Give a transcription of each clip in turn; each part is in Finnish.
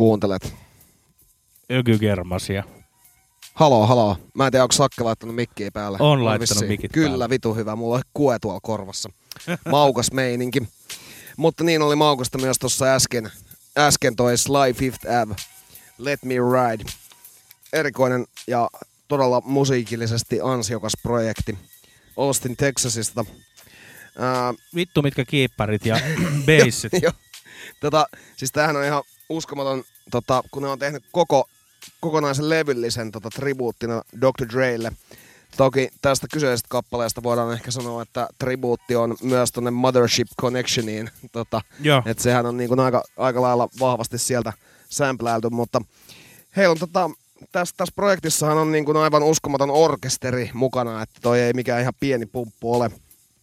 kuuntelet? Ökygermasia. Haloo. Mä en tiedä, onko Sakke laittanut mikkiä päälle. On laittanut mikit päälle. Kyllä, vitu hyvä. Mulla on kue tuolla korvassa. Maukas meininki. Mutta niin oli maukasta myös tuossa äsken toi Sly Fifth Ave. Let Me Ride. Erikoinen ja todella musiikillisesti ansiokas projekti. Austin, Texasista. Vittu mitkä kiipparit ja bassit. Siis tämähän on ihan uskomaton, kun ne on tehnyt kokonaisen levyllisen tribuuttina Dr. Drelle. Toki tästä kyseisestä kappaleesta voidaan ehkä sanoa, että tribuutti on myös tonne Mothership Connectioniin. Että sehän on niin kuin aika lailla vahvasti sieltä sampläilty, mutta heillä on tässä projektissahan on niin kuin aivan uskomaton orkesteri mukana, että toi ei mikään ihan pieni pumppu ole.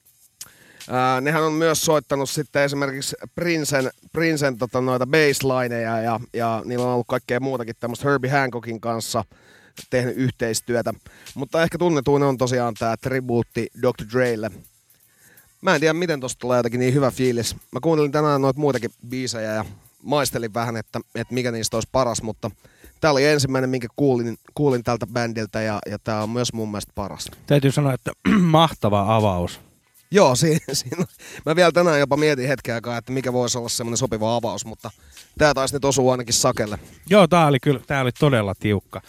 Nehän on myös soittanut sitten esimerkiksi Princen noita basslineja ja niillä on ollut kaikkea muutakin tämmöistä Herbie Hancockin kanssa tehnyt yhteistyötä. Mutta ehkä tunnetuin on tosiaan tää tribuutti Dr. Drelle. Mä en tiedä miten tosta tulee jotenkin niin hyvä fiilis. Mä kuuntelin tänään noita muitakin biisejä ja maistelin vähän, että mikä niistä olisi paras, mutta tää oli ensimmäinen, minkä kuulin tältä bändiltä ja tää on myös mun mielestä paras. Täytyy sanoa, että mahtava avaus. Joo, siinä. Mä vielä tänään jopa mietin hetken aikaa, että mikä voisi olla semmoinen sopiva avaus, mutta tää taisi nyt osua ainakin Sakelle. Joo, tää oli todella tiukka.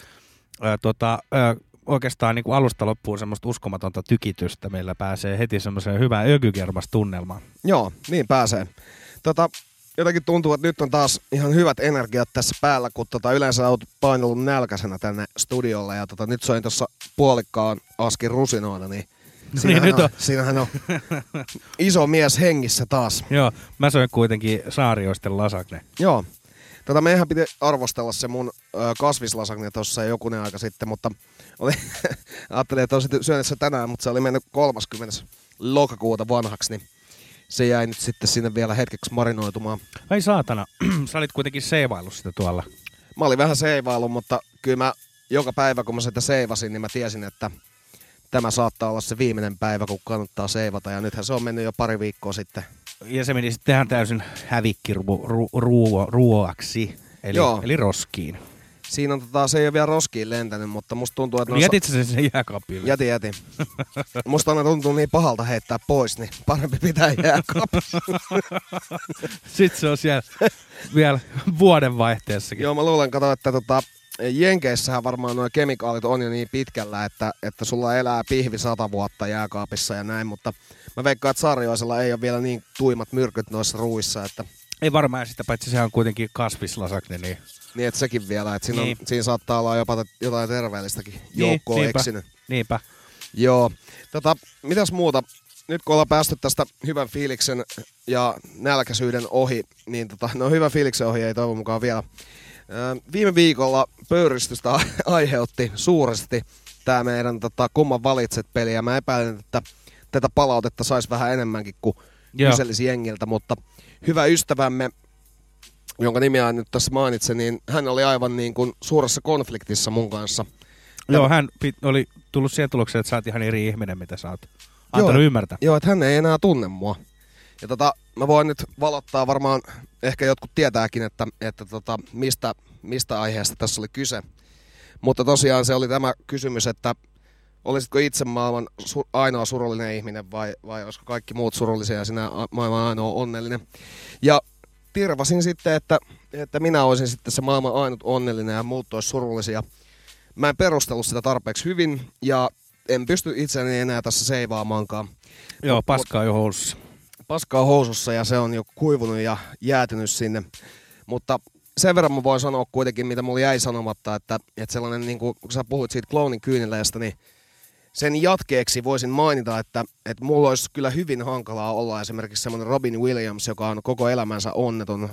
Oikeastaan niin kuin alusta loppuun semmoista uskomatonta tykitystä. Meillä pääsee heti semmoiseen hyvään ökygermas-tunnelmaan. Joo, niin pääsee. Jotenkin tuntuu, että nyt on taas ihan hyvät energiat tässä päällä, kun yleensä olet painellut nälkäisenä tänne studiolle ja nyt soin tuossa puolikkaan askin rusinoita, niin siinähän on iso mies hengissä taas. Joo, mä soin kuitenkin saarioisten lasagne. Joo. Meidän piti arvostella se mun kasvislasagne tuossa jokunen aika sitten, mutta ajattelin, että olisin syönyt se tänään, mutta se oli mennyt 30. lokakuuta vanhaksi, niin se jäi nyt sitten sinne vielä hetkeksi marinoitumaan. Ai saatana, sä olit kuitenkin seivaillut sitä tuolla. Mä olin vähän seivailu, mutta kyllä mä joka päivä kun mä sitä seivasin, niin mä tiesin, että tämä saattaa olla se viimeinen päivä, kun kannattaa seivata. Ja nythän se on mennyt jo pari viikkoa sitten. Ja se meni sitten ihan täysin hävikkiruoaksi, eli roskiin. Siinä on se ei ole vielä roskiin lentänyt, mutta musta tuntuu, että... Jätit sä sen jääkaapille? Jätin. Musta aina tuntuu niin pahalta heittää pois, niin parempi pitää jääkaapissa. Sitten se on siellä vielä vuodenvaihteessakin. Joo, mä luulen, että Jenkeissähän varmaan nuo kemikaalit on jo niin pitkällä, että sulla elää pihvi 100 vuotta jääkaapissa ja näin, mutta mä veikkaan, että Sarjoisella ei ole vielä niin tuimat myrkyt noissa ruuissa, että... Ei varmaan sitä, paitsi sehän on kuitenkin kasvislasagne, niin... Niin, että sekin vielä, että siinä saattaa olla jopa jotain terveellistäkin joukkoa eksynyt. Niinpä. Joo. Mitäs muuta? Nyt kun ollaan päästy tästä hyvän fiiliksen ja nälkäisyyden ohi, niin hyvän fiiliksen ohi ei toivon mukaan vielä. Viime viikolla pöyristystä aiheutti suuresti tämä meidän kumman valitset -peli, ja mä epäilen, että tätä palautetta saisi vähän enemmänkin kuin kyselisi jengiltä, mutta hyvä ystävämme, jonka nimeä nyt tässä mainitsen, niin hän oli aivan niin kuin suuressa konfliktissa mun kanssa. Joo, hän oli tullut siihen tulokseen, että sä oot ihan eri ihminen, mitä sä oot antanut ymmärtää. Joo, että hän ei enää tunne mua. Ja mä voin nyt valottaa, varmaan ehkä jotkut tietääkin, että mistä aiheesta tässä oli kyse. Mutta tosiaan se oli tämä kysymys, että olisitko itse maailman ainoa surullinen ihminen vai olisiko kaikki muut surullisia ja sinä maailman ainoa onnellinen. Ja tirvasin sitten, että minä olisin sitten se maailman ainut onnellinen ja muut olisi surullisia. Mä en perustellut sitä tarpeeksi hyvin ja en pysty itseäni enää tässä seivaamaankaan. Joo, paskaa jo housussa. Paskaa housussa ja se on jo kuivunut ja jäätynyt sinne. Mutta sen verran mä voin sanoa kuitenkin, mitä mulla jäi sanomatta, että sellainen, niin kun sä puhuit siitä Clownin kyyneleestä, niin sen jatkeeksi voisin mainita, että mulla olisi kyllä hyvin hankalaa olla esimerkiksi semmoinen Robin Williams, joka on koko elämänsä onneton,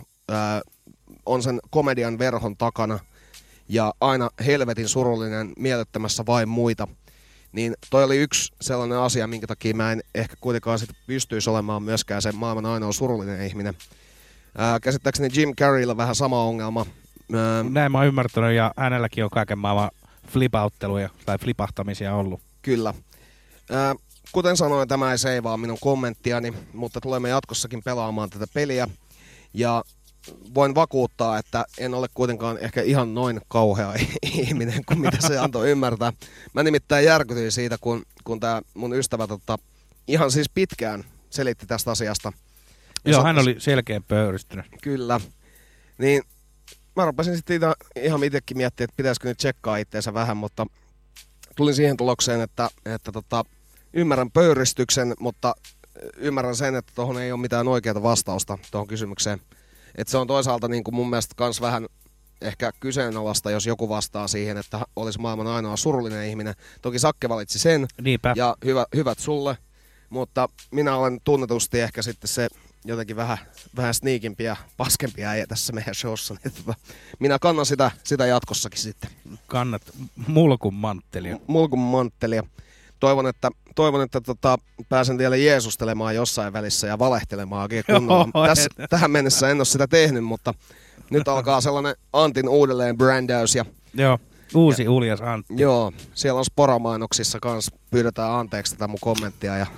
on sen komedian verhon takana ja aina helvetin surullinen, miellyttämässä vain muita. Niin toi oli yksi sellainen asia, minkä takia mä en ehkä kuitenkaan sit pystyisi olemaan myöskään se maailman ainoa surullinen ihminen. Käsittääkseni Jim Carreylla vähän sama ongelma. Näin mä oon ymmärtänyt, ja hänelläkin on kaiken maailman flipautteluja tai flipahtamisia ollut. Kyllä. Kuten sanoin, tämä ei seivaa minun kommenttiani, mutta tulemme jatkossakin pelaamaan tätä peliä. Ja voin vakuuttaa, että en ole kuitenkaan ehkä ihan noin kauhea ihminen kuin mitä se antoi ymmärtää. Mä nimittäin järkytyin siitä, kun tää mun ystävä ihan siis pitkään selitti tästä asiasta. Joo, hän oli selkeän pöyristynyt. Kyllä. Niin mä rupesin sitten ihan itsekin miettimään, että pitäisikö nyt tsekkaa itseensä vähän, mutta tulin siihen tulokseen, että ymmärrän pöyristyksen, mutta ymmärrän sen, että tuohon ei ole mitään oikeaa vastausta tuohon kysymykseen. Että se on toisaalta niin kuin mun mielestä kans vähän ehkä kyseenalaista, jos joku vastaa siihen, että olisi maailman ainoa surullinen ihminen. Toki Sakke valitsi sen, Niinpä. ja hyvät sulle, mutta minä olen tunnetusti ehkä sitten se jotenkin vähän sneakimpi ja paskempi äijä tässä meidän showssa. Niin minä kannan sitä jatkossakin sitten. Kannat mulkun manttelia. Mulkun manttelia. Toivon, että pääsen vielä jeesustelemaan jossain välissä ja valehtelemaankin kunnolla. Tähän mennessä en ole sitä tehnyt, mutta nyt alkaa sellainen Antin uudelleen brändäys. Joo, uusi uljas Antti. Joo, siellä on Spora-mainoksissa kans, pyydetään anteeksi tätä mun kommenttia. Ja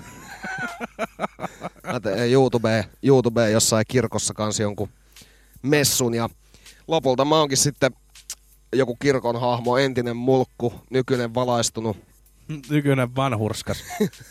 YouTubeen jossain kirkossa kans jonkun messun. Ja lopulta mä oonkin sitten joku kirkon hahmo, entinen mulkku, nykyinen valaistunut. Nykyinen vanhurskas.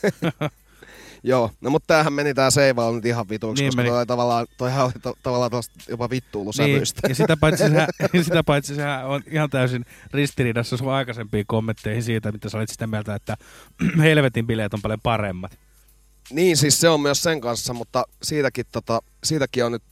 Joo, no mutta tämähän meni tää seivaus nyt ihan vituiksi, niin koska toihan oli tavallaan jopa vittuilusävyistä. Niin, ja sitä paitsi sehän on ihan täysin ristiriidassa sun aikaisempiin kommentteihin siitä, mitä sä olit sitä mieltä, että helvetin bileet on paljon paremmat. Niin, siis se on myös sen kanssa, mutta siitäkin on nyt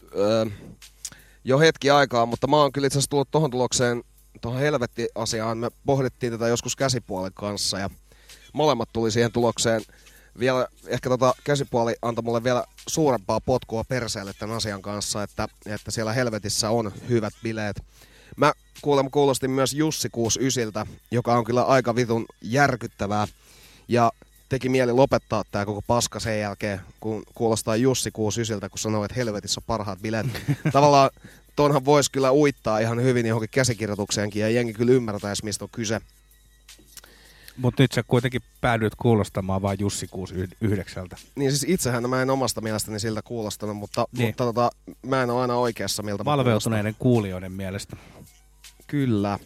jo hetki aikaa, mutta mä oon kyllä itse asiassa tullut tohon tulokseen, tuohon helvetti-asiaan. Me pohdittiin tätä joskus käsipuolen kanssa ja molemmat tuli siihen tulokseen. Vielä ehkä käsipuoli antoi mulle vielä suurempaa potkua perseelle tämän asian kanssa, että siellä helvetissä on hyvät bileet. Mä kuulostin myös Jussi 69, joka on kyllä aika vitun järkyttävää ja teki mieli lopettaa tää koko paska sen jälkeen, kun kuulostaa Jussi 69, kun sanoo, että helvetissä on parhaat bileet. Tavallaan tonhan voisi kyllä uittaa ihan hyvin johonkin käsikirjoitukseenkin ja jengi kyllä ymmärtäisi, mistä on kyse. Mutta nyt sä kuitenkin päädyit kuulostamaan vaan Jussi 69. Niin siis itsehän mä en omasta mielestäni siltä kuulostanut, mutta mä en ole aina oikeassa miltä mä valveutuneiden kuulijoiden mielestä. Kyllä.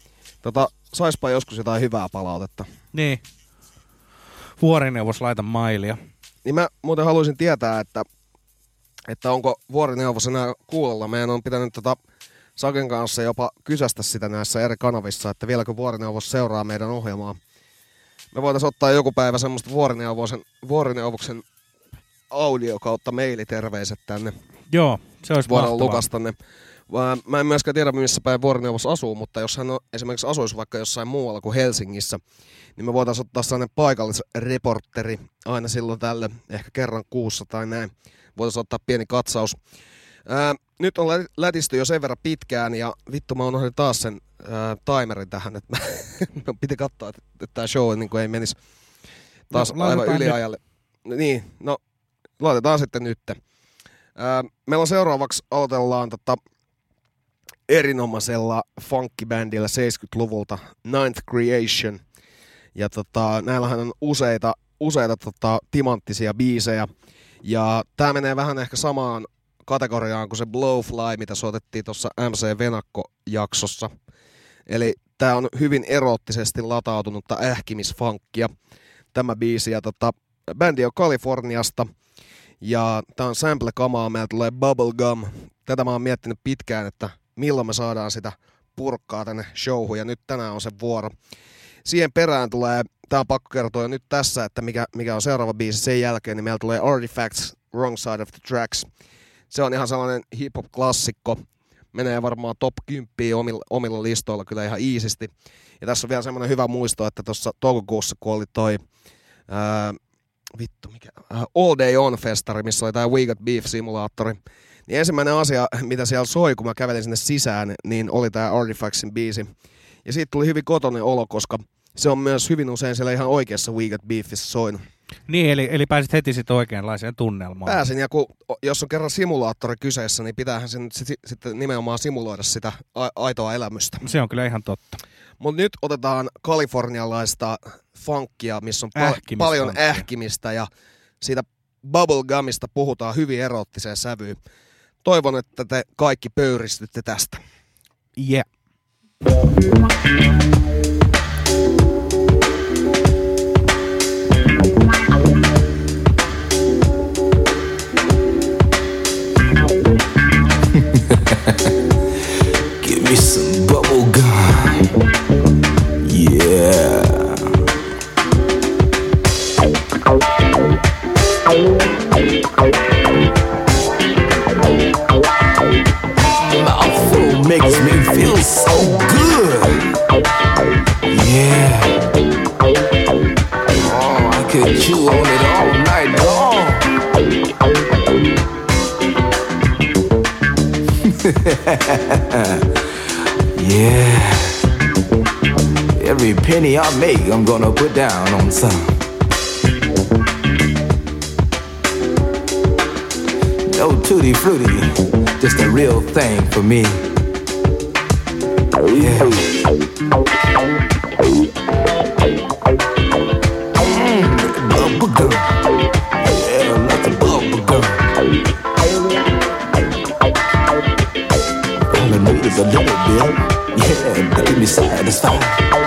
Saispa joskus jotain hyvää palautetta. Niin. Vuorineuvos laita mailia. Niin mä muuten haluaisin tietää, että onko Vuorineuvos enää kuulolla. Meidän on pitänyt Saken kanssa jopa kysästä sitä näissä eri kanavissa, että vieläkö Vuorineuvos seuraa meidän ohjelmaa. Me voitaisiin ottaa joku päivä semmoista Vuorineuvoksen audio kautta mailiterveiset tänne. Joo, se olisi mahtavaa. Lukastanne. Mä en myöskään tiedä, missä päin Vuorineuvos asuu, mutta jos hän esimerkiksi asuisi vaikka jossain muualla kuin Helsingissä, niin me voitaisiin ottaa sellainen paikallisreportteri aina silloin tälle, ehkä kerran kuussa tai näin. Voitaisiin ottaa pieni katsaus. Nyt on lätisty jo sen verran pitkään ja vittu mä unohdin taas sen timerin tähän, että mä piti katsoa, että tämä show niin ei menisi taas aivan yliajalle. Niin, no laitetaan sitten nyt. Meillä on seuraavaksi aloitellaan erinomaisella funkkibändillä 70-luvulta Ninth Creation. Ja näillähän on useita timanttisia biisejä. Ja tää menee vähän ehkä samaan kategoriaan kuin se Blowfly, mitä soitettiin tuossa MC Venakko-jaksossa. Eli tää on hyvin eroottisesti latautunutta ähkimisfunkkia, tämä biisi. Ja bändi on Kaliforniasta. Ja tää on sample-kamaa, meillä tulee Bubblegum. Tätä mä oon miettinyt pitkään, että milloin me saadaan sitä purkkaa tänne showhun, ja nyt tänään on se vuoro. Siihen perään tulee, tää on pakko kertoa jo nyt tässä, että mikä on seuraava biisi sen jälkeen, niin meillä tulee Artifacts, Wrong Side of the Tracks. Se on ihan sellainen hip-hop-klassikko, menee varmaan top 10 omilla listoilla kyllä ihan iisisti. Ja tässä on vielä semmoinen hyvä muisto, että tuossa toukokuussa, kun oli toi All Day On-festari, missä oli tää We Got Beef-simulaattori, niin ensimmäinen asia, mitä siellä soi, kun mä kävelin sinne sisään, niin oli tää Artifactsin biisi. Ja siitä tuli hyvin kotoinen olo, koska se on myös hyvin usein siellä ihan oikeassa We Got Beefissä soinut. Niin, eli pääsit heti sitten oikeanlaiseen tunnelmaan. Pääsin, ja jos on kerran simulaattori kyseessä, niin pitäähän sen sitten nimenomaan simuloida sitä aitoa elämystä. Se on kyllä ihan totta. Mutta nyt otetaan kalifornialaista funkia, missä on paljon ähkimistä, ja siitä bubblegumista puhutaan hyvin eroottiseen sävyyn. Toivon, että te kaikki pöyristytte tästä. Yeah. Give me some bubble gum. Yeah. Mouthful makes me feel so good. Yeah. Oh, I could chew on it all night long. Yeah. Every penny I make, I'm gonna put down on some. No tutti frutti, just a real thing for me. Yeah. Bubble gum. Yeah, lots of bubble gum. All I need is a little bit. Yeah, to keep me satisfied.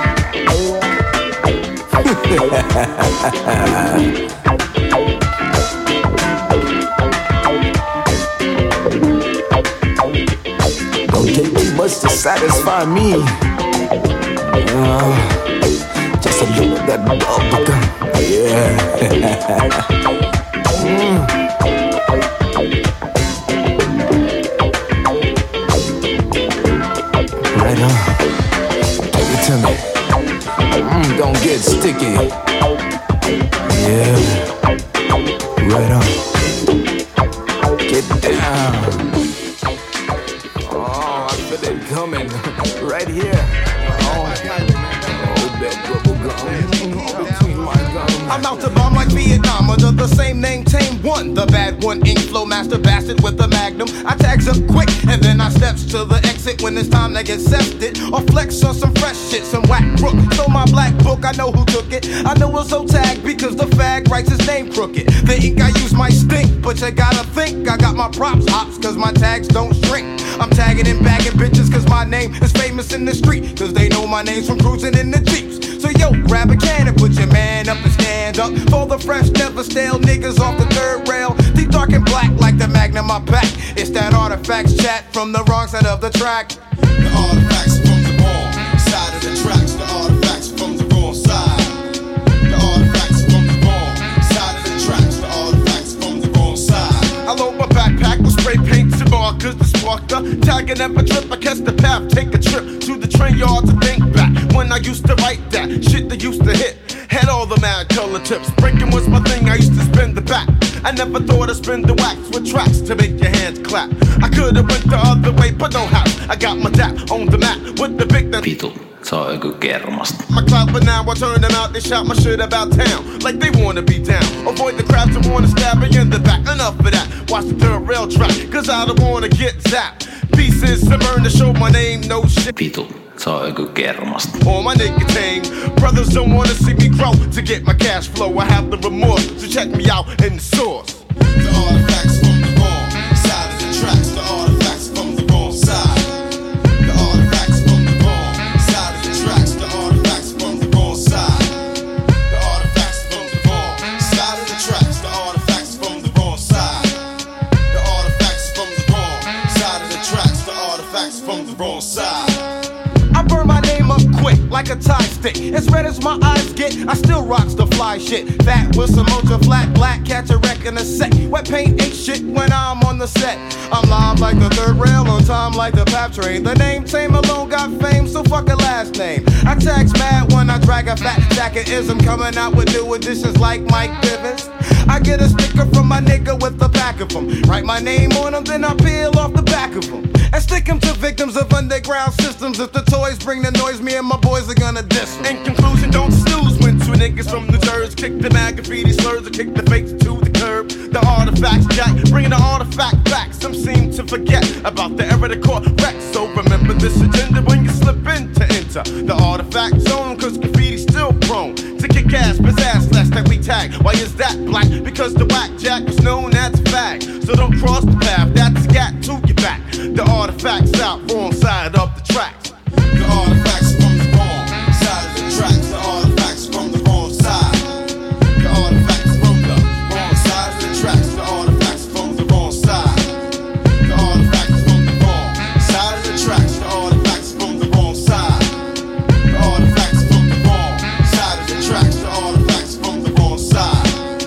Don't take too much to satisfy me. Just a little of that bubble gum. Yeah. Right on. Give it to me. Don't get sticky. Yeah. Right on. Get down. Oh, I feel it coming. Right here. Oh, that bubble gum. Between my gums. I'm out to bomb like Vietnam under the same name, Tame One. The bad one, ink flow master bastard with the magnum. I tags up quick and then I steps to the exit when it's time to get sefted. Or flex on some fresh shit, some whack crook. So my black book, I know who took it. I know it's so tagged because the fag writes his name crooked. The ink I use might stink, but you gotta think I got my props hops cause my tags don't shrink. I'm tagging and bagging bitches cause my name is famous in the street. Cause they know my name's from cruising in the Jeeps. So yo, grab a can and put your man up and stand up for the fresh, never stale niggas off the third rail. Deep dark and black like the Magnum I pack. It's that artifacts chat from the wrong side of the track. The artifacts from the wrong side of the tracks. The artifacts from the wrong side. The artifacts from the wrong side of the tracks. The artifacts from the wrong side. I load my backpack with spray paint and markers to spark the tagging every trip. I catch the path, take a trip to the train yard to think back when I used to write that shit that used to hit. Had all the mad color tips. Breaking was my thing, I used to spin the back. I never thought I'd spin the wax with tracks to make your hands clap. I could've went the other way, but no how. I got my dap on the map with the big that. Vitu, se on joku kermasta. My clout, but now I turn them out. They shout my shit about town like they wanna be down. Avoid the crowds that wanna stab me in the back. Enough of that. Watch the third rail track, cause I don't wanna get zapped. Pieces to burn to show my name, no shit. Vitu, se on joku kermasta. On my nicotine, brothers don't wanna see me grow. To get my cash flow, I have the remorse. So check me out in the source. The artifacts from the wrong side of the tracks. The artifacts from the wrong side. The artifacts from the wrong side of the tracks. The artifacts from the wrong side. The artifacts from the wrong side of the tracks. The artifacts from the wrong side. The artifacts from the wrong side of the tracks. The artifacts from the wrong side. I burn my name up quick like a tie stick. As red as my eyes get, I still rocks the fly shit. That with some ultra flat black, catch a wreck in a sec. Wet paint ain't shit when I'm on the set. I'm live like the third rail, on time like the PAP train. The name Tame alone got fame, so fuck a last name. I tax mad when I drag a fat jack of ism, coming out with new additions like Mike Bivens. I get a sticker from my nigga with the back of him. Write my name on them, then I peel off the back of them. And stick them to victims of underground systems. If the toys bring the noise, me and my boys are gonna diss them. In conclusion, don't snooze when two niggas from New Jersey kick the mad graffiti slurs or kick the fakes to the curb. The artifacts jack, bringing the artifact back. Some seem to forget about the era the court wrecked. So remember this agenda when you slip in to enter the artifact zone, cause graffiti's still prone to kick ass, pizzazz less that we tag. Why is that black? Because the whack jack was known as a fag. So don't cross the path, that's a gat to artifacts out, wrong side of the tracks. The artifacts from the wrong side of the tracks. The artifacts from the wrong side. The artifacts from the wrong side of the tracks. The artifacts from the wrong side. The artifacts from the wrong side of the tracks. The artifacts from the wrong side. The artifacts from the wrong side of the tracks. The artifacts from the wrong side.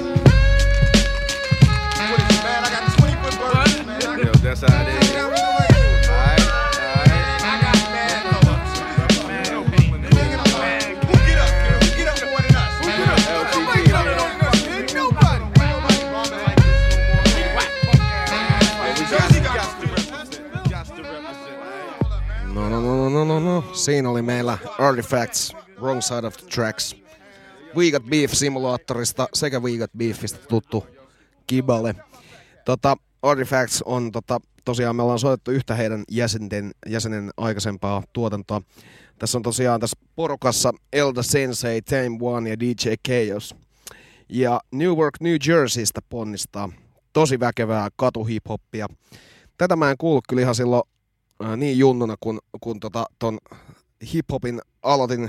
What is it, man? I got 20-foot birds, man. Yo, that's how it is. No. Siinä oli meillä Artifacts, Wrong Side of the Tracks. We Got Beef-simulaattorista sekä We Got Beefistä tuttu Kibale. Artifacts on tosiaan, me ollaan soitettu yhtä heidän jäsenen aikaisempaa tuotantoa. Tässä on tosiaan tässä porukassa Elda Sensei, Tame One ja DJ Chaos. Ja Newark, New Jerseystä ponnistaa tosi väkevää katuhip-hoppia. Tätä mä en kuullut kyllä ihan silloin niin junnuna, kun ton hip-hopin aloitin.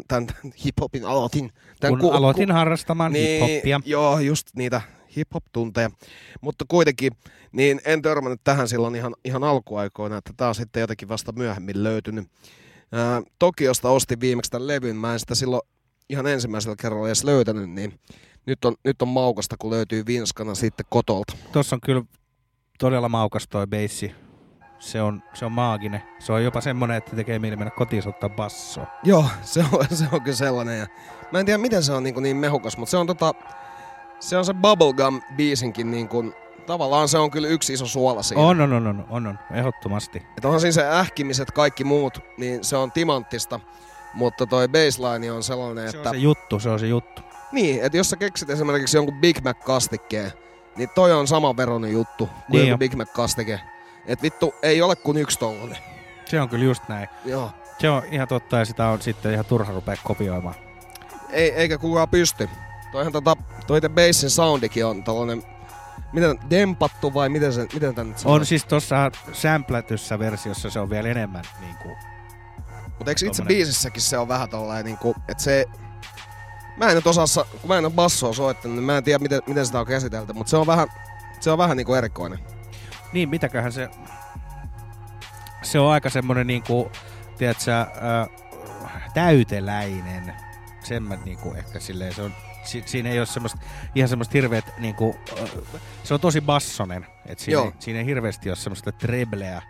Kun aloitin harrastamaan niin, hip-hoppia. Joo, just niitä hip-hop-tunteja. Mutta kuitenkin, niin en törmännyt tähän silloin ihan alkuaikoina, että tää on sitten jotenkin vasta myöhemmin löytynyt. Tokiosta ostin viimeksi tämän levyn, mä en sitä silloin ihan ensimmäisellä kerralla edes löytänyt, niin nyt on maukasta, kun löytyy vinskana sitten kotolta. Tossa on kyllä todella maukas toi beissi. Se on maaginen. Se on jopa semmonen, että tekee mieli mennä kotiin ottaa bassoa. Joo, se on kyllä sellainen. Ja mä en tiedä, miten se on niin mehukas, mutta se on se Bubblegum-biisinkin niin kuin, tavallaan se on kyllä yksi iso suola siinä. On, ehdottomasti. Että onhan siinä se ähkimiset, kaikki muut, niin se on timanttista, mutta toi baseline on sellainen, että... Se on se juttu. Niin, että jos sä keksit esimerkiksi jonkun Big Mac-kastikkeen, niin toi on saman veroinen juttu kuin niin joku Big Mac-kastike. Et vittu, ei ole kuin yksi tollanen. Se on kyllä just näin. Joo. Se on ihan totta ja sitä on sitten ihan turha rupea kopioimaan. Eikä kukaan pysty. Toihan toi bassin soundikin on tällainen, miten dempattu vai miten tän nyt sanoo? On siis tossa samplätyssä versiossa se on vielä enemmän niinku. Mut eikö itse biisissäkin se on vähän tollainen niinku, että se... Mä en nyt osaa, kun mä en oo bassoa soittanut, niin mä en tiedä miten sitä on käsitelty, mutta se on vähän niinku erikoinen. Niin, mitäköhän se on aika semmonen niinku, tiedätkö, täyteläinen. Sen mä niinku ehkä silleen, se on, siinä ei oo ihan semmoista hirveet niinku, se on tosi bassonen. Et siinä ei hirveesti oo semmoista trebleä.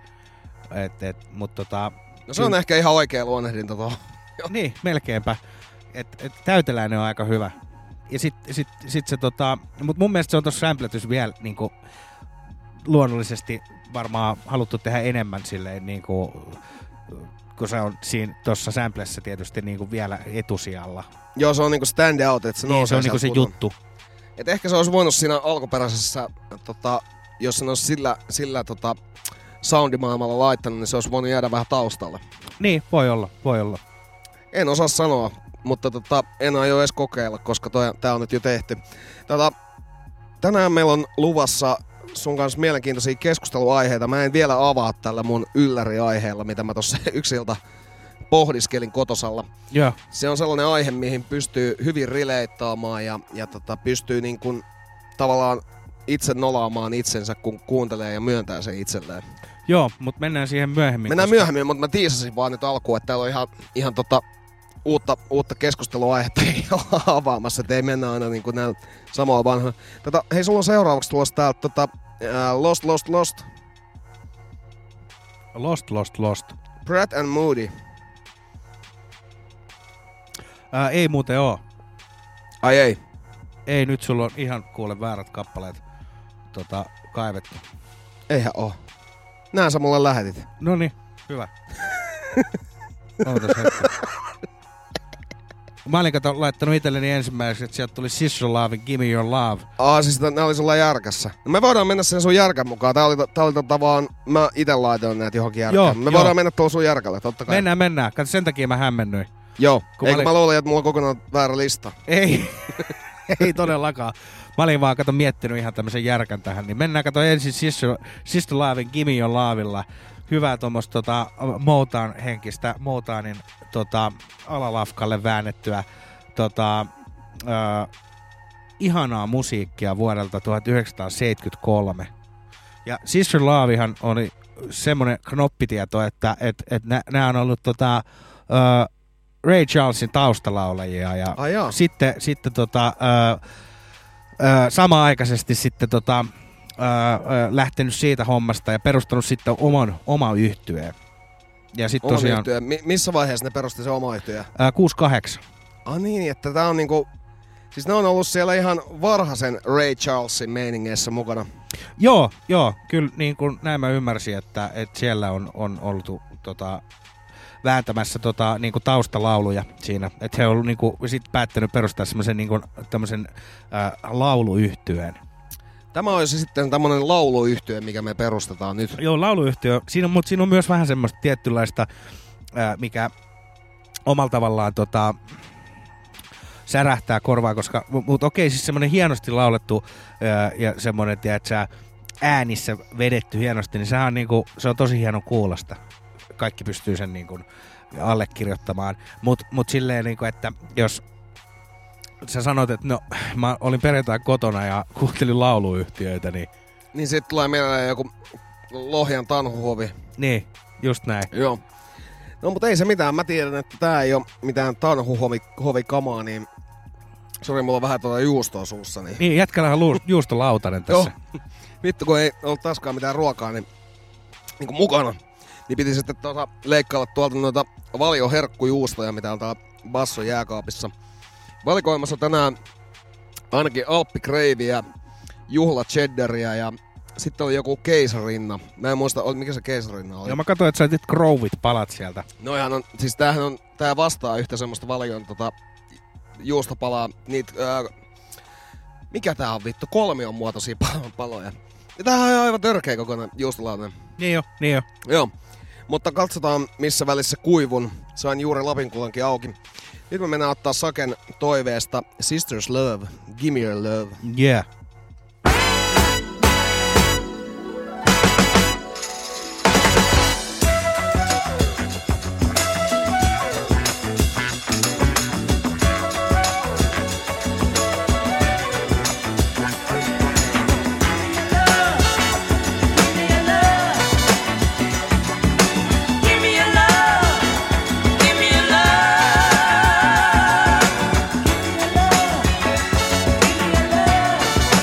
No se on ehkä ihan oikea luonnehdinta tuohon. Niin, melkeinpä. Et täyteläinen on aika hyvä. Ja sit se mut mun mielestä se on tossa sampletys vielä niinku luonnollisesti varmaan haluttu tehdä enemmän silleen niinku, kun se on siinä tossa samplessa tietysti niinku vielä etusijalla. Joo, se on niinku stand out, että se nousee. Se on niinku se juttu. Et ehkä se olisi voinut siinä alkuperäisessä, jos se olisi sillä soundimaailmalla laittanut, niin se olisi voinut jäädä vähän taustalle. Niin, voi olla. En osaa sanoa, mutta en aio edes kokeilla, koska tää on nyt jo tehty. Tänään meillä on luvassa sun kanssa mielenkiintoisia keskusteluaiheita. Mä en vielä avaa tällä mun ylläriaiheella, mitä mä tossa yksiltä pohdiskelin kotosalla. Yeah. Se on sellainen aihe, mihin pystyy hyvin rileittaamaan ja pystyy niin kuin tavallaan itse nolaamaan itsensä, kun kuuntelee ja myöntää sen itselleen. Joo, mutta mennään siihen myöhemmin. Myöhemmin, mutta mä tiisasin vaan nyt alkuun, että täällä on ihan uutta keskusteluaihetta avaamassa, että ei mennä aina niin kuin näillä samoilla vanhoilla. Hei, sulla on seuraavaksi tulossa täältä Lost. Pratt and Moody. Ei muuten oo. Ai ei? Ei, nyt sulla on ihan kuule väärät kappaleet kaivettu. Eihän oo. Nää sä mulle lähetit. Noniin, hyvä. Ootas hetki. Mä olin laittanut itselleni ensimmäiseksi, että sieltä tuli Sister Love and Gimme Your Love. Siis ne oli sulla järkässä. No me voidaan mennä sen sun järkän mukaan. Tää oli vaan, mä ite laitoin näitä johonkin järkään. Me voidaan mennä tuolla sun järkälle, totta kai. Mennään. Kato, sen takia mä hämmennyin. Joo, mä luulin, että mulla on kokonaan väärä lista. Ei, ei todellakaan. Mä olin vaan miettinyt ihan tämmösen järkän tähän. Niin mennään ensin Sister Love and Gimme Your Lovella. hyvää tuommoista Motown-henkistä, Motownin alalafkalle väännettyä ihanaa musiikkia vuodelta 1973. Ja Sister Lovehan oli semmoinen knoppitieto, että nämä on ollut Ray Charlesin taustalaulajia ja sitten samaaikaisesti sitten lähtenyt siitä hommasta ja perustanut sitten oman yhtyeen. Ja sit tosiaan missä vaiheessa ne perusti se oma yhtyeen? 68. Niin, että tää on niinku... Siis ne on ollut siellä ihan varhaisen Ray Charlesin meiningeissä mukana. Joo, kyllä niin kuin näin mä ymmärsin, että siellä on oltu vääntämässä niinku taustalauluja siinä. Että he on ollut niinku sit päättänyt perustaa semmoisen niinku tämmöisen lauluyhtyeen. Tämä olisi sitten tämmöinen lauluyhtye, mikä me perustetaan nyt. Joo, lauluyhtye. Mutta siinä on myös vähän semmoista tiettylaista, mikä omalla tavallaan särähtää korvaa, koska, mutta okei, siis semmoinen hienosti laulettu ja semmoinen, tiedätkö, äänissä vedetty hienosti, niin sehän on, niinku, se on tosi hieno kuulosta. Kaikki pystyy sen niinku allekirjoittamaan. Mut silleen, niinku, että jos sä sanoit, että no, mä olin perjantain kotona ja kuuntelin lauluyhtiöitä, niin... Niin sit tulee mieleen joku Lohjan Tanhuhovi. Niin, just näin. Joo. No mut ei se mitään, mä tiedän, että tää ei oo mitään Tanhuhovi-kamaa, niin... Sori, mulla on vähän juustoa suussa, niin... Niin, jätkällä on juustolautanen tässä. Joo. Vittu, kun ei ollut taaskaan mitään ruokaa, niin kuin mukana, niin piti sitten leikkailla tuolta noita valioherkkujuustoja, mitä on täällä Basson jääkaapissa. Valikoimassa tänään ainakin alppikreiviä, juhla cheddaria ja sitten oli joku keisarinna. Mä en muista, mikä se keisarinna oli. Joo, mä katsoin, että sä etit Grovit palat sieltä. No ihan on, siis tää vastaa yhtä semmoista valion juustopalaa. Mikä tää on vittu? Kolmion muotoisia paloja. Ja tämähän on aivan törkeä kokoinen juustolainen. Niin jo. Joo. Mutta katsotaan missä välissä kuivun. Sain juuri Lapinkullankin auki. Nyt me mennään ottaa Saken toiveesta Sister's Love, Gimme Your Love. Yeah. Give me your love.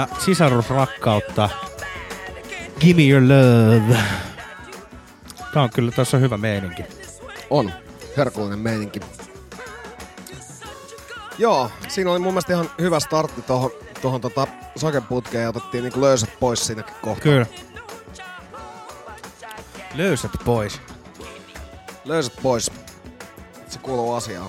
ja sisarusrakkautta. Gimme your love. Tää on kyllä, tässä on hyvä meininki. On. Herkullinen meininki. Joo, siinä oli mun mielestä ihan hyvä startti tohon sakeputkeen ja otettiin niinku löysät pois siinäkin kohtaa. Kyllä. Löysät pois. Löysät pois. Se kuuluu asiaan.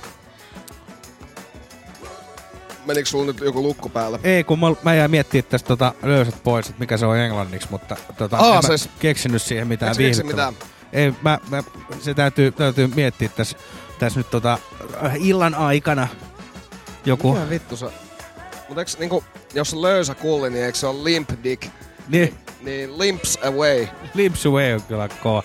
Menikö sulla nyt joku lukko päällä? Ei, kun mä jäin miettimään tästä löysät pois, että mikä se on englanniksi, mutta en mä keksinyt siihen mitään viihdyttävää. Ei, se täytyy miettiä tässä nyt illan aikana joku. Mikä vittu se? Mut eiks niinku, jos on löysä kulli, niin eikö se ole limp dick? Niin limps away. Limps away on kyllä kova.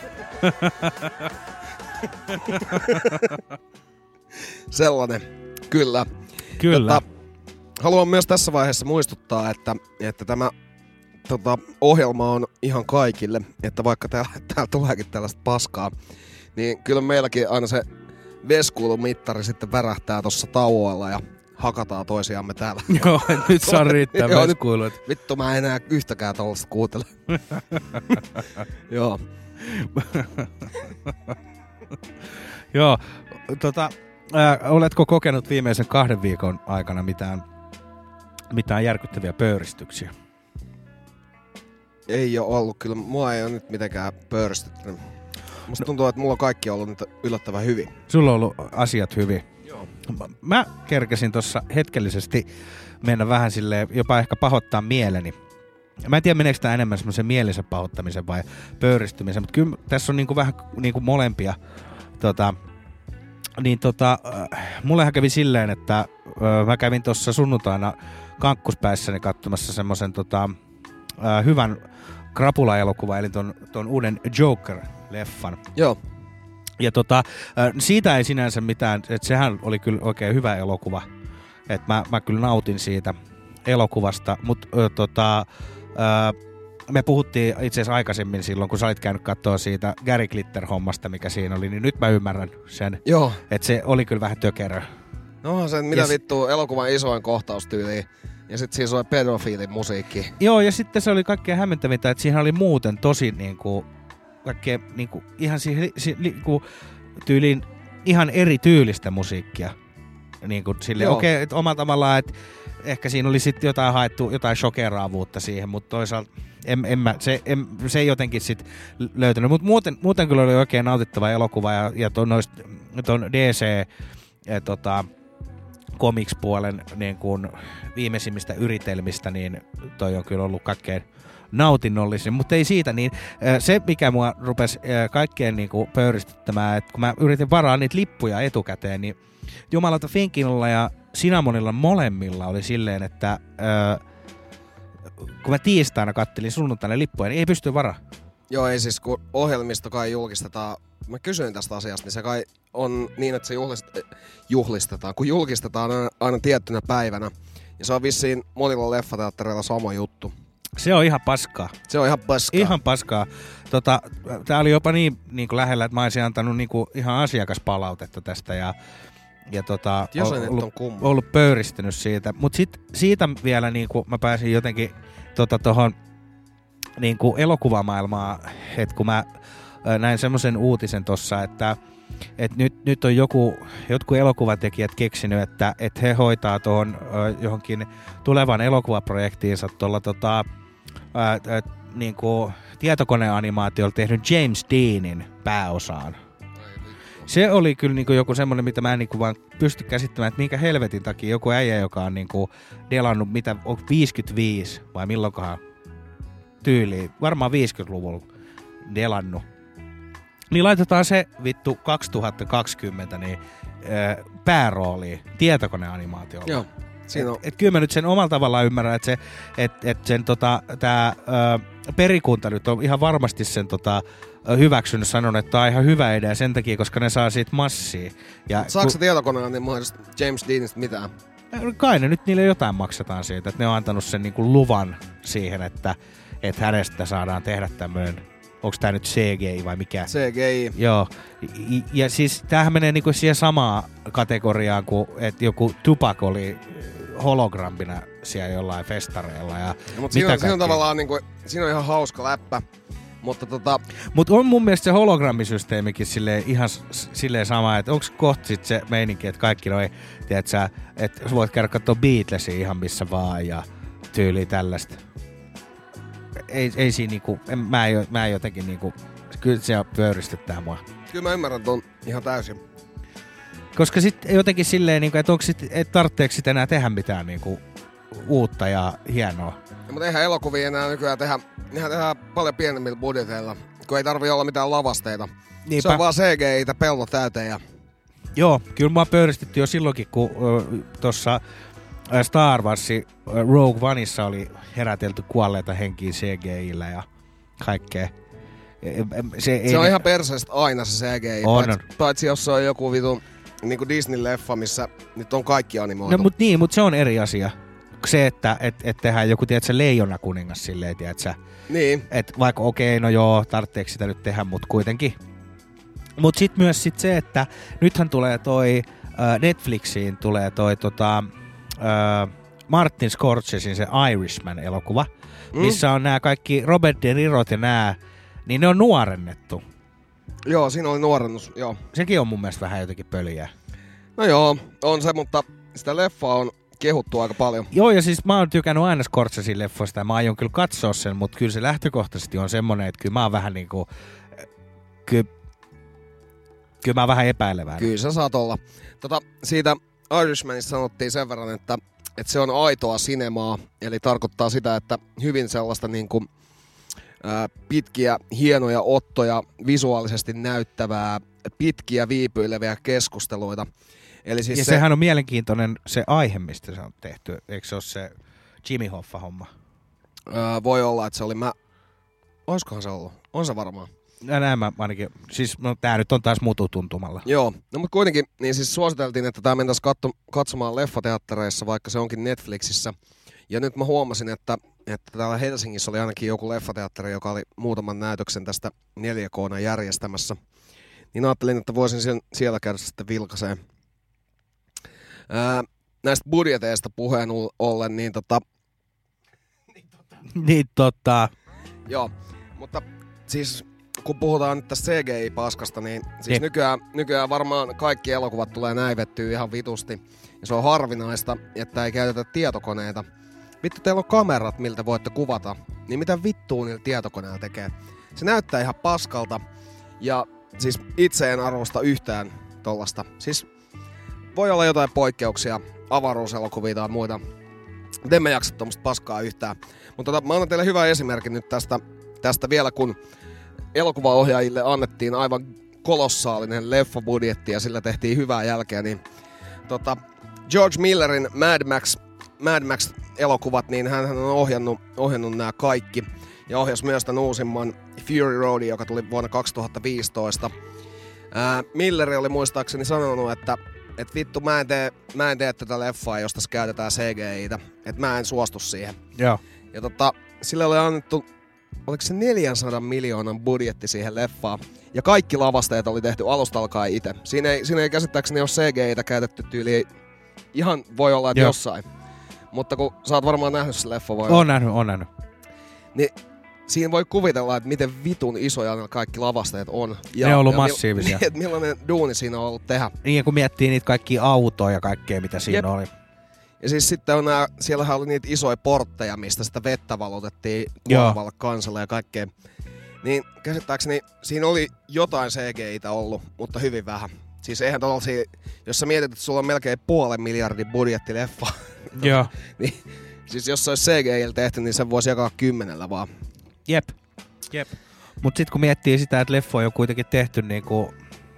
Sellainen, kyllä. Kyllä. Haluan myös tässä vaiheessa muistuttaa, että tämä ohjelma on ihan kaikille, että vaikka täällä tuleekin tällaista paskaa, niin kyllä meilläkin aina se veskuilumittari sitten värähtää tuossa tauolla ja hakataan toisiamme täällä. Joo, nyt saa riittää veskuilua. Vittu, mä en enää yhtäkään tollaista kuuntele. Joo. Joo, oletko kokenut viimeisen 2 viikon aikana mitään järkyttäviä pöyristyksiä? Ei oo ollut kyllä. Mua ei oo nyt mitenkään pöyristyttänyt. Musta tuntuu, että mulla kaikki on ollut nyt yllättävän hyvin. Sulla on ollut asiat hyvin. Joo. Mä kerkesin tossa hetkellisesti mennä vähän silleen, jopa ehkä pahoittaa mieleni. Mä en tiedä, meneekö tää enemmän semmoisen mielisen pahoittamisen vai pöyristymisen, mutta kyllä tässä on niinku vähän niinku molempia. Mullehan kävi silleen, että mä kävin tuossa sunnuntaina Kankkuspäissäni katsomassa semmoisen hyvän krapula-elokuvan, eli ton uuden Joker-leffan. Joo. Ja siitä ei sinänsä mitään, että sehän oli kyllä oikein hyvä elokuva. Että mä kyllä nautin siitä elokuvasta, mutta me puhuttiin itse asiassa aikaisemmin silloin, kun sä olit käynyt katsoa siitä Gary Glitter-hommasta, mikä siinä oli, niin nyt mä ymmärrän sen, että se oli kyllä vähän tökerö. No se, mitä vittu, elokuvan isoin kohtaustyyli. Ja sit siinä oli pedofiilin musiikki. Joo, ja sitten se oli kaikkein hämmentävintä, että siinä oli muuten tosi niinku, kaikkea niinku, ihan niinku, tyyliin ihan eri tyylistä musiikkia. Niinku silleen, okei, että omalla tavallaan, että ehkä siinä oli sitten jotain haettu, jotain shokeraavuutta siihen, mutta toisaalta se ei jotenkin sit löytänyt. Mutta muuten kyllä oli oikein nautittava elokuva ja ton DC comics-puolen niin kuin viimeisimmistä yritelmistä, niin toi on kyllä ollut kaikkein nautinnollisin, mutta ei siitä niin. Se, mikä mua rupesi kaikkein niin kuin pöyristyttämään, että kun mä yritin varaa niitä lippuja etukäteen, niin jumalauta Finkinilla ja Cinamonilla molemmilla oli silleen, että kun mä tiistaina kattelin sunnuntaina lippuja, niin ei pysty varaa. Joo, ei siis kun ohjelmisto kai julkistetaan, mä kysyin tästä asiasta, niin se kai on niin, että se julkistetaan aina tiettynä päivänä. Ja se on vissiin monilla leffateattereilla sama juttu. Se on ihan paskaa. Se on ihan paskaa. Ihan paskaa. Tää oli jopa niin kuin lähellä, että mä olisin antanut niin kuin ihan asiakaspalautetta tästä ja ollut pöyristynyt siitä. Mutta siitä vielä niin kuin mä pääsin jotenkin tohon niin kuin elokuvamaailmaan, että kun mä näin semmoisen uutisen tossa, että nyt on jotkut elokuvatekijät keksinyt, että he hoitaa tuohon johonkin tulevan elokuvaprojektiinsa tuolla niin kuin tietokoneanimaatiolla tehnyt James Deanin pääosaan. Se oli kyllä niin kuin joku semmoinen, mitä mä en niin kuin vaan pysty käsittämään, että minkä helvetin takia joku äijä, joka on niin kuin delannut, mitä on 55 vai milloinkohan tyyliin, varmaan 50-luvulla delannut. Niin laitetaan se vittu 2020 niin päärooliin tietokoneanimaatiolla. Joo. Et kyllä mä nyt sen omalla tavallaan ymmärrän, että sen tää perikunta nyt on ihan varmasti sen hyväksynyt, sanon, että tää on ihan hyvä idea sen takia, koska ne saa siitä massia. Saako se tietokoneanimaatiosta James Deanista mitään? Kai ne nyt niille jotain maksetaan siitä, että ne on antanut sen niinku luvan siihen, että hänestä saadaan tehdä tämmöinen. Onko tää nyt CGI vai mikä? CGI. Joo. Ja siis tämähän menee niinku siihen samaan kategoriaan kuin että joku Tupac oli hologrammina siellä jollain festareilla. Ja mutta siinä on tavallaan niinku, siinä on ihan hauska läppä. Mutta on mun mielestä se hologrammisysteemikin ihan silleen sama, että onko kohta sit se meininki, että kaikki noi, tiedätkö, että sä voit käydä katsoa Beatlesia ihan missä vaan ja tyyliä tällaista. Ei siinä niinku, mä jotenkin niinku, kyllä se pyöristyttää mua. Kyllä mä ymmärrän ton ihan täysin. Koska sit jotenkin silleen, niinku, että onko sit, et tarvitseeko sit enää tehdä mitään niinku uutta ja hienoa. Ja, mutta eihän elokuvia enää nykyään tehdään paljon pienemmillä budjeteilla, kun ei tarvitse olla mitään lavasteita. Niinpä. Se on vaan CGI-tä pellot täyteen. Ja... Joo, kyllä mä oon pöyristetty jo silloinkin, kun tuossa Star Warsin Rogue Oneissa oli herätelty kuolleita henkiä CGI-llä ja kaikkea. Se on ihan perseestä aina se CGI, paitsi jos on joku vitun niinku Disney-leffa, missä nyt on kaikki animoitu. No mutta se on eri asia. Se, että tehdään joku, tiedätkö, Leijona kuningas silleen, tiedätkö. Niin. Että vaikka no joo, tarvitseeko sitä nyt tehdä, mutta kuitenkin. Mutta sitten myös se, että nythän tulee toi Netflixiin tulee toi Martin Scorsesin se Irishman-elokuva, missä on nämä kaikki Robert De Nirot ja nämä, niin ne on nuorennettu. Joo, siinä oli nuorennus, joo. Sekin on mun mielestä vähän jotenkin pöliä. No joo, on se, mutta sitä leffaa on kehuttu aika paljon. Joo, ja siis mä oon tykännyt aina Scorsesin leffoista ja mä aion kyllä katsoa sen, mutta kyllä se lähtökohtaisesti on semmonen, että kyllä mä oon vähän niinku... Kyllä mä oon vähän epäilevää. Kyllä sä saat olla. Siitä Irishmanista sanottiin sen verran, että se on aitoa sinemaa, eli tarkoittaa sitä, että hyvin sellaista niinku, pitkiä, hienoja ottoja, visuaalisesti näyttävää, pitkiä viipyileviä keskusteluita. Eli siis ja sehän on mielenkiintoinen se aihe, mistä se on tehty. Eikö se ole se Jimmy Hoffa-homma? Voi olla, että se oli Oiskohan se ollut? On se varmaan. Näin mä ainakin. Siis no, tää nyt on taas mututuntumalla. Joo, no mutta kuitenkin niin siis suositeltiin, että tää mentäisiin katsomaan leffateattereissa, vaikka se onkin Netflixissä. Ja nyt mä huomasin, että täällä Helsingissä oli ainakin joku leffateatteri, joka oli muutaman näytöksen tästä 4K:na järjestämässä. Niin ajattelin, että voisin siellä käydä sitten vilkaiseen. Näistä budjeteista puheen ollen, niin Niin Joo, mutta siis kun puhutaan nyt tästä CGI-paskasta, niin siis nykyään varmaan kaikki elokuvat tulee näivettyä ihan vitusti. Ja se on harvinaista, että ei käytetä tietokoneita. Vittu, teillä on kamerat, miltä voitte kuvata. Niin mitä vittua niillä tietokoneilla tekee? Se näyttää ihan paskalta. Ja siis itse en arvosta yhtään tollasta. Siis voi olla jotain poikkeuksia, avaruuselokuvia tai muita. Mutta en mä jaksa tommoista paskaa yhtään. Mutta mä annan teille hyvän esimerkin nyt tästä vielä, kun elokuvaohjaajille annettiin aivan kolossaalinen leffabudjetti ja sillä tehtiin hyvää jälkeä, niin George Millerin Mad Max elokuvat, niin hän on ohjannut nämä kaikki. Ja ohjasi myös tämän uusimman Fury Roadin, joka tuli vuonna 2015. Milleri oli muistaakseni sanonut, että vittu mä en tee tätä leffaa, jos tässä käytetään CGI-tä. Että mä en suostu siihen. Joo. Ja sille oli annettu, oliko se 400 miljoonan budjetti siihen leffaan. Ja kaikki lavasteet oli tehty alusta alkaen itse. Siinä ei käsittääkseni ole CGI-tä käytetty tyyliin. Ihan voi olla, että jossain. Mutta kun sä oot varmaan nähnyt se leffa. Oon nähnyt. Niin siinä voi kuvitella, että miten vitun isoja ne kaikki lavasteet on. Ja, ne on ollut massiivisia. Millainen duuni siinä on ollut tehdä. Niin, ja kun miettii niitä kaikkia autoja ja kaikkea, mitä siinä oli. Ja siis sitten on siellähän oli niitä isoja portteja, mistä sitä vettä valotettiin kuolevalle kansalle ja kaikkea. Niin käsittääkseni siinä oli jotain CGI-tä ollut, mutta hyvin vähän. Siis eihän tollasia, jos sä mietit, että sulla on melkein 500 miljardin budjetti leffa. Joo. Niin, siis jos se olisi CGI tehty, niin sen voisi jakaa 10 vaan. Jep. Mut sit kun miettii sitä, että leffoja on kuitenkin tehty niinku,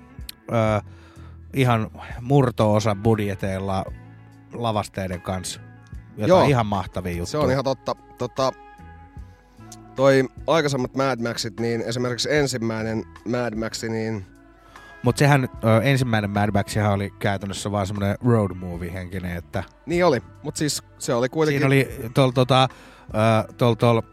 ihan murto-osa budjeteilla lavasteiden kanssa. Jotain ihan mahtavia juttuja. Se on ihan totta. Toi aikaisemmat Mad Maxit, niin esimerkiksi ensimmäinen Mad Maxi, niin... Mut sehän ensimmäinen Mad Maxihan oli käytännössä vaan semmonen road movie henkinen, että... Niin oli, mut siis se oli kuitenkin... Siinä oli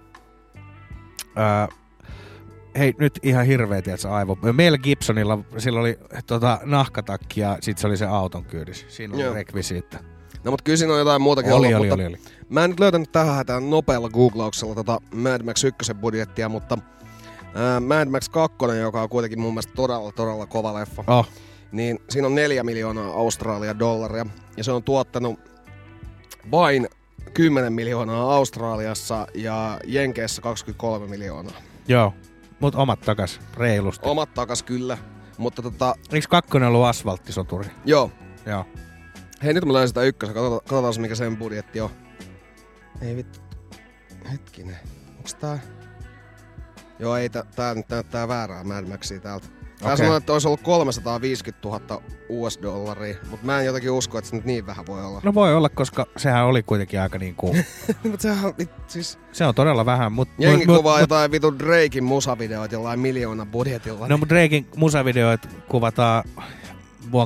hei, nyt ihan hirveä, tiiätsä, aivo. Mel Gibsonilla, sillä oli nahkatakki ja sit se oli se auton kyydissä. Siinä oli rekvisiitta. No mut kyllä siinä on jotain muutakin Oli. Mä en nyt löytänyt tähän hätään nopealla googlauksella Mad Max 1 budjettia, mutta Mad Max 2, joka on kuitenkin mun mielestä todella kova leffa, niin siinä on 4 miljoonaa Australian dollaria, ja se on tuottanut vain 10 miljoonaa Australiassa ja Jenkeissä 23 miljoonaa. Joo, mut omat takas reilusti. Omat takas kyllä, mutta Eiks 2 ollut asfalttisoturi? Joo. Joo. Hei, nyt mä löysin sitä 1, katsotaan mikä sen budjetti on. Ei vittu. Hetkinen. Onks tää? Joo, ei tää nyt näyttää väärää Mad Maxia täältä. Tää sanoo, että olisi ollut 350 000 US-dollaria, mutta mä en jotenkin usko, että se nyt niin vähän voi olla. No voi olla, koska sehän oli kuitenkin aika niinku... Mut sehän on siis... Se on todella vähän, mut... Jengi kuvaa jotain vitun Drakein musavideoita jollain miljoona budjetilla. No mut Drakein musavideoita kuvataan vuonna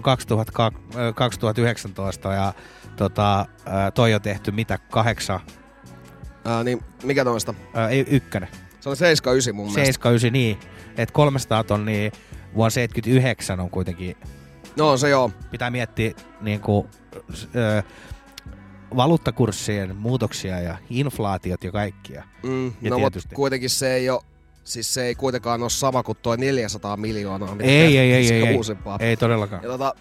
2019 ja toi on tehty mitä 8? Niin, mikä noista? Ei 1. Se on 79 mun mielestä. 79, niin. Et 300 tonnia vuonna 79 on kuitenkin... No se joo. Pitää miettiä niinku, valuuttakurssien muutoksia ja inflaatiot ja kaikkia. Ja no mutta kuitenkin se ei oo... Siis se ei kuitenkaan ole sama kuin tuo 400 miljoonaa. Ei todellakaan. Ja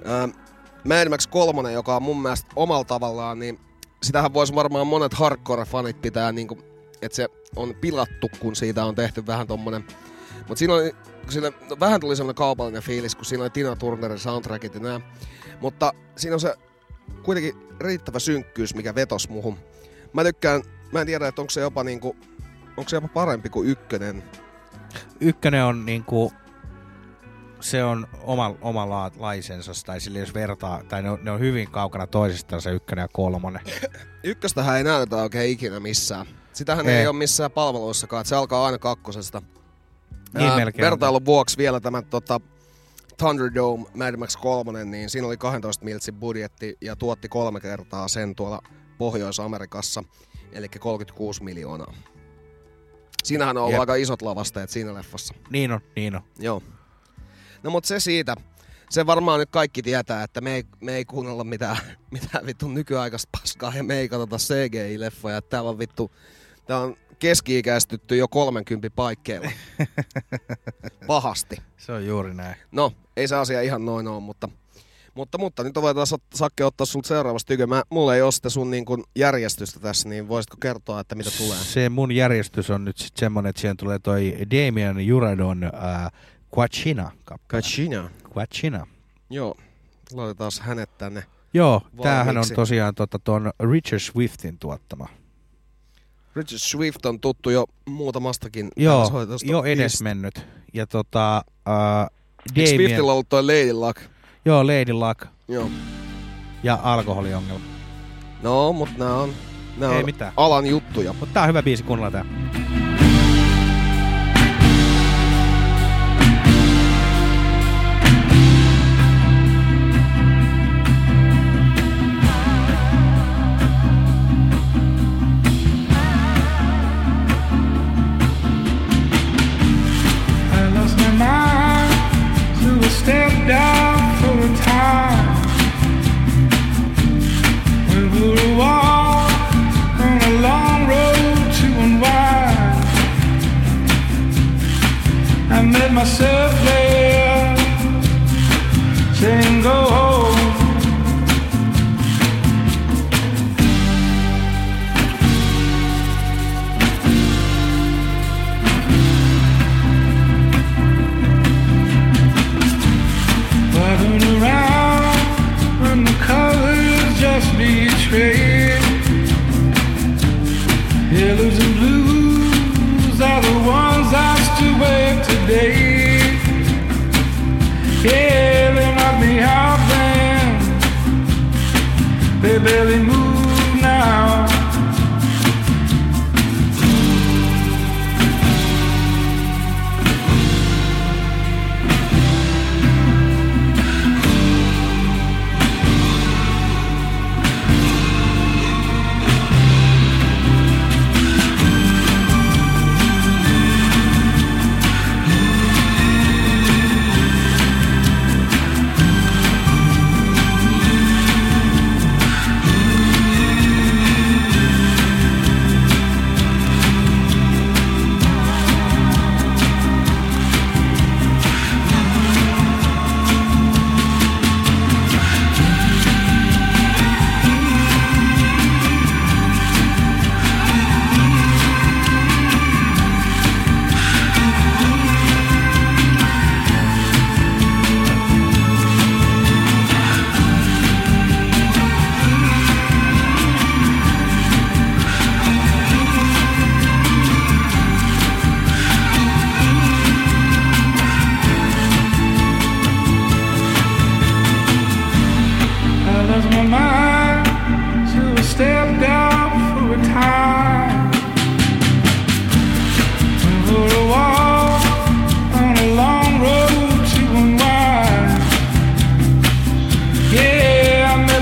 Mad Max 3, joka on mun mielestä omalla tavallaan, niin sitähän vois varmaan monet hardcore-fanit pitää niinku, että se on pilattu, kun siitä on tehty vähän tommonen. Mut siinä vähän tuli semmonen kaupallinen fiilis, kun siinä oli Tina Turnerin soundtrackit ja nää. Mutta siinä on se kuitenkin riittävä synkkyys, mikä vetos muhun. Mä en tiedä, että onko se jopa niinku... Onko se jopa parempi kuin 1? 1 on niinku... Se on oma laisensa, tai sille jos vertaa, tai ne on hyvin kaukana toisistaan se 1 ja 3. 1:hän ei näytetä oikein ikinä missään. Sitähän ei ole missään palveluissakaan, että se alkaa aina 2. Niin melkein. Vertailun vuoksi vielä tämä Thunderdome Mad Max 3, niin siinä oli 12 miltsin budjetti ja tuotti 3 kertaa sen tuolla Pohjois-Amerikassa, eli 36 miljoonaa. Siinähän on ollut aika isot lavasteet siinä leffassa. Niin on. Joo. No mut se siitä. Se varmaan nyt kaikki tietää, että me ei kuunnella mitään vittu nykyaikaista paskaa ja me ei katsota CGI-leffoja. Täällä on keski-ikäistytty jo 30 paikkeilla. Pahasti. Se on juuri näin. No, ei se asia ihan noin ole, mutta nyt voidaan Sakke ottaa sulta seuraavasta tykö. Mulla ei ole sitä sun niin kun järjestystä tässä, niin voisitko kertoa, että mitä tulee? Se mun järjestys on nyt sit semmonen, että siihen tulee toi Damien Jurado Quachina. Quachina. Joo, laitetaan hänet tänne. Joo, tämähän on tosiaan tuon Richard Swiftin tuottama. Richard Swift on tuttu jo muutamastakin. Jo edesmennyt. Ja Eikö Swiftillä ollut toi Lady Luck? Joo, Lady Luck. Joo. Ja alkoholiongelma. No, mut nää on mitään. Alan juttuja. Mut tää on hyvä biisi, kuunnellaan tää. Step down for a time when we were walk on a long road to unwind. I met myself there saying go home. Around when the colors just betray. Yellows and blues are the ones I still wear today. Yeah, they knock me out then. They barely move now.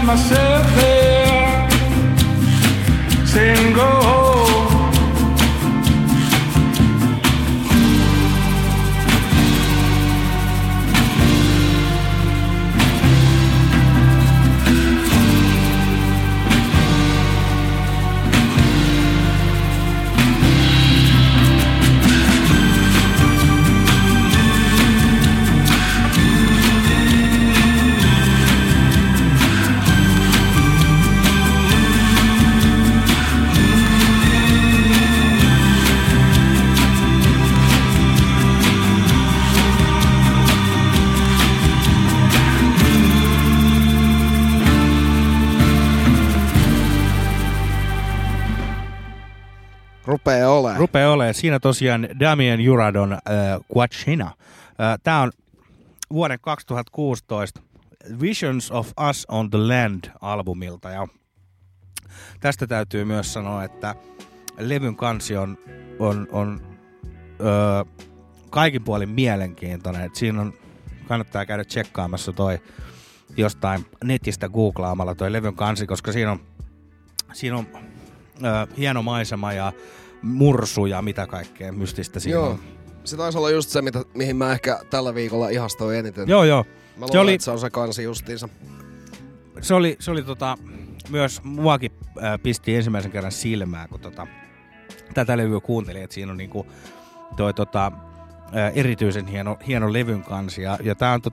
myself there, saying go home. Rupee olemaan. Siinä tosiaan Damien Juradon Quachina. Tää on vuoden 2016 Visions of Us on the Land-albumilta. Ja tästä täytyy myös sanoa, että levyn kansi on kaikin puolin mielenkiintoinen. Et siinä on, kannattaa käydä tsekkaamassa toi jostain netistä googlaamalla toi levyn kansi, koska siinä on hieno maisema ja mursu ja mitä kaikkea mystistä siinä on. Se taisi olla just se, mihin mä ehkä tällä viikolla ihastuin eniten. Joo. Mä luulen, että se on se kansi justiinsa. Se oli myös muakin pisti ensimmäisen kerran silmää, kun tätä levyä kuuntelin, että siinä on niinku toi erityisen hieno levyn kansi. Ja tää on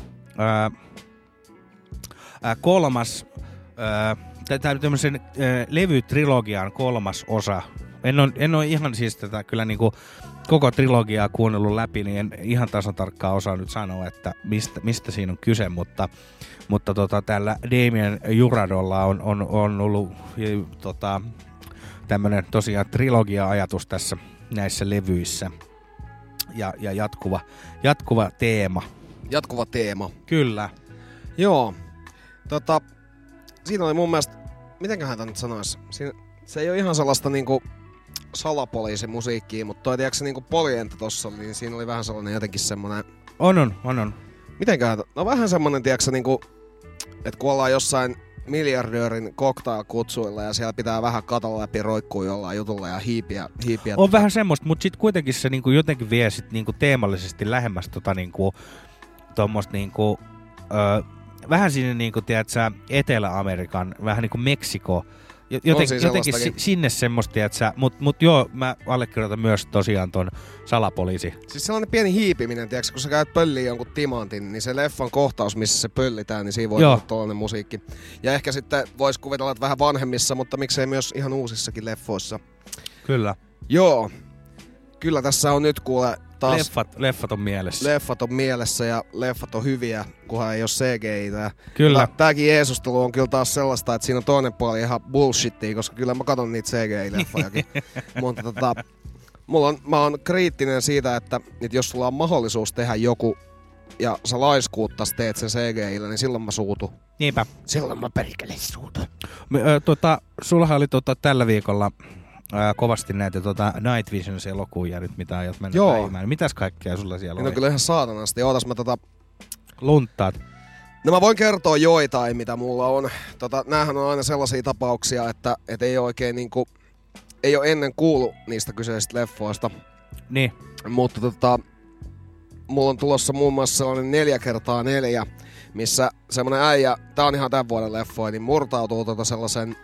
kolmas, tää on tämmöisen levytrilogian kolmas osa. En ole ihan siis tätä kyllä niinku koko trilogiaa kuunnellut läpi, niin en ihan tasan tarkkaan osaa nyt sanoa, että mistä siinä on kyse, mutta tällä Damien Juradolla on ollut tämmönen tosiaan trilogia-ajatus tässä näissä levyissä ja jatkuva teema. Jatkuva teema. Kyllä. Joo. Siinä oli mun mielestä, mitenköhän tämä nyt sanoisi, se ei ole ihan sellaista niinku salapoliisimusiikkia, mutta toi tiedätkö se niinku Poljenta tossa, niin siinä oli vähän sellainen jotenkin semmonen... On. Mitenköhän, no vähän semmonen tiedätkö niinku, että kun ollaan jossain miljardöörin cocktail-kutsuilla ja siellä pitää vähän katon läpi roikkua jollain jutulla ja hiipiä. On vähän semmoista, mutta sit kuitenkin se niinku jotenkin vie sit niinku teemallisesti lähemmäs tommoista niinku, vähän sinne niinku, tiedätkö, Etelä-Amerikan, vähän niinku Meksiko. Jotenkin sinne semmoista, mut joo, mä allekirjoitan myös tosiaan ton salapoliisi. Siis sellainen pieni hiipiminen, tiiäks, kun sä käyt pölliin jonkun timantin, niin se leffan kohtaus, missä se pöllitään, niin siinä voi olla tollainen musiikki. Ja ehkä sitten vois kuvitella, että vähän vanhemmissa, mutta miksei myös ihan uusissakin leffoissa. Kyllä. Joo. Kyllä tässä on nyt kuule taas... Leffat on mielessä. Leffat on mielessä ja leffat on hyviä, kunhan ei oo CGI-tä. Kyllä. Tääkin Jeesustelu on kyllä taas sellaista, että siinä on toinen puoli ihan bullshittia, koska kyllä mä katon niitä CGI-leffojakin. Mutta mä oon kriittinen siitä, että jos sulla on mahdollisuus tehdä joku ja sä laiskuuttas teet sen CGI-llä, niin silloin mä suutun. Niinpä. Silloin mä perkele suutun. Sullahan oli tällä viikolla kovasti näitä Night Visions-elokuvia nyt, mitä aiot mennä päivään. Mitäs kaikkea sulla siellä oli? No kyllä ihan saatanasti. Ootas mä lunttaat. No mä voin kertoa joitain, mitä mulla on. Näähän on aina sellaisia tapauksia, että ei oikein niinku... Ei ole ennen kuullut niistä kyseisistä leffoista. Niin. Mutta mulla on tulossa muun muassa sellainen 4x4, missä semmonen äijä, tää on ihan tämän vuoden leffoja, niin murtautuu sellaiseen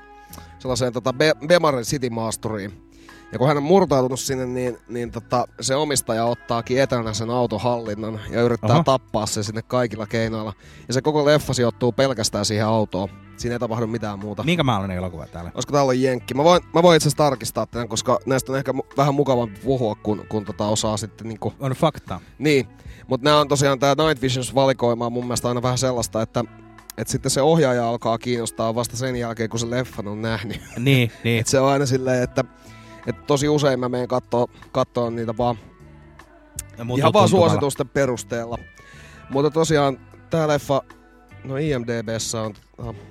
Bemarin City Masturiin. Ja kun hän on murtautunut sinne, niin se omistaja ottaakin etänä sen auton hallinnan ja yrittää tappaa sen sinne kaikilla keinoilla. Ja se koko leffa sijoittuu pelkästään siihen autoon. Siinä ei tapahdu mitään muuta. Minkä maalainen elokuva täällä? Olisiko täällä on jenkki? Mä voin itse asiassa tarkistaa tämän, koska näistä on ehkä vähän mukavampi puhua, kun osaa sitten niinku... On fakta. Niin. Mutta nämä on tosiaan tää Night Visions valikoimaa mun mielestä aina vähän sellaista, että sitten se ohjaaja alkaa kiinnostaa vasta sen jälkeen, kun se leffan on nähnyt. Niin. Et se on aina silleen, että tosi usein mä menen kattoo niitä vaan ihan vaan suositusten perusteella. Mutta tosiaan tää leffa, no IMDb:ssä on,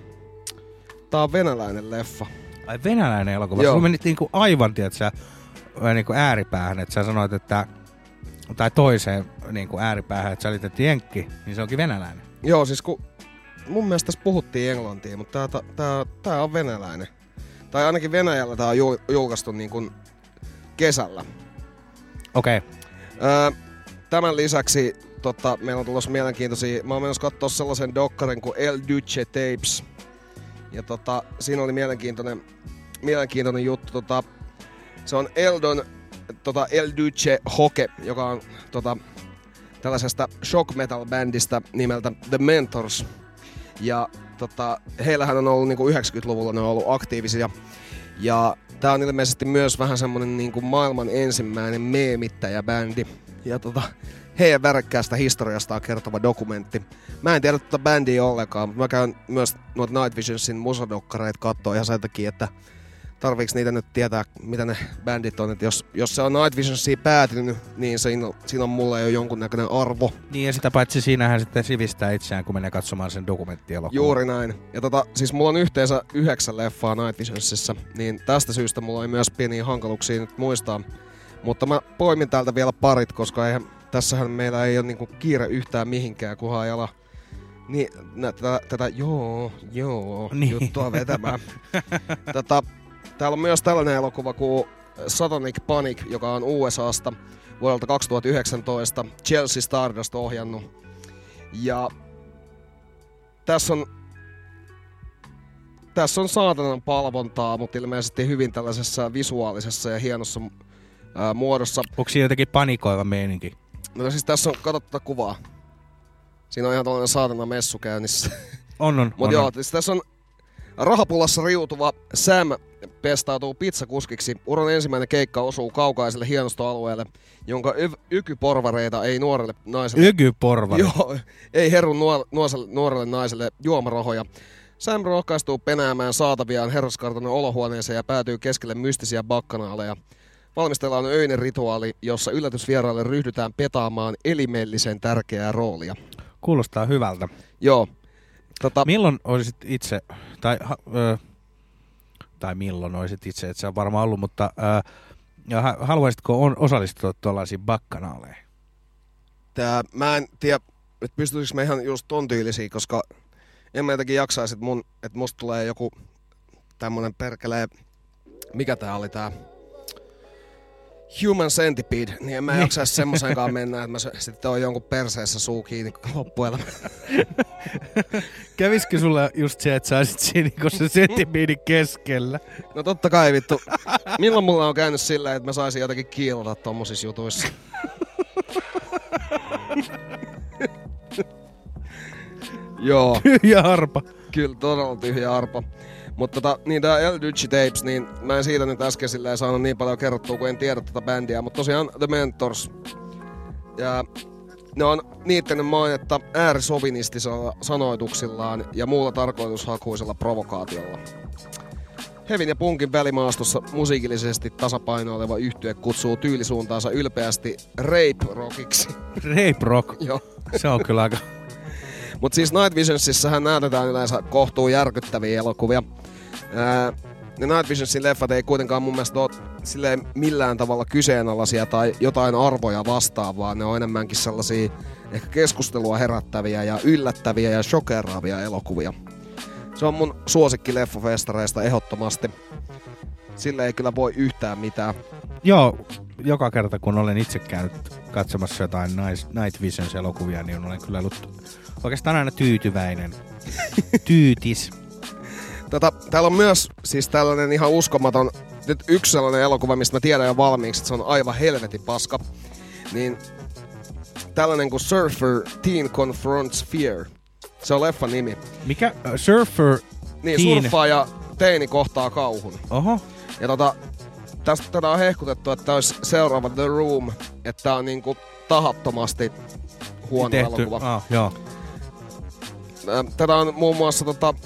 tää on venäläinen leffa. Ai venäläinen elokuva? Sulla menit niinku aivan, tietsä, niinku ääripäähän, että sä sanoit, että tai toiseen niinku ääripäähän, että sä olit, että jenkki, niin se onkin venäläinen. Joo, siis mun mielestä tässä puhuttiin englantia, mutta tää on venäläinen. Tai ainakin Venäjällä tää on julkaistu niin kuin kesällä. Okei. Tämän lisäksi meillä on tulossa mielenkiintoisia. Mä oon menossa kattoo sellaisen dokkarin kuin El Duce Tapes. Ja siinä oli mielenkiintoinen juttu. Se on Eldon El Duce Hoke, joka on tällaisesta shock metal bändistä nimeltä The Mentors. Ja heillähän on ollut niinku 90-luvulla ne on ollut aktiivisia. Ja tää on ilmeisesti myös vähän semmonen niinku maailman ensimmäinen meemittäjäbändi. Ja heidän värikkäästä historiastaan kertova dokumentti. Mä en tiedä bändiä ollenkaan, mutta mä käyn myös noita Night Visionsin musadokkareita kattoo ihan sen takia, että tarviiks niitä nyt tietää, mitä ne bändit on. Et jos se on Night Visionsiin päätynyt, niin siinä on mulla jo jonkunnäköinen arvo. Niin ja sitä paitsi siinähän sitten sivistää itseään, kun menee katsomaan sen dokumenttielokuvan. Juuri näin. Ja siis mulla on yhteensä 9 leffaa Night Visionsissa, niin tästä syystä mulla oli myös pieniä hankaluuksia nyt muistaa. Mutta mä poimin täältä vielä parit, koska tässähän meillä ei ole niinku kiire yhtään mihinkään, kunhan ei ala tätä juttua vetämään. Täällä on myös tällainen elokuva kuin Satanic Panic, joka on USAsta vuodelta 2019. Chelsea Stardust ohjannut. Ja tässä on saatanan palvontaa, mutta ilmeisesti hyvin tällaisessa visuaalisessa ja hienossa muodossa. Onko siinä jotenkin panikoiva meininki? No siis tässä on, kato tätä kuvaa. Siinä on ihan tällainen saatana messu käynnissä. On. Mutta joo, siis tässä on rahapulassa riutuva Sam pestautuu pizzakuskiksi. Uran ensimmäinen keikka osuu kaukaiselle hienostoalueelle, jonka ykyporvareita ei nuorelle naiselle... Ykyporvari? Joo, ei herun nuorelle naiselle juomarahoja. Sam rohkaistuu penäämään saataviaan herraskartanon olohuoneeseen ja päätyy keskelle mystisiä bakkanaaleja. Valmistellaan öinen rituaali, jossa yllätysvieraille ryhdytään petaamaan elimellisen tärkeää roolia. Kuulostaa hyvältä. Joo. Milloin olisit itse, tai milloin olisit itse, et se on varmaan ollut, mutta haluaisitko osallistua tuollaisiin bakkanaaleihin? Mä en tiedä, että pystyisikö me ihan just ton tyylisiä, koska en mä jotenkin jaksaisi, että musta tulee joku tämmönen perkelee, mikä tää oli tää Human Centipede, niin en mä jaksaisi semmosenkaan mennä, että mä sitten oon jonkun perseessä suu kiinni loppuelämä. Kävisikö sulle just se, että sä olisit siinä se sentipidin keskellä? No totta kai vittu. Milloin mulla on käynyt silleen, että mä saisin jotenkin kiilata tommosissa jutuissa? Joo. Tyhjä arpa. Kyllä, todella tyhjä arpa. Mutta niin tää El Duce Tapes, niin mä en siitä nyt äsken silleen saanut niin paljon kerrottua, kun en tiedä tätä bändiä. Mutta tosiaan The Mentors. Ja ne on niittänyt mainetta äärisovinistisilla sanoituksillaan ja muulla tarkoitushakuisella provokaatiolla. Hevin ja punkin välimaastossa musiikillisesti tasapainoileva yhtye kutsuu tyylisuuntaansa ylpeästi rape rockiksi. Rape rock? Joo. Se on kyllä aika... Mut siis Night Visionsissahan näytetään yleensä kohtuu järkyttäviä elokuvia. Ne Night Visionsin leffat ei kuitenkaan mun mielestä ole silleen millään tavalla kyseenalaisia tai jotain arvoja vastaan, vaan ne on enemmänkin sellaisia ehkä keskustelua herättäviä ja yllättäviä ja shokeraavia elokuvia. Se on mun suosikki leffafestareista ehdottomasti. Sille ei kyllä voi yhtään mitään. Joo, joka kerta kun olen itse käynyt katsomassa jotain Night Visions elokuvia, niin olen kyllä ollut oikeastaan aina tyytyväinen. Tyytis. Täällä on myös siis tällainen ihan uskomaton, nyt yksi sellainen elokuva, mistä mä tiedän jo valmiiksi, että se on aivan helvetin paska. Niin tällainen kuin Surfer Teen Confronts Fear. Se on leffan nimi. Mikä? Surfer Niin, Teen... surffaaja teini kohtaa kauhun. Oho. Ja tätä on hehkutettu, että tää olisi seuraava The Room, että tää on niinku tahattomasti huono tehty. elokuva. Joo. Tätä on muun muassa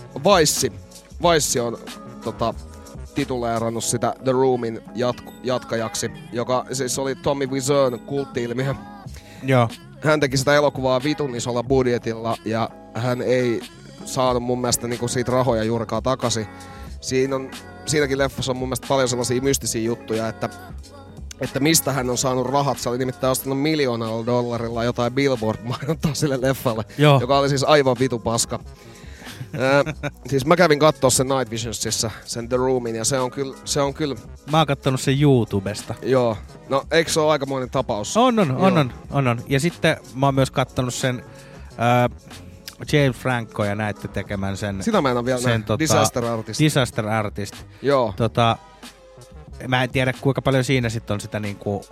Vice on tituleerannut sitä The Roomin jatkajaksi, joka siis oli Tommy Wiseau'n kultti-ilmiö. Joo. Hän teki sitä elokuvaa vitun isolla budjetilla ja hän ei saanut mun mielestä niinku siitä rahoja juurikaan takaisin. Siinäkin leffassa on mun mielestä paljon sellaisia mystisiä juttuja, että mistä hän on saanut rahat. Se oli nimittäin ostanut $1 miljoonalla jotain Billboard-mainontaa sille leffalle, Joo. joka oli siis aivan vitu paska. Siis mä kävin kattoo sen Night Visionsissa, sen The Roomin, ja se on kyllä... Mä oon kattonut sen YouTubesta. Joo. No, eikö se ole aikamoinen tapaus? On. Ja sitten mä oon myös kattonut sen James Franco ja näette tekemään sen... Sitä mä en ole vielä näin. Disaster Artist. Disaster Artist. Joo. Mä en tiedä kuinka paljon siinä sitten on sitä niinku...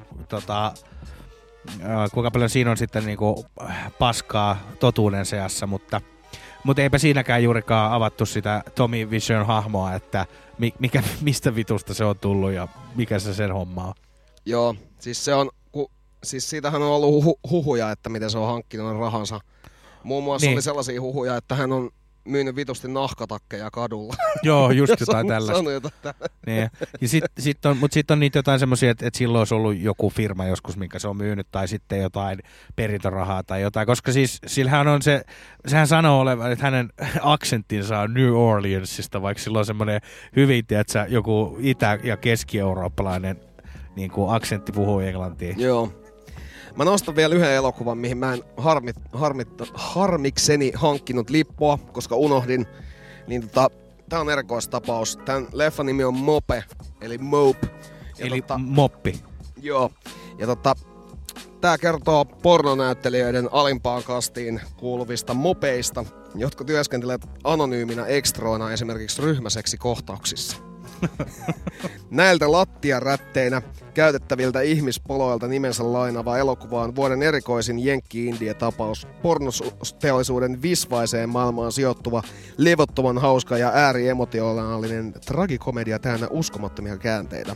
kuinka paljon siinä on sitten niinku paskaa totuuden seassa, mutta eipä siinäkään juurikaan avattu sitä Tommy Vision hahmoa, että mistä vitusta se on tullut ja mikä se sen homma on. Joo, siis se on, siis siitähän on ollut huhuja, että miten se on hankkinut rahansa. Muun muassa oli sellaisia huhuja, että hän on myynyt vitusti nahkatakkeja kadulla. Joo, just jotain tällaista. Niin. Ja mutta sitten on niitä jotain semmoisia, että silloin olisi ollut joku firma joskus, minkä se on myynyt, tai sitten jotain perintörahaa tai jotain, koska siis sillähän on sehän sanoo olevan, että hänen aksenttinsa on New Orleansista, vaikka sillä on semmoinen hyvin, tiedätkö, joku itä- ja keski-eurooppalainen niin kuin aksentti puhuu englantia. Joo. Mä nostan vielä yhden elokuvan, mihin mä en harmikseni hankkinut lippua, koska unohdin. Niin tää on erikoistapaus. Tän leffan nimi on Mope, eli Mope. Eli moppi. Joo. Ja tää kertoo pornonäyttelijöiden alimpaan kastiin kuuluvista mopeista, jotka työskentelevät anonyyminä ekstroina esimerkiksi ryhmäseksikohtauksissa. Näiltä lattiarätteinä käytettäviltä ihmispoloilta nimensä lainava elokuva on vuoden erikoisin jenkki-indie-tapaus. Pornoteollisuuden visvaiseen maailmaan sijoittuva, levottoman hauska ja ääriemotionaalinen tragikomedia täynnä uskomattomia käänteitä.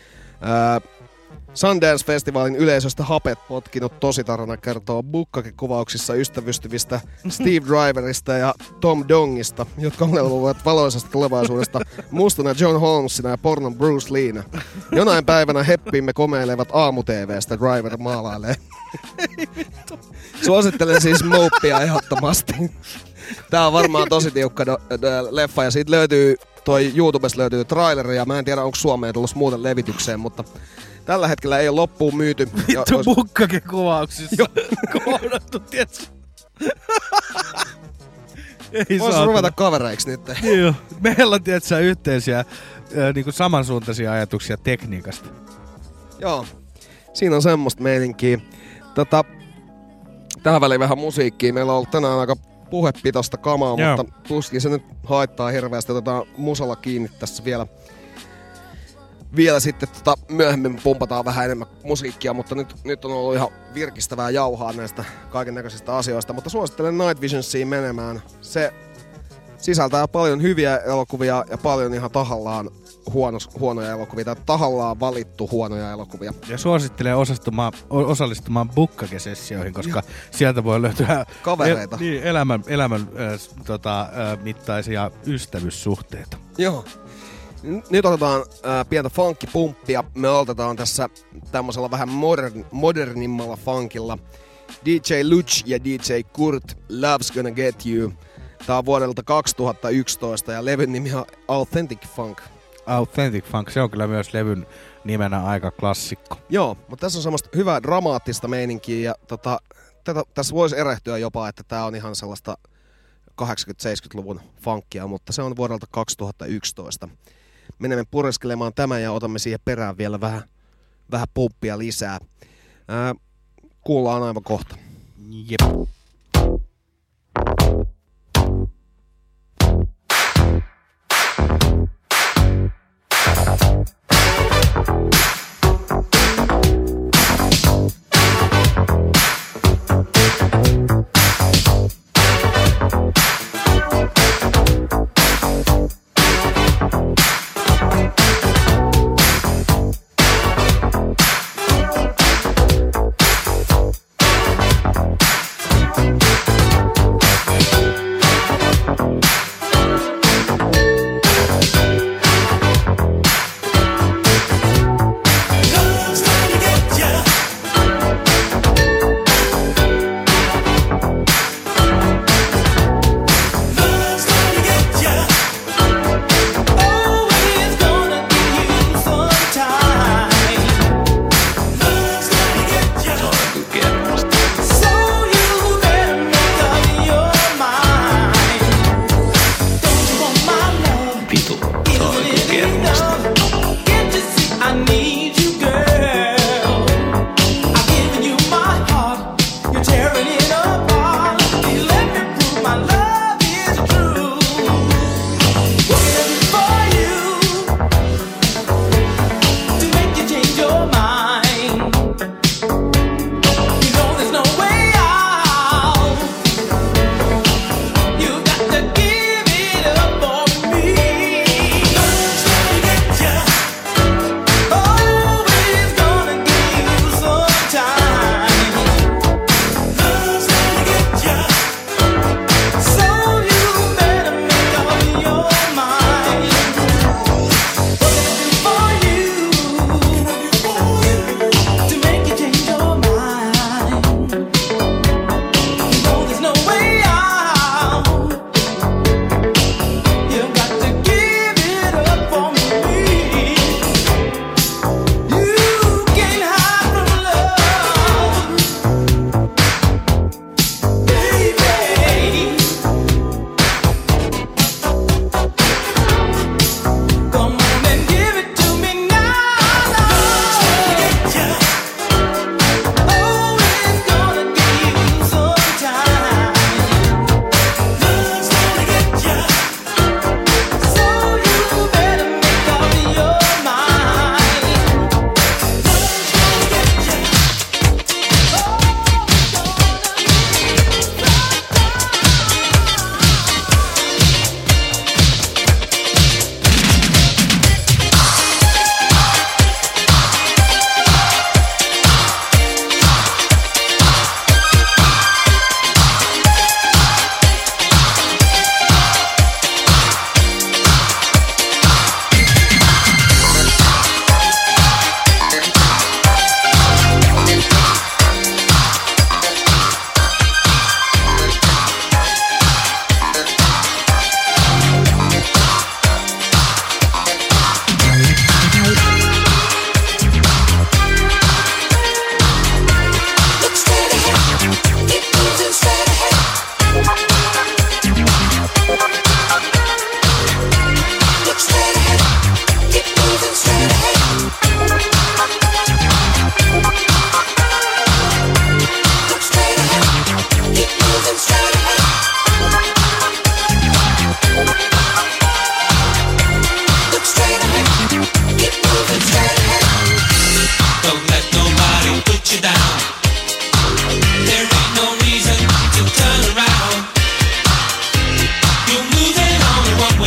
Sundance-festivaalin yleisöstä hapet potkinut tositarina kertoo bukkakekuvauksissa ystävystyvistä Steve Driverista ja Tom Dongista, jotka unelmoivat valoisesta tulevaisuudesta mustana John Holmesina ja pornon Bruce Leena. Jonain päivänä heppiimme komeilevat aamu-tv:stä Driver maalailee. Suosittelen siis Mopea ehdottomasti. Tää on varmaan tosi tiukka leffa ja siitä löytyy, YouTubesta löytyy traileri ja mä en tiedä onko Suomeen tullut muuten levitykseen, mutta tällä hetkellä ei ole loppuun myyty. Vittu bukkakekuvauksissa kohdattu, tietsä. Voisi ruveta kavereiksi nyt. Joo, meillä on tietsä yhteisiä niinku samansuuntaisia ajatuksia tekniikasta. Joo, siinä on semmoista meininkiä. Tähän väliin vähän musiikkia. Meillä on ollut tänään aika puhepitoista kamaa, mutta tuskin se nyt haittaa hirveästi. Otetaan musalla kiinni tässä vielä sitten myöhemmin pumpataan vähän enemmän musiikkia, mutta nyt on ollut ihan virkistävää jauhaa näistä kaikennäköisistä asioista, mutta suosittelen Night Visionsiin menemään. Se sisältää paljon hyviä elokuvia ja paljon ihan tahallaan huonoja elokuvia tai tahallaan valittu huonoja elokuvia. Ja suosittelen osallistumaan bukkakesessioihin, koska sieltä voi löytyä kavereita. Elämän mittaisia ystävyyssuhteita. Joo. Nyt otetaan pientä funkkipumppia. Me otetaan tässä tämmöisellä vähän modernimmalla funkilla. DJ Luch ja DJ Kurt, Love's Gonna Get You. Tää on vuodelta 2011 ja levyn nimi on Authentic Funk. Authentic Funk, se on kyllä myös levyn nimenä aika klassikko. Joo, mutta tässä on semmoista hyvää dramaattista meininkiä ja tässä voisi erehtyä jopa, että tää on ihan sellaista 80-70-luvun funkia, mutta se on vuodelta 2011. Menemme pureskelemaan tämän ja otamme siihen perään vielä vähän pumppia lisää. Kuullaan aivan kohta. Jep.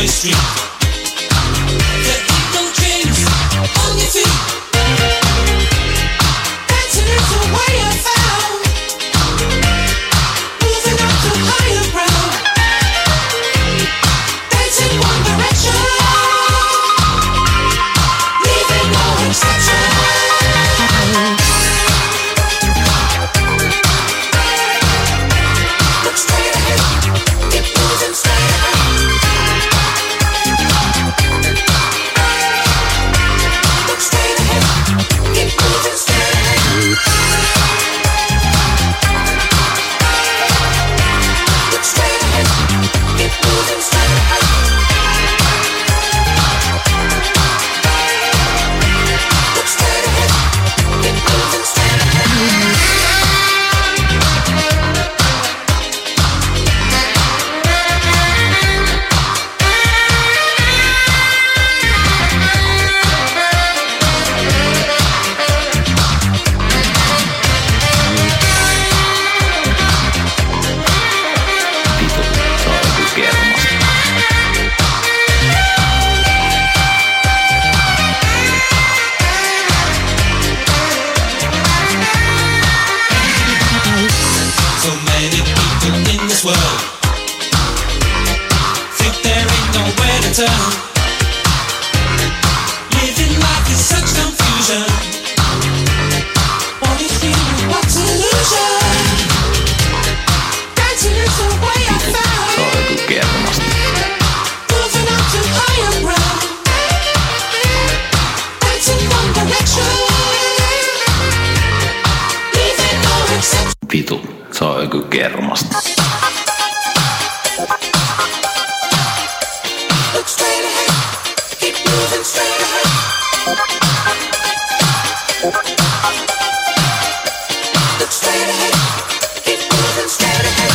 one-way street. There ain't no dreams on your feet. Dancing is the way I found. Moving up to higher ground. Dancing one direction. Leaving no exception. Look straight ahead. Keep moving straight ahead. Look straight ahead. Keep moving straight ahead. Look straight ahead. Keep moving straight ahead. Look straight ahead. Keep moving straight ahead. So many people in this world think there ain't nowhere to turn. Living life is such confusion. What is real and what's illusion? Dancing is the way I found. Moving up to higher ground. Dancing one direction. Leaving no exception. Vitu, se on joku kermasta. Look straight ahead, keep moving straight ahead. Look straight ahead, keep moving straight ahead.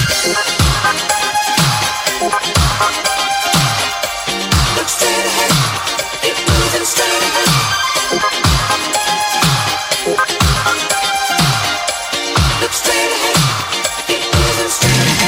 Look straight ahead, keep moving straight ahead. Look straight ahead, keep moving straight ahead.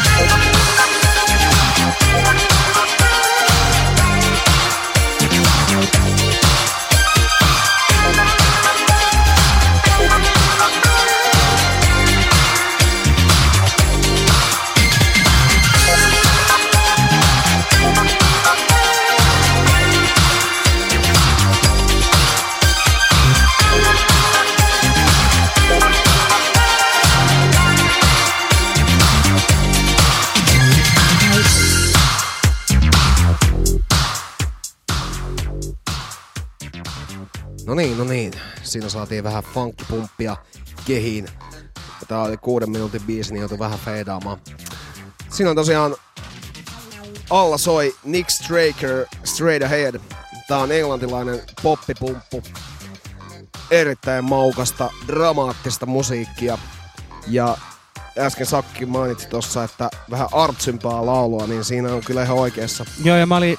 No niin. Siinä saatiin vähän funkkipumppia kehiin. Tää oli 6 minuutin biisi, niin joutui vähän feidaamaan. Siinä on tosiaan alla soi Nick Straker Straight Ahead. Tää on englantilainen poppipumppu. Erittäin maukasta, dramaattista musiikkia. Ja äsken Sakki mainitsi tossa, että vähän artsympaa laulua, niin siinä on kyllä ihan oikeassa. Joo, ja mä olin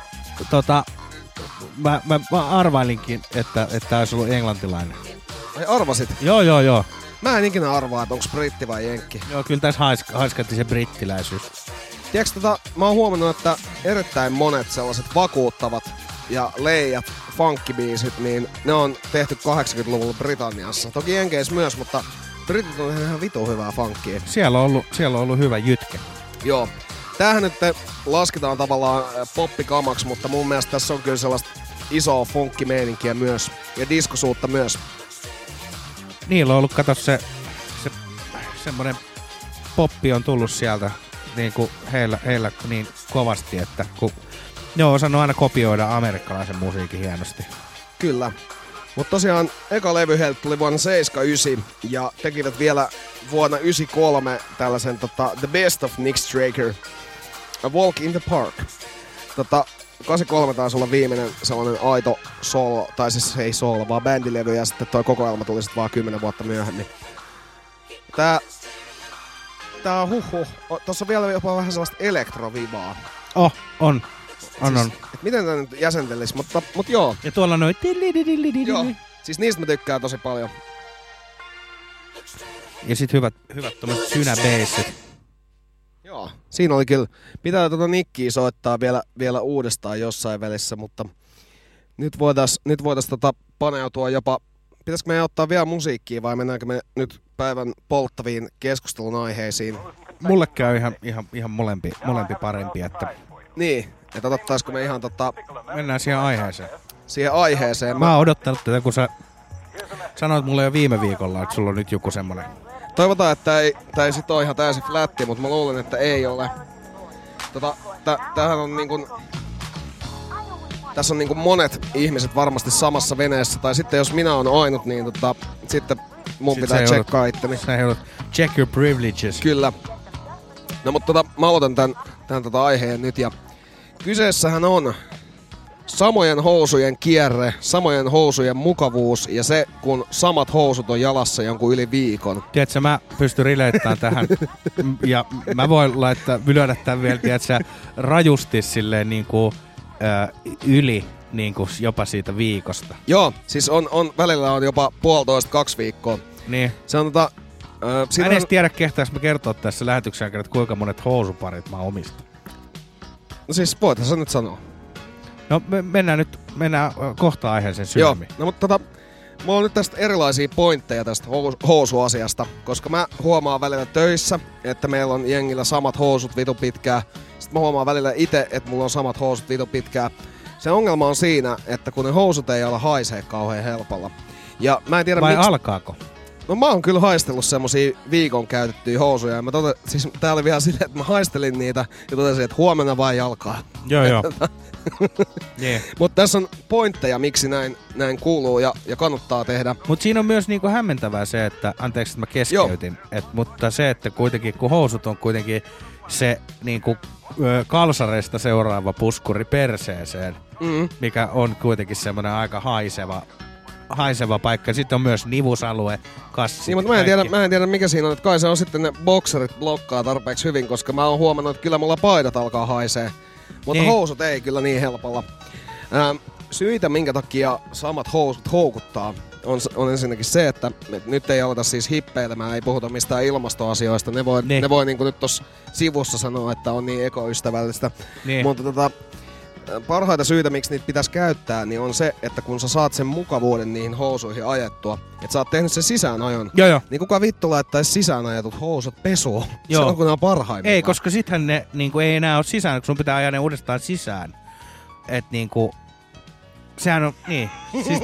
Mä arvailinkin, että tää olisi ollut englantilainen. Ai arvasit? Joo. Mä en ikinä arvaa, että onko britti vai jenkki. Joo, kyllä tässä haiskatti se brittiläisyys. Tiedätkö, mä oon huomannut, että erittäin monet sellaiset vakuuttavat ja leijat funkkibiisit, niin ne on tehty 80-luvulla Britanniassa. Toki jenkeissä myös, mutta britit on ihan vitu hyvää funkkia. Siellä on ollut hyvä jytke. Joo. Tämähän nyt lasketaan tavallaan poppikamaksi, mutta mun mielestä tässä on kyllä sellaista isoa funkkimeininkiä myös. Ja diskosuutta myös. Niillä on ollut, kato se semmonen poppi on tullut sieltä niin kuin heillä niin kovasti, että kun ne on osannut aina kopioida amerikkalaisen musiikin hienosti. Kyllä. Mutta tosiaan eka levy heiltä tuli vuonna 79 ja tekivät vielä vuonna 93 tällaisen The Best of Nick Straker, A Walk in the Park. 83 taisi olla viimeinen sellainen aito solo, tai siis ei solo, vaan bändilevy, ja sitten toi kokoelma tuli sitten vaan 10 vuotta myöhemmin. Tää on tossa on vielä jopa vähän sellaista elektrovivaa. On. Et miten tää nyt jäsentelis, mutta joo. Ja tuolla noin. Joo, siis niistä mä tykkään tosi paljon. Ja sit hyvät tommoset synäbeissit. Joo, siinä oli kyllä. Pitää Nikkiä soittaa vielä uudestaan jossain välissä, mutta nyt voitais paneutua jopa. Pitäisikö meidän ottaa vielä musiikkia vai mennäänkö me nyt päivän polttaviin keskustelun aiheisiin? Mulle käy ihan molempi parempi, että Niin, että otettaisiko me ihan mennään siihen aiheeseen. siihen aiheeseen. Mä oon odottanut tätä, kun sä sanoit mulle jo viime viikolla, että sulla on nyt joku semmonen. Toivotaan, että tää ei sit oo ihan täysin flätti, mutta mä luulen, että ei ole. Tämähän on niinkun. Tässä on niinku monet ihmiset varmasti samassa veneessä, tai sitten jos minä oon ainut, niin sitten mun pitää tsekkaa itteni. Sä joudut check your privileges. Kyllä. No mutta mä aloitan tän aiheen nyt, ja kyseessähän on samojen housujen kierre, samojen housujen mukavuus, ja se, kun samat housut on jalassa jonkun yli viikon. Tiedätkö, mä pystyn rileittämään tähän, ja mä voin lyödä tän vielä, tiedätkö, rajusti silleen niinku yli niinku jopa siitä viikosta. Joo, siis välillä on jopa 1,5–2 viikkoa. Niin. Se on Mä en edes tiedä, kehtäis mä kertoa tässä lähetyksen aikana, että kuinka monet housuparit mä omistan. No siis voithan sä nyt sanoa. No mennään kohta aiheeseen syvemmin. Joo, no mutta mulla on nyt tästä erilaisia pointteja tästä housuasiasta, koska mä huomaan välillä töissä, että meillä on jengillä samat housut vitu pitkää. Sitten mä huomaan välillä itse, että mulla on samat housut vitu pitkää. Se ongelma on siinä, että kun ne housut ei ala haisee kauhean helpolla. Ja mä en tiedä vai miksi. Alkaako? No mä oon kyllä haistellut semmosia viikon käytettyjä housuja. Ja siis tää oli vielä silleen, että mä haistelin niitä ja totesin, että huomenna vai jalkaa. Joo. Yeah. Mutta tässä on pointteja, miksi näin kuuluu ja kannattaa tehdä. Mutta siinä on myös niinku hämmentävää se, että, anteeksi, että mä keskeytin, mutta se, että kuitenkin kun housut on kuitenkin se niinku kalsareista seuraava puskuri perseeseen, mikä on kuitenkin semmoinen aika haiseva paikka. Sitten on myös nivusalue, kassi. Niin, mutta mä en tiedä mikä siinä on, että kai se on sitten ne bokserit blokkaa tarpeeksi hyvin, koska mä oon huomannut, että kyllä mulla paidat alkaa haisee. Mutta niin. Housut ei kyllä niin helpolla. Syitä, minkä takia samat housut houkuttaa, on ensinnäkin se, että nyt ei aleta siis hippeilemään, ei puhuta mistään ilmastoasioista. Ne voi niin kuin nyt tossa sivussa sanoa, että on niin ekoystävällistä. Niin. Mutta parhaita syitä, miksi niitä pitäisi käyttää, niin on se, että kun sä saat sen mukavuuden niihin housuihin ajettua, että sä oot tehnyt sen sisäänajon, niin kuka vittu laittaisi sisäänajatut housut pesuun? Se on kun ne on parhaimmillaan. Ei, koska sittenhän ne niinku ei enää ole sisään, kun sun pitää ajaa ne uudestaan sisään. Et niinku, sehän on, niin, siis,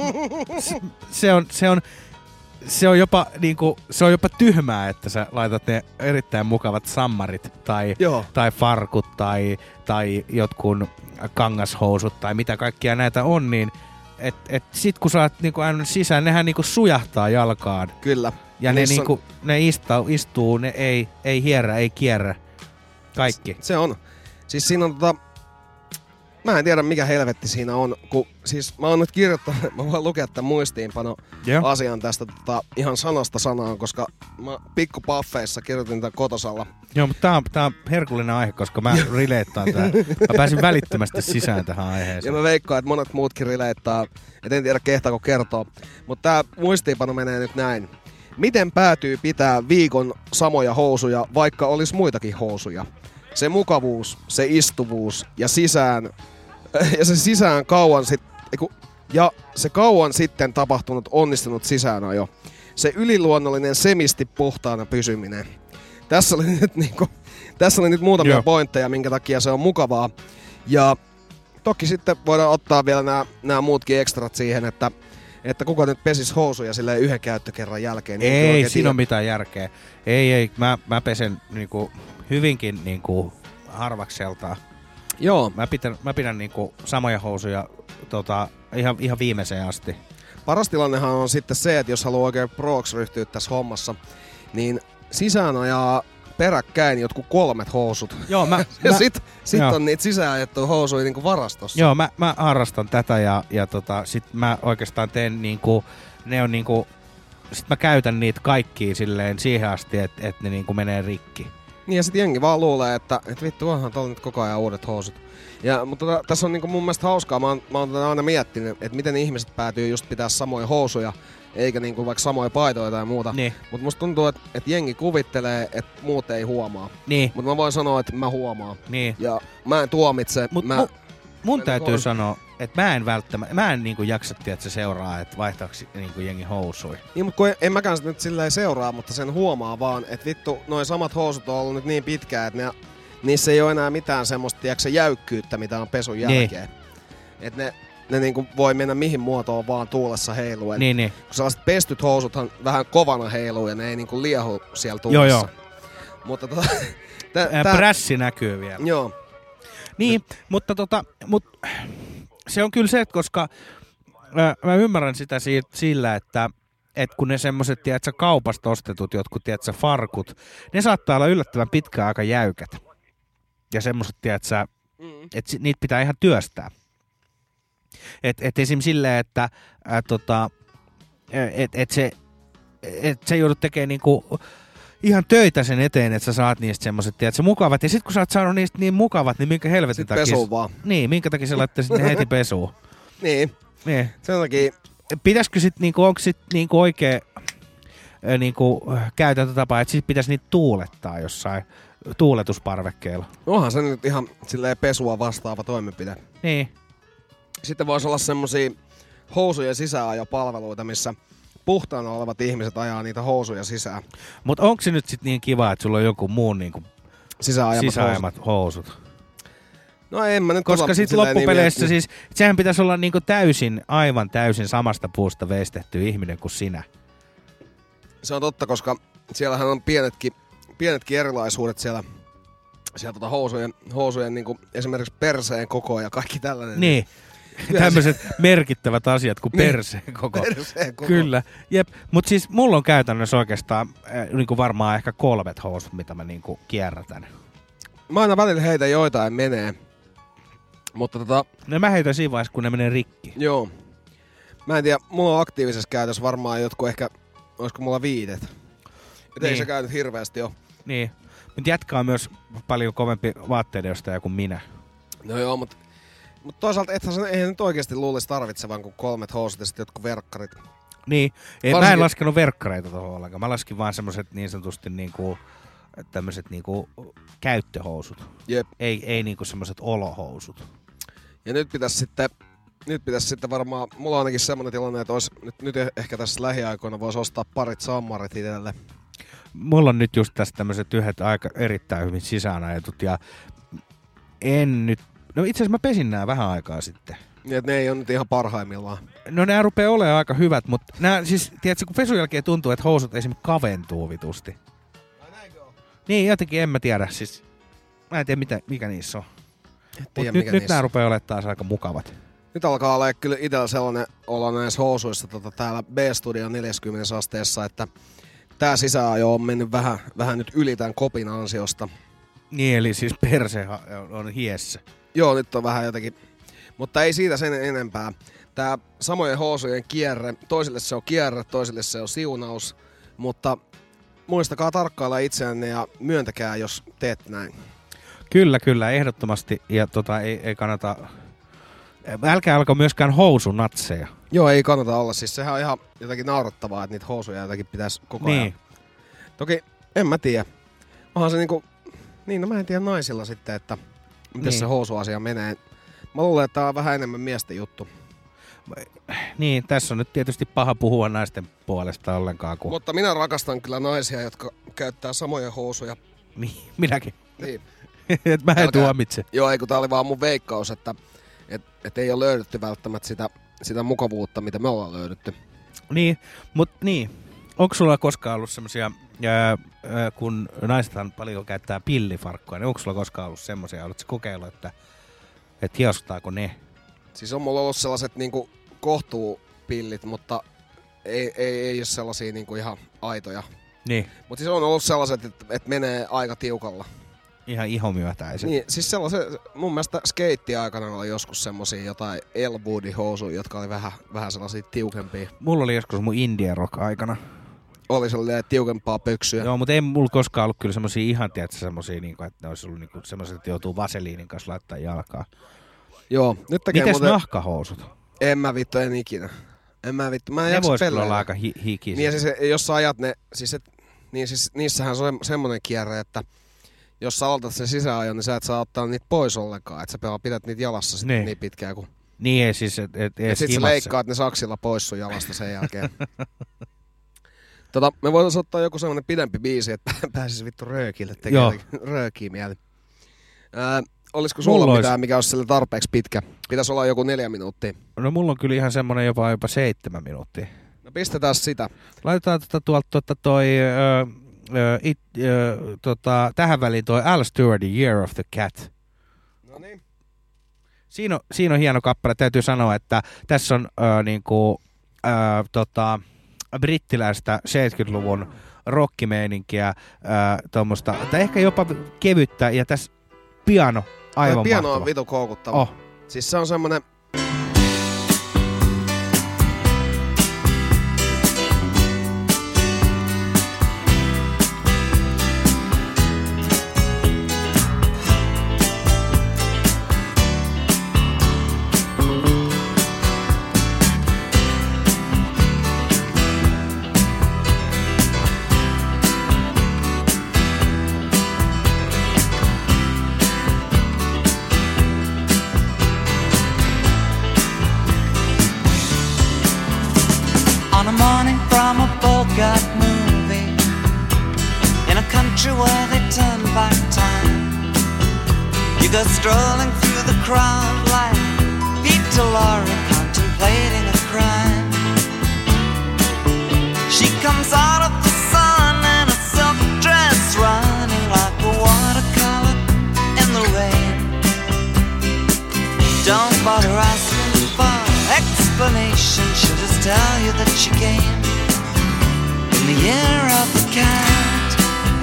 se on jopa tyhmää, että sä laitat ne erittäin mukavat sammarit tai farkut tai jotkun kangashousut tai mitä kaikkia näitä on, niin et sit kun sä oot niinku aina sisään, nehän niinku sujahtaa jalkaan. Kyllä. Ja ne istuu, ne ei hierrä, ei kierrä. Kaikki. Se on. Siis siinä on mä en tiedä mikä helvetti siinä on, kun siis mä oon nyt kirjoittanut, mä voin lukea tämän muistiinpano-asian tästä ihan sanasta sanaan, koska mä pikkupaffeissa kirjoitin tämän kotosalla. Joo, mutta tää on herkullinen aihe, koska mä rileettaan tää. Mä pääsin välittömästi sisään tähän aiheeseen. Ja mä veikkaan, että monet muutkin rileettaa, et en tiedä kehtaako kertoa. Mutta tää muistiinpano menee nyt näin. Miten päätyy pitää viikon samoja housuja, vaikka olisi muitakin housuja? Se mukavuus, se istuvuus ja se sisään kauan kauan sitten tapahtunut onnistunut sisäänajo. Se yliluonnollinen semisti puhtaana pysyminen. Tässä oli nyt muutamia pointteja, minkä takia se on mukavaa. Ja toki sitten voidaan ottaa vielä nämä muutkin ekstrat siihen, että kuka nyt pesisi housuja silleen yhden käyttökerran jälkeen. Niin ei siinä ole mitään järkeä. Ei. Mä pesen niinku hyvinkin niinku harvakseltaan. Joo. Mä pidän niinku samoja housuja ihan viimeiseen asti. Paras tilannehan on sitten se, että jos haluaa oikein proks ryhtyä tässä hommassa, niin sisään ajaa peräkkäin jotkut 3 housut. Joo, ja sit on niitä sisään ajettuja housuja niinku varastossa. Joo, mä harrastan tätä ja sit mä oikeastaan teen niinku, ne on niinku, sit mä käytän niitä kaikkia silleen siihen asti, että ne niinku menee rikki. Niin ja sit jengi vaan luulee, että vittu onhan tuolla nyt koko ajan uudet housut. Mutta tässä on niinku mun mielestä hauskaa, mä oon aina miettinyt, että miten ihmiset päätyy just pitää samoja housuja, eikä niinku vaikka samoja paitoja tai muuta. Niin. Mutta musta tuntuu, että jengi kuvittelee, että muut ei huomaa. Niin. Mutta mä voin sanoa, että mä huomaan. Niin. Ja mä en tuomitse. Mun täytyy sanoa, että mä en niinku jaksa, että se seuraa, että vaihtaako niinku jengi housui. Niin, mutta en mäkään sitä nyt silleen seuraa, mutta sen huomaa vaan, että vittu, noi samat housut on ollut nyt niin pitkään, että niissä ei ole enää mitään semmoista, tiedätkö, jäykkyyttä, mitä on pesun jälkeen. Että ne niinku voi mennä mihin muotoon vaan tuulessa heiluen. Niin. Kun sellaiset pestyt housuthan vähän kovana heiluu ja ne ei niinku liehu siellä tuulessa. Joo. Mutta prässi näkyy vielä. Joo. Niin, mutta se on kyllä se, koska mä ymmärrän sitä sillä, että kun ne semmoset, tiedätkö, kaupasta ostetut jotkut, tiedätkö, farkut, ne saattaa olla yllättävän pitkään aika jäykät. Ja semmoset, tiedätkö, että niitä pitää ihan työstää. Et esim. Silleen, että sä joudut tekemään niinku ihan töitä sen eteen, että sä saat niistä semmoset, tiedätkö, mukavat. Ja sit kun sä oot saanut niistä niin mukavat, niin minkä helvetin takia... pesuun vaan. Niin, minkä takia sä laittaisit ne heti pesuun? Niin. Sen takia... Pitäisikö sit niinku, onko sit niinku oikee niinku käytäntötapa, että sit pitäisi niitä tuulettaa jossain tuuletusparvekkeella? Onhan se nyt ihan silleen pesua vastaava toimenpide. Niin. Sitten voisi olla semmosia housujen sisäänajopalveluita, missä puhtaana olevat ihmiset ajaa niitä housuja sisään. Mutta onko se nyt sit niin kiva, että sulla on joku muun niinku sisääajamat housut? No en mä nyt koska sit loppupeleissä siis, sehän pitäisi olla niinku aivan täysin samasta puusta veistetty ihminen kuin sinä. Se on totta, koska siellähän on pienetkin erilaisuudet siellä housujen niinku esimerkiksi perseen koko ja kaikki tällainen. Niin. Tämmöiset merkittävät asiat kuin perseen koko. Perseen koko. Kyllä. Jep. Mut siis mulla on käytännössä oikeastaan niinku varmaan ehkä 3 housut, mitä mä niinku kierrätän. Mä aina välillä heitä joitain menee. Mutta No mä heitän siinä vaiheessa, kun ne menee rikki. Joo. Mä en tiedä, mulla on aktiivisessa käytössä varmaan jotkut ehkä, olisiko mulla 5. Et ei se käynyt hirveästi ole. Niin. Mutta jätkä on myös paljon kovempi vaatteiden ostaja kuin minä. No joo, mutta toisaalta eihän nyt oikeasti luulisi tarvitsevan kuin 3 housut ja sitten jotkut verkkarit. Niin. Mä en laskenut verkkareita tuohon ollenkaan. Mä laskin vaan semmoset niin sanotusti niinku, tämmöset niinku käyttöhousut. Jep. Ei niinku semmoset olohousut. Ja nyt pitäisi sitten varmaan, mulla on ainakin semmoinen tilanne, että nyt ehkä tässä lähiaikoina voisi ostaa parit sammarit itselle. Mulla on nyt just tässä tämmöset yhdet aika erittäin hyvin sisäänajetut ja no itse asiassa mä pesin nää vähän aikaa sitten. Niin, että ne ei ole nyt ihan parhaimmillaan. No nää rupee olemaan aika hyvät, mutta nää siis, tiedätkö, kun pesun jälkeen tuntuu, että housut esimerkiksi kaventuu vitusti. Niin, jotenkin en mä tiedä, siis mä en tiedä mikä niissä on. Nyt nää rupeaa olemaan taas aika mukavat. Nyt alkaa olla kyllä itsellä sellainen olla näissä housuissa täällä B-studion 40 asteessa, että tää sisääajo on mennyt vähän nyt yli tämän kopin ansiosta. Niin, eli siis perse on hiessä. Joo, nyt on vähän jotenkin, mutta ei siitä sen enempää. Tää samojen housujen kierre, toisille se on kierre, toisille se on siunaus, mutta muistakaa tarkkailla itseänne ja myöntäkää, jos teet näin. Kyllä, ehdottomasti. Ja ei kannata... Älkää alko myöskään housunatseja. Joo, ei kannata olla. Siis sehän on ihan jotenkin naurattavaa, että niitä housuja jotenkin pitäisi koko ajan. Toki, en mä tiedä. Onhan se niinku... Niin, no mä en tiedä naisilla sitten, että miten se housuasia menee. Mä luulen, että tää on vähän enemmän miesten juttu. Niin, tässä on nyt tietysti paha puhua naisten puolesta ollenkaan. Mutta minä rakastan kyllä naisia, jotka käyttää samoja housuja. Niin, minäkin. Niin. Et mä en tuomitse. Joo, ei kun tää oli vaan mun veikkaus, että ei ole löydetty välttämättä sitä mukavuutta, mitä me ollaan löydetty. Niin, mutta niin. Onko sulla koskaan ollut semmosia, kun naisethan paljon käyttää pillifarkkoja, niin onko sulla koskaan ollut semmosia, oletko kokeillut, että hiostaako ne? Siis on mulla ollut sellaiset niinku kohtuupillit, mutta ei ole sellaisia niinku ihan aitoja. Niin. Mutta siis on ollut sellaiset, että menee aika tiukalla. Ihan ihomyötäiset. Niin, siis sellaiset, mun mielestä skeittiaikana oli joskus semmosia jotain Elwoodin housuja, jotka oli vähän sellaisia tiukempia. Mulla oli joskus mun Indie Rock aikana. oli sellainen tiukempaa pöksyä. Joo, mutta ei mulla koskaan ollut kyllä semmosia ihan, tiedätkö, semmosia, niinku, että ne olisi ollut niinku semmoiset, että joutuu vaseliinin kanssa laittaa jalkaa. Joo, nyt tekee Mites muuten... nahkahousut? En mä vittu, en ikinä. Mä en ne jaksa vois kyllä pelleillä. olla aika hikisiä. Niin ja siis, jos sä ajat ne, siis niissähän on semmonen kierre, että jos sä aloitat sen sisäajon, niin sä et saa ottaa niitä pois ollenkaan. Että sä pidät niitä jalassa sitten niin pitkään kuin... Niin ei siis, ja sit sä leikkaat ne saksilla pois sun jalasta sen jälkeen. Me voitais ottaa joku semmonen pidempi biisi, että pääsis vittu röökille tekemään röökiä mieli. Olisiko sulla mitään, mikä olisi sille tarpeeksi pitkä? Pitäisi olla joku 4 minuuttia. No mulla on kyllä ihan semmonen jopa 7 minuuttia. No pistetään sitä. Laitetaan tähän väliin toi Al Stewart, Year of the Cat. No niin. Siinä on hieno kappale. Täytyy sanoa, että tässä on brittiläistä 70-luvun rockimeininkiä, tuommoista, tai ehkä jopa kevyttä, ja tässä piano aivan piano mahtava. On vitu koukuttava. Siis se on semmonen... On a morning from a Bogart movie, in a country where they turn back time, you go strolling through the crowd like Peter Lorre contemplating a crime. She comes out of the sun in a silk dress, running like a watercolor in the rain. Don't bother asking for explanation, she'll just tell you that she came in the year of the cat.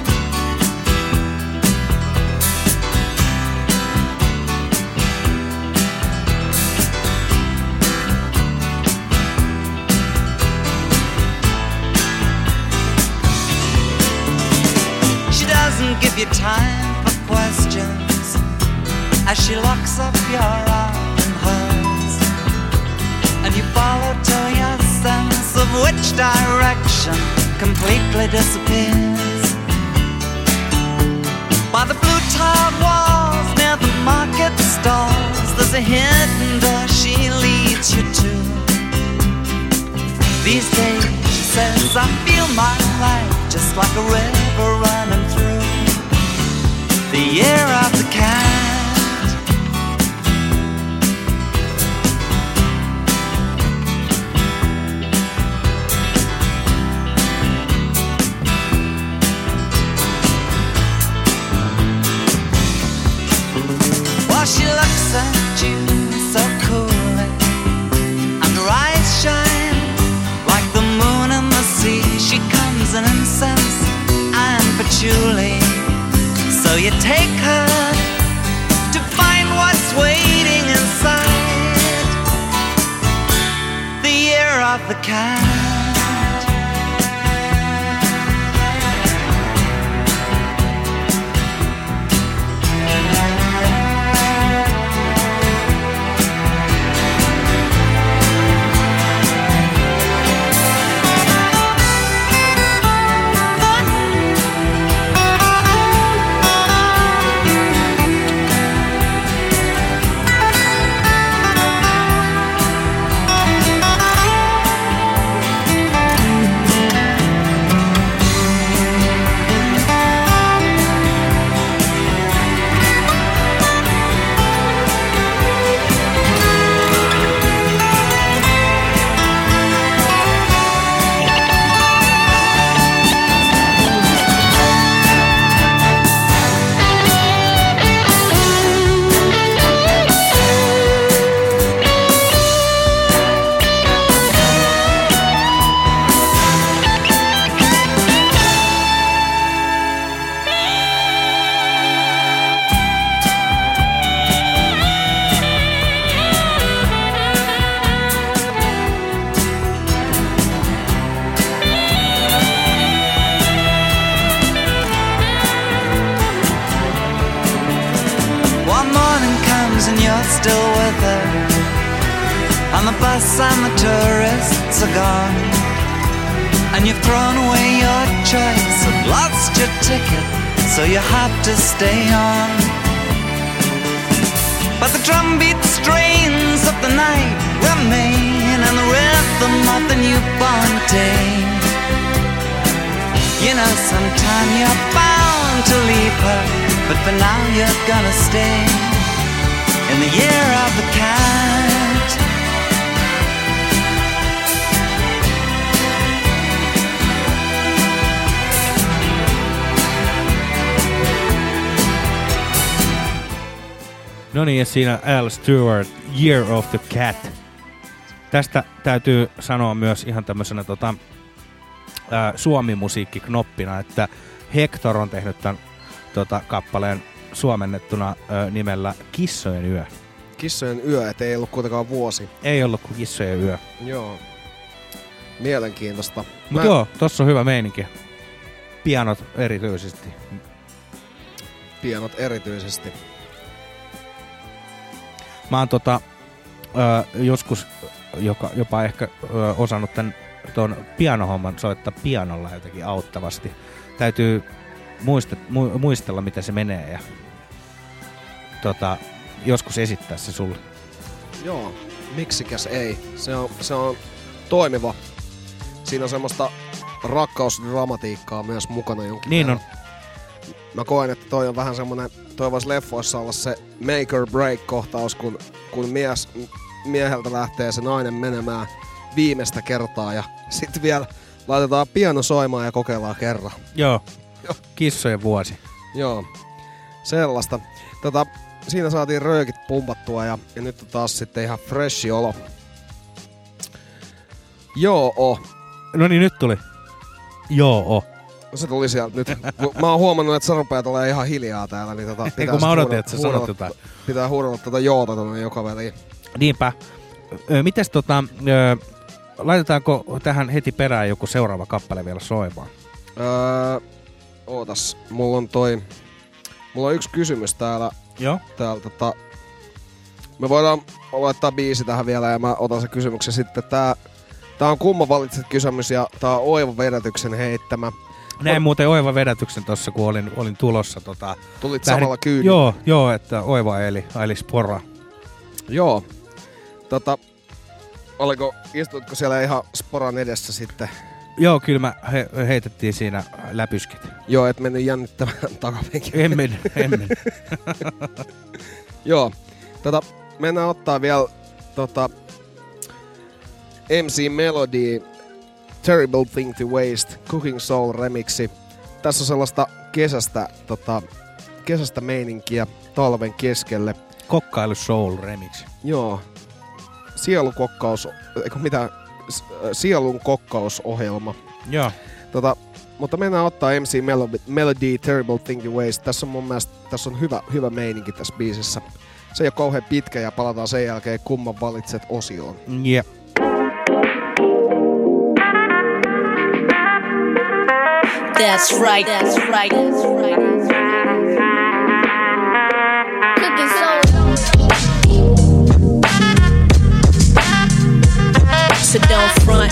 She doesn't give you time for questions as she locks up your arm in hers, and you follow till your sense of which direction completely disappears. By the blue tiled walls near the market stalls, there's a hidden door she leads you to. These days, she says, I feel my life just like a river running through the year of the cat. She looks at you so coolly, and her eyes shine like the moon in the sea. She comes in incense and patchouli, so you take her to find what's waiting inside the year of the cat. still with her. On the bus and the tourists are gone, and you've thrown away your choice and lost your ticket, so you have to stay on. But the drumbeat strains of the night remain, and the rhythm of the newborn day. You know, sometime you're bound to leave her, but for now you're gonna stay in the year of the cat. No niin, ja siinä Al Stewart, Year of the Cat. Tästä täytyy sanoa myös ihan tämmöisenä suomimusiikkiknoppina, että Hector on tehnyt tämän kappaleen suomennettuna nimellä Kissojen yö. Kissojen yö, et ei ollut kuitenkaan vuosi. Ei ollut kuin Kissojen yö. Joo. Mielenkiintoista. Joo, tossa on hyvä meininki. Pianot erityisesti. Pianot erityisesti. Mä oon joskus jopa ehkä osannut ton pianohomman soittaa pianolla jotenkin auttavasti. Täytyy muistella, miten se menee ja joskus esittää se sulle. Joo, miksikäs ei. Se on toimiva. Siinä on semmoista rakkausdramatiikkaa myös mukana jonkin Niin verran. on. Mä koen, että toi on vähän semmonen, toi vois leffoissa olla se make or break kohtaus, kun mieheltä lähtee se nainen menemään viimeistä kertaa ja sit vielä laitetaan piano soimaan ja kokeillaan kerran. Joo, Kissojen vuosi. Joo, sellaista. Siinä saatiin röökit pumpattua ja nyt on taas sitten ihan freshi olo. Joo. No niin, nyt tuli. Joo. Se tuli sieltä nyt. Mä oon huomannut, että sä rupeat olemaan ihan hiljaa täällä, niin ei kun mä odotin, että sä sanot jotain. Pitää huudella joota tonne joka väliin. Niinpä. Mites laitetaanko tähän heti perään joku seuraava kappale vielä soimaan? Ootas, mulla on yksi kysymys täällä. Joo. Me voidaan laittaa biisi tähän vielä ja mä otan sen kysymyksen sitten. Tää on kumma valitset kysymys ja tää on Oiva vedätyksen heittämä. Näin muuten Oiva vedätyksen tossa, kun olin tulossa. Tulit samalla kyydillä. Joo, että Oiva aili sporaa. Joo. Istuitko siellä ihan sporan edessä sitten? Joo, kyllä mä heitettiin siinä läpyskit. Joo, et mennyt jännittämään takapenkin. En mennyt. Joo. Mennään ottaa vielä MC Melody, Terrible Thing to Waste, Cooking Soul remixi. Tässä on sellaista kesästä meininkiä talven keskelle. Kokkailu Soul remixi. Joo. Sielun kokkausohjelma. Joo. Mutta mennään ottaa MC Melody, Terrible Thing to Waste. Tässä on mun mielestä hyvä meininki tässä biisissä. Se ei ole kauhean pitkä ja palataan sen jälkeen kumman valitset osioon. Yeah. That's right. Cooking soul. So don't front.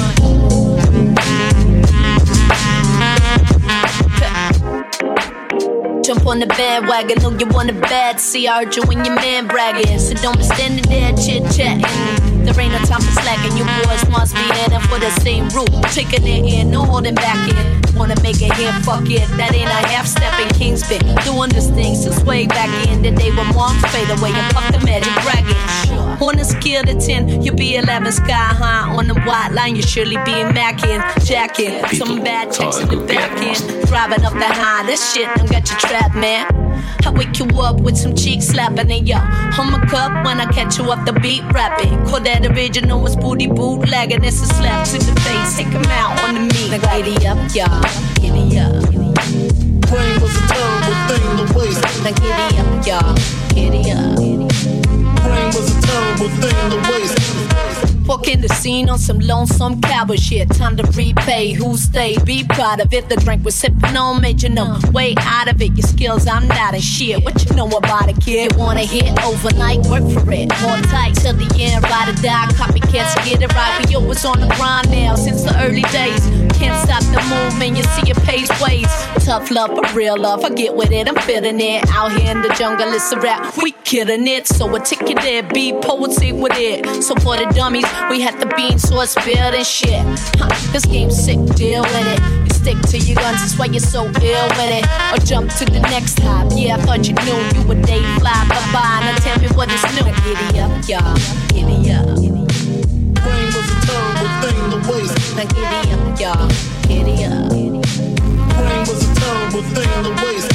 Jump on the bandwagon, know you want it bad. See, I heard you and your man bragging. So don't be standing there chit-chatting. There ain't no time for slacking. You boys must be in for the same route. Taking it in, no holding back in. Wanna make it here, fuck it. That ain't a half-stepping King's been doing this thing since way back in the day when moms fade away and puff the magic bragging. On a scale to 10, you be 11 sky high. On the white line, you surely be macking, jacking. Some bad checks in the back end. Driving up the high, this shit done got you trapped, man. I wake you up with some cheek slapping and yo, hold my cup when I catch you off the beat rapping. Call that original, it's booty bootlegging. It's a slap to the face, take him out on the meat. Now giddy up, y'all, giddy up. Brain was a terrible thing to waste. Now giddy up, y'all, giddy up. Brain was a terrible thing to waste. Walk in the scene on some lonesome cowboy shit. Time to repay, who stayed, be proud of it. The drink we're sipping on made you know, way out of it. Your skills, I'm not in shit. What you know about it, kid? You wanna hit overnight, work for it. More tight till the end, ride or die. Copycats get it right. We always on the grind now since the early days. Can't stop the movement, you see your pace ways. Tough love, but real love, I get with it, I'm feeling it. Out here in the jungle, it's a rap, we killing it. So a ticket there, be poetry with it. So for the dummies, we had the bean sauce build and shit. This game's sick, deal with it. You stick to your guns, that's why you're so ill with it. Or jump to the next hop, yeah, I thought you knew you would day fly, bye-bye. Now tell me what is new. Now giddy up, y'all, giddy up. Brain was a terrible thing to waste. Now giddy up, y'all, giddy up. Brain was a terrible thing to waste.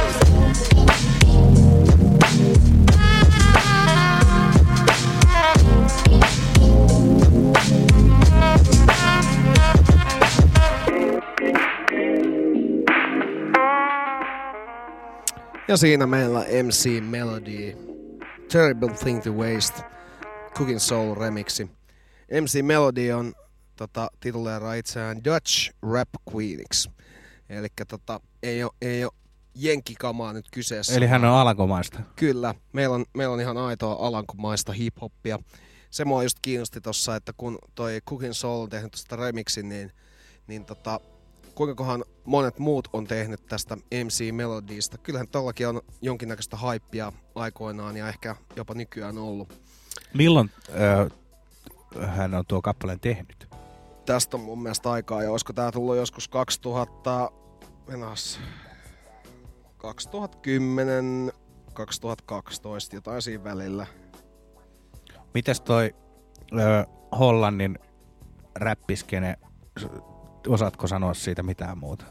Ja siinä meillä MC Melody, Terrible Thing to Waste, Cooking Soul remixi. MC Melody on tituleeraa itseään Dutch Rap Queeniksi. Elikkä ei oo jenkkikamaa nyt kyseessä. Eli hän on alankomaista. Kyllä, meillä on ihan aitoa alankomaista hip-hoppia. Se mua just kiinnosti tossa, että kun toi Cooking Soul on tehnyt tosta remixin, niin kuinkakohan monet muut on tehnyt tästä MC Melodysta. Kyllähän tollakin on jonkinnäköistä haippia aikoinaan ja ehkä jopa nykyään ollut. Milloin hän on tuo kappaleen tehnyt? Tästä on mun mielestä aikaa, ja olisiko tää tullut joskus 2010, 2012, jotain siinä välillä. Mites toi Hollannin räppiskene, osaatko sanoa siitä mitään muuta?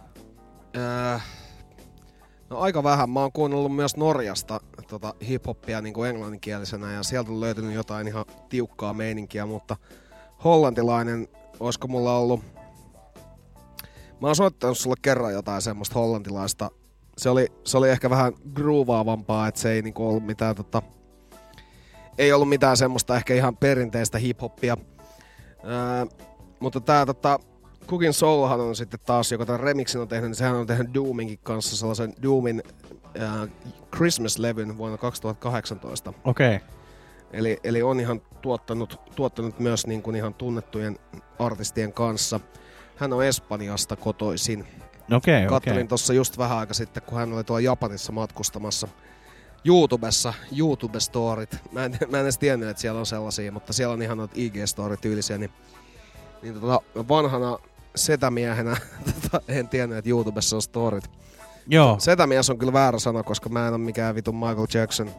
No aika vähän. Mä oon kuunnellut myös Norjasta hip-hoppia niin kuin englanninkielisenä, ja sieltä on löytynyt jotain ihan tiukkaa meininkiä, mutta hollantilainen, olisiko mulla ollut... Mä oon soittanut sulle kerran jotain semmoista hollantilaista. Se oli ehkä vähän groovaavampaa, että se ei niinku ollut mitään ei ollut mitään semmoista ehkä ihan perinteistä hip-hoppia. Mutta tää Cooking Soulhan on sitten taas, joka tämän remixin on tehnyt, niin sehän on tehnyt Doominkin kanssa sellaisen Doomin Christmas-levyn vuonna 2018. Okei. Eli on ihan tuottanut myös niin kuin ihan tunnettujen artistien kanssa. Hän on Espanjasta kotoisin. Okei. Kattelin tossa just vähän aika sitten, kun hän oli tuolla Japanissa matkustamassa YouTube-storit. Mä en edes tiennyt, että siellä on sellaisia, mutta siellä on ihan noita IG-story-tyylisiä. Niin vanhana setämiehenä en tiennyt, että YouTubessa on storit. Joo. Setämies on kyllä väärä sana, koska mä en ole mikään vitun Michael Jackson.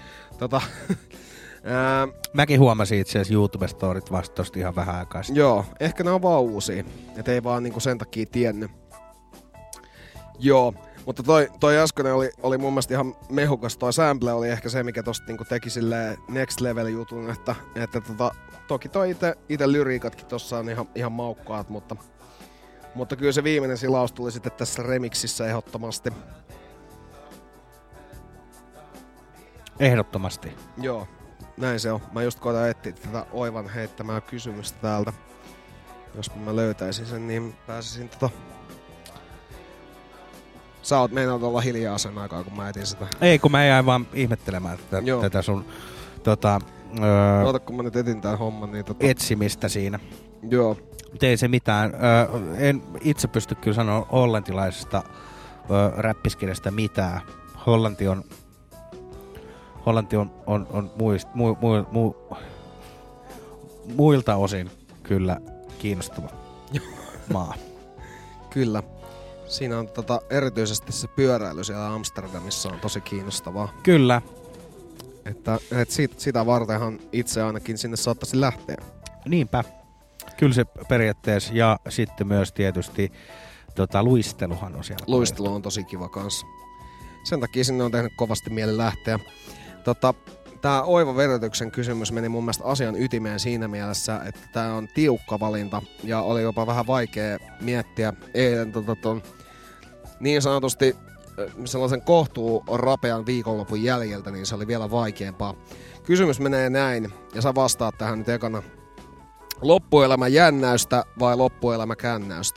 Mäkin huomasin itse asiassa YouTube-storit vasta tosta ihan vähän aikaa sitten. Joo, ehkä ne on vaan uusia. Et ei vaan niinku sen takia tiennyt. Joo, mutta toi äsken oli mun mielestä ihan mehukas. Toi sample oli ehkä se, mikä tosta niinku teki silleen next level jutun, että toki toi ite lyriikatkin tossa on ihan maukkaat, mutta kyllä se viimeinen silaus tuli sitten tässä remixissä ehdottomasti. Ehdottomasti. Joo, näin se on. Mä just koitan etsiä tätä Oivan heittämää kysymystä täältä. Jos mä löytäisin sen, niin pääsisin Sä oot meinannut olla hiljaa sen aikaa, kun mä etin sitä. Ei, kun mä jäin vaan ihmettelemään tätä sun Oota, kun mä nyt etin tän homman, niin etsimistä siinä. Joo. Ei se mitään. En itse pysty kyllä sanoa hollantilaisesta räppiskirjasta mitään. Hollanti on muilta osin kyllä kiinnostava maa. Kyllä. Siinä on erityisesti se pyöräily siellä Amsterdamissa on tosi kiinnostavaa. Kyllä. Että sitä vartenhan itse ainakin sinne saattaisi lähteä. Niinpä. Kyllä se periaatteessa. Ja sitten myös tietysti luisteluhan on siellä. Luistelu on tosi kiva kanssa. Sen takia sinne on tehnyt kovasti mieli lähteä. Tää Oiva Verytyksen kysymys meni mun mielestä asian ytimeen siinä mielessä, että tää on tiukka valinta ja oli jopa vähän vaikea miettiä eilen niin sanotusti sellaisen kohtuu rapean viikonlopun jäljeltä, niin se oli vielä vaikeampaa. Kysymys menee näin, ja sä vastaat tähän nyt ekana. Loppuelämä jännäystä vai loppuelämä kännäystä?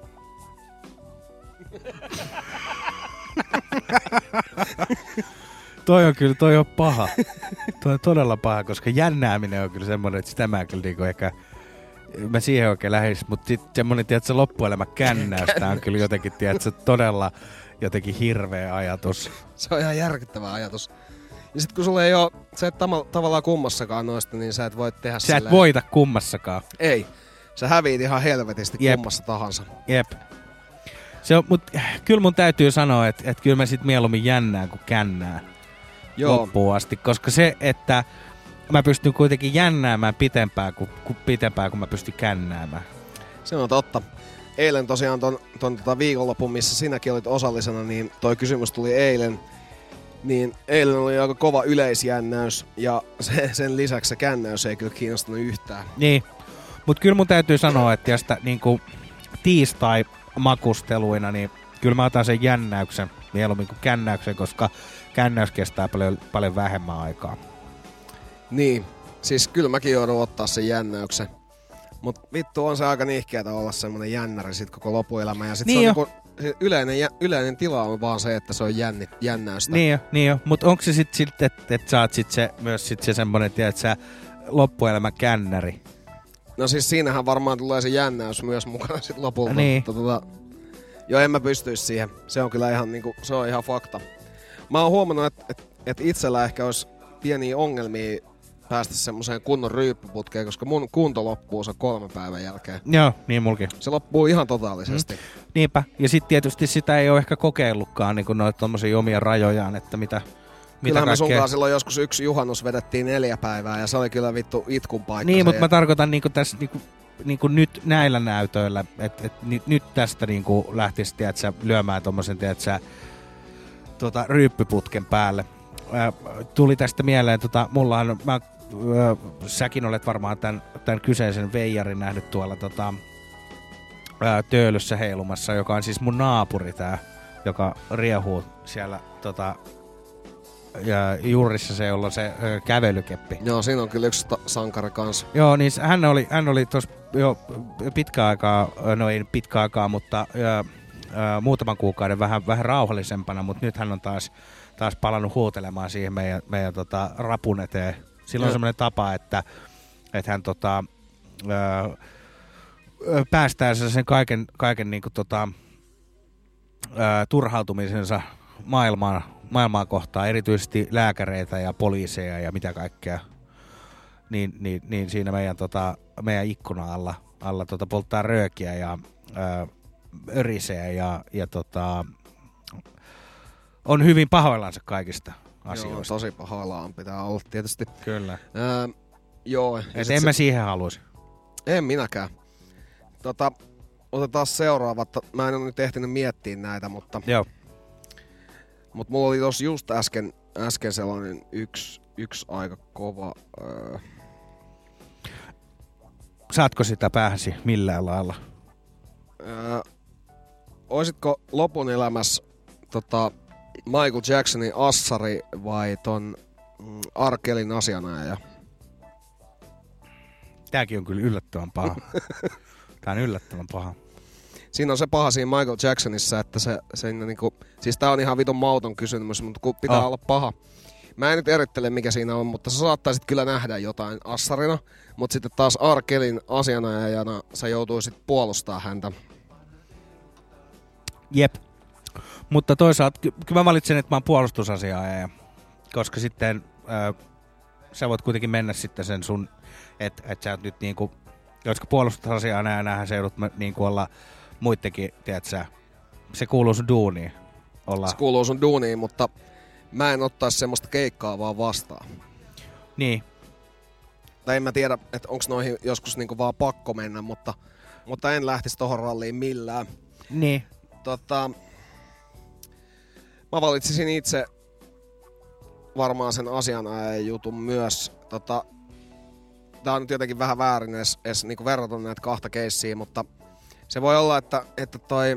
Toi on paha. Toi on todella paha, koska jännääminen on kyllä semmoinen, että sitä mä kyllä niinku ehkä... Mä siihen oikein lähdis, mutta sit semmonen, tiedätkö, loppuelämä kännäystä on kyllä jotenkin, tiedätkö, todella jotenkin hirveä ajatus. Se on ihan järkyttävä ajatus. Ja sit kun sulla ei oo, sä et tavallaan kummassakaan noista, niin sä et voi tehdä Sä silleen. et voita kummassakaan. Ei. Sä häviit ihan helvetisti kummassa tahansa. Jep. Se on, mut kyllä mun täytyy sanoa, että kyllä mä sit mieluummin jännään kuin kännään. Joo. Loppuun asti, koska se, että mä pystyn kuitenkin jännäämään pitempään kuin mä pystyn kännäämään. Se on totta. Eilen tosiaan ton viikonlopun, missä sinäkin olit osallisena, niin toi kysymys tuli eilen. Niin eilen oli aika kova yleisjännäys ja sen lisäksi se kännäys ei kyllä kiinnostanut yhtään. Niin, mut kyllä mun täytyy sanoa, että tästä niinku tiistai-makusteluina, niin kyllä mä otan sen jännäyksen mieluummin kuin kännäyksen, koska kännäys kestää paljon vähemmän aikaa. Niin, siis kyllä mäkin joudun ottaa sen jännäyksen. Mut vittu on se aika nihkeetä olla semmonen jännäri sit koko lopuelämä. Ja sit niin se on niinku, yleinen tila on vaan se, että se on jännäystä. Niin jo. Mut onko se sit että sä oot sit myös se semmonen, tiedät sä, loppuelämä kännäri? No siis siinähän varmaan tulee se jännäys myös mukana sit lopulta. Niin. Mutta joo, en mä pystyis siihen. Se on kyllä ihan niinku, se on ihan fakta. Mä oon huomannut, että itsellä ehkä olisi pieniä ongelmia päästä semmoiseen kunnon ryyppyputkeen, koska mun kunto loppuu se 3 päivän jälkeen. Joo, niin mulki. Se loppuu ihan totaalisesti. Niinpä. Ja sit tietysti sitä ei ole ehkä kokeillutkaan niin noita tommosia omia rajojaan, että mitä Kyllähän me kaikkea. sunkaan silloin joskus yksi juhannus vedettiin 4 päivää ja se oli kyllä vittu itkun paikka. Niin, mutta mä tarkoitan niinku tässä niinku nyt näillä näytöillä, että nyt tästä niinku lähtisi, tiedätkö, lyömään tommosen, tiedätkö, ryyppyputken päälle. Tuli tästä mieleen, mullahan, säkin olet varmaan tämän kyseisen veijarin nähnyt tuolla Töölössä heilumassa, joka on siis mun naapuri tää, joka riehuu siellä ja juurissa se, jolla on se kävelykeppi. Joo, siinä on kyllä yksi sankari kanssa. Joo, niin hän oli tossa jo pitkä aikaa, mutta muutaman kuukauden vähän rauhallisempana, mutta nyt hän on taas palannut huutelemaan siihen meidän rapun eteen. Sillä on semmoinen tapa, että hän päästää sen kaiken niinku turhautumisensa maailmaa kohtaan, erityisesti lääkäreitä ja poliiseja ja mitä kaikkea. Niin siinä meidän ikkuna alla polttaa röökiä ja örisee ja on hyvin pahoillansa kaikista asioista. Joo, tosi pahoillaan pitää olla tietysti. Kyllä. Joo. Et en mä siihen haluaisi. En minäkään. Otetaan seuraavat. Mä en ole nyt ehtinyt miettiä näitä, mutta... Joo. Mutta mulla oli tossa just äsken sellainen yksi aika kova... Saatko sitä päähäsi millään lailla? Oisitko lopun elämässä Michael Jacksonin assari vai ton R. Kellyn asianajaja? Tääkin on kyllä yllättävän paha. Tää on yllättävän paha. Siinä on se paha siinä Michael Jacksonissa, että se niinku... Siis tää on ihan vitun mauton kysymys, mutta kun pitää olla paha. Mä en nyt erittele mikä siinä on, mutta sä saattaisit kyllä nähdä jotain assarina. Mutta sitten taas R. Kellyn asianajajana sä joutuisit puolustaa häntä. Jep. Mutta toisaalta kyllä mä valitsen, että mä oon puolustusasiaajaja. Koska sitten sä voit kuitenkin mennä sitten sen sun... Että sä oot nyt niinku... Koska puolustusasiaajanahan sä joudut niinku olla muittenkin, tiedätkö, se kuuluu sun duuniin. Se kuuluu sun duuniin, mutta mä en ottais semmoista keikkaa vaan vastaan. Niin. Tai en mä tiedä, että onks noihin joskus niinku vaan pakko mennä, mutta en lähtisi tohon ralliin millään. Niin. Mä valitsisin itse varmaan sen asianajajan jutun myös. Tää on nyt jotenkin vähän väärin edes niinku verrata näitä kahta keissiä, mutta se voi olla, että toi...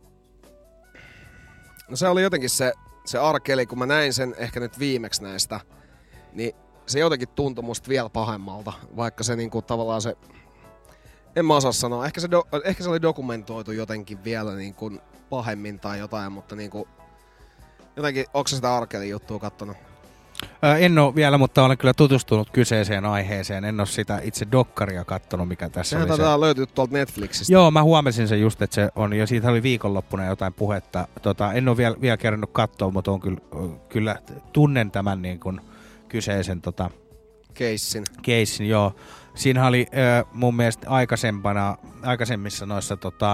No se oli jotenkin se R. Kelly, kun mä näin sen ehkä nyt viimeksi näistä, niin se jotenkin tuntui musta vielä pahemmalta, vaikka se niinku tavallaan se En mä osaa sanoa. Ehkä se oli dokumentoitu jotenkin vielä niin kuin pahemmin tai jotain, mutta niin kuin, jotenkin, onko se sitä Arkelin juttua kattonut? En ole vielä, mutta olen kyllä tutustunut kyseiseen aiheeseen. En ole sitä itse dokkaria kattonut, mikä tässä sehän oli. Sehän löytyy tuolta Netflixistä. Joo, mä huomasin sen just, että se on, ja siitä oli viikonloppuna jotain puhetta. En ole vielä kerännyt katsoa, mutta on kyllä tunnen tämän niin kuin kyseisen keissin, joo. Siinä oli mun mielestä aikaisemmissa noissa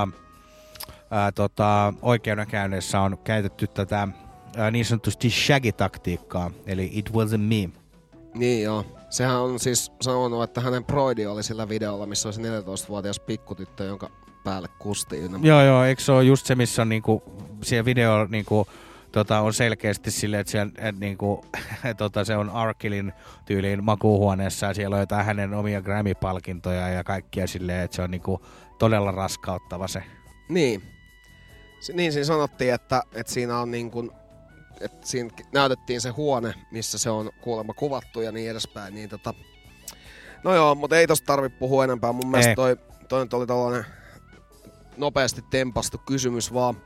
oikeudenkäynneissä on käytetty tätä niin sanotusti shaggy-taktiikkaa, eli it wasn't me. Niin joo. Sehän on siis sanonut, että hänen broidi oli sillä videolla, missä olisi 14-vuotias pikkutyttö, jonka päälle kustiin. Joo, eikö se ole just se, missä on niinku, siellä videolla niinku, on selkeästi silleen, että siellä, niinku, se on Arkilin tyyliin makuuhuoneessa ja siellä on jotain hänen omia Grammy-palkintoja ja kaikkia silleen, että se on niinku todella raskauttava se. Niin. Niin siinä sanottiin, että siinä on niin kuin, että siinä näytettiin se huone, missä se on kuulemma kuvattu ja niin edespäin. Niin no joo, mutta ei tosta tarvitse puhua enempää. Mun mielestä toi nyt oli tällainen nopeasti tempastu kysymys vaan.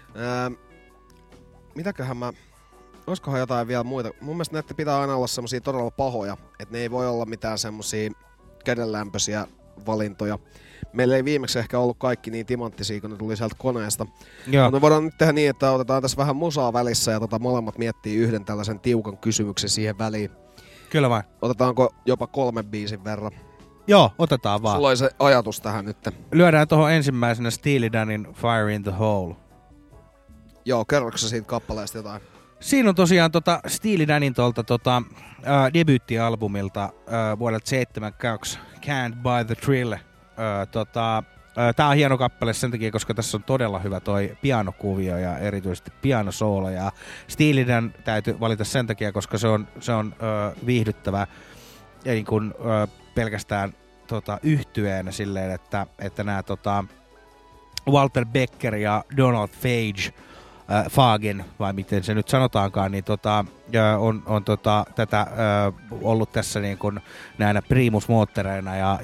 Olisikohan jotain vielä muita? Mun mielestä näitä pitää aina olla semmosia todella pahoja, että ne ei voi olla mitään semmosia kädenlämpöisiä valintoja. Meillä ei viimeksi ehkä ollut kaikki niin timanttisia, kun ne tuli sieltä koneesta. Mutta me voidaan nyt tehdä niin, että otetaan tässä vähän musaa välissä ja molemmat miettii yhden tällaisen tiukan kysymyksen siihen väliin. Kyllä vain. Otetaanko jopa 3 biisin verran? Joo, otetaan vaan. Sulla oli se ajatus tähän nyt. Lyödään tuohon ensimmäisenä Steely Danin Fire in the Hole. Joo, kerroksä siitä kappaleesta jotain? Siinä on tosiaan Steely Danin debyyttialbumilta vuodelta 72 Can't Buy the Thrill. Tää on hieno kappale sen takia, koska tässä on todella hyvä toi pianokuvio ja erityisesti pianosoolo. Ja Steely Dan täytyy valita sen takia, koska se on viihdyttävä ja niin kuin, pelkästään yhtyeenä silleen, että nämä Walter Becker ja Donald Fagen, vai miten se nyt sanotaankaan, niin on tätä ollut tässä niin kuin näinä primusmoottoreina ja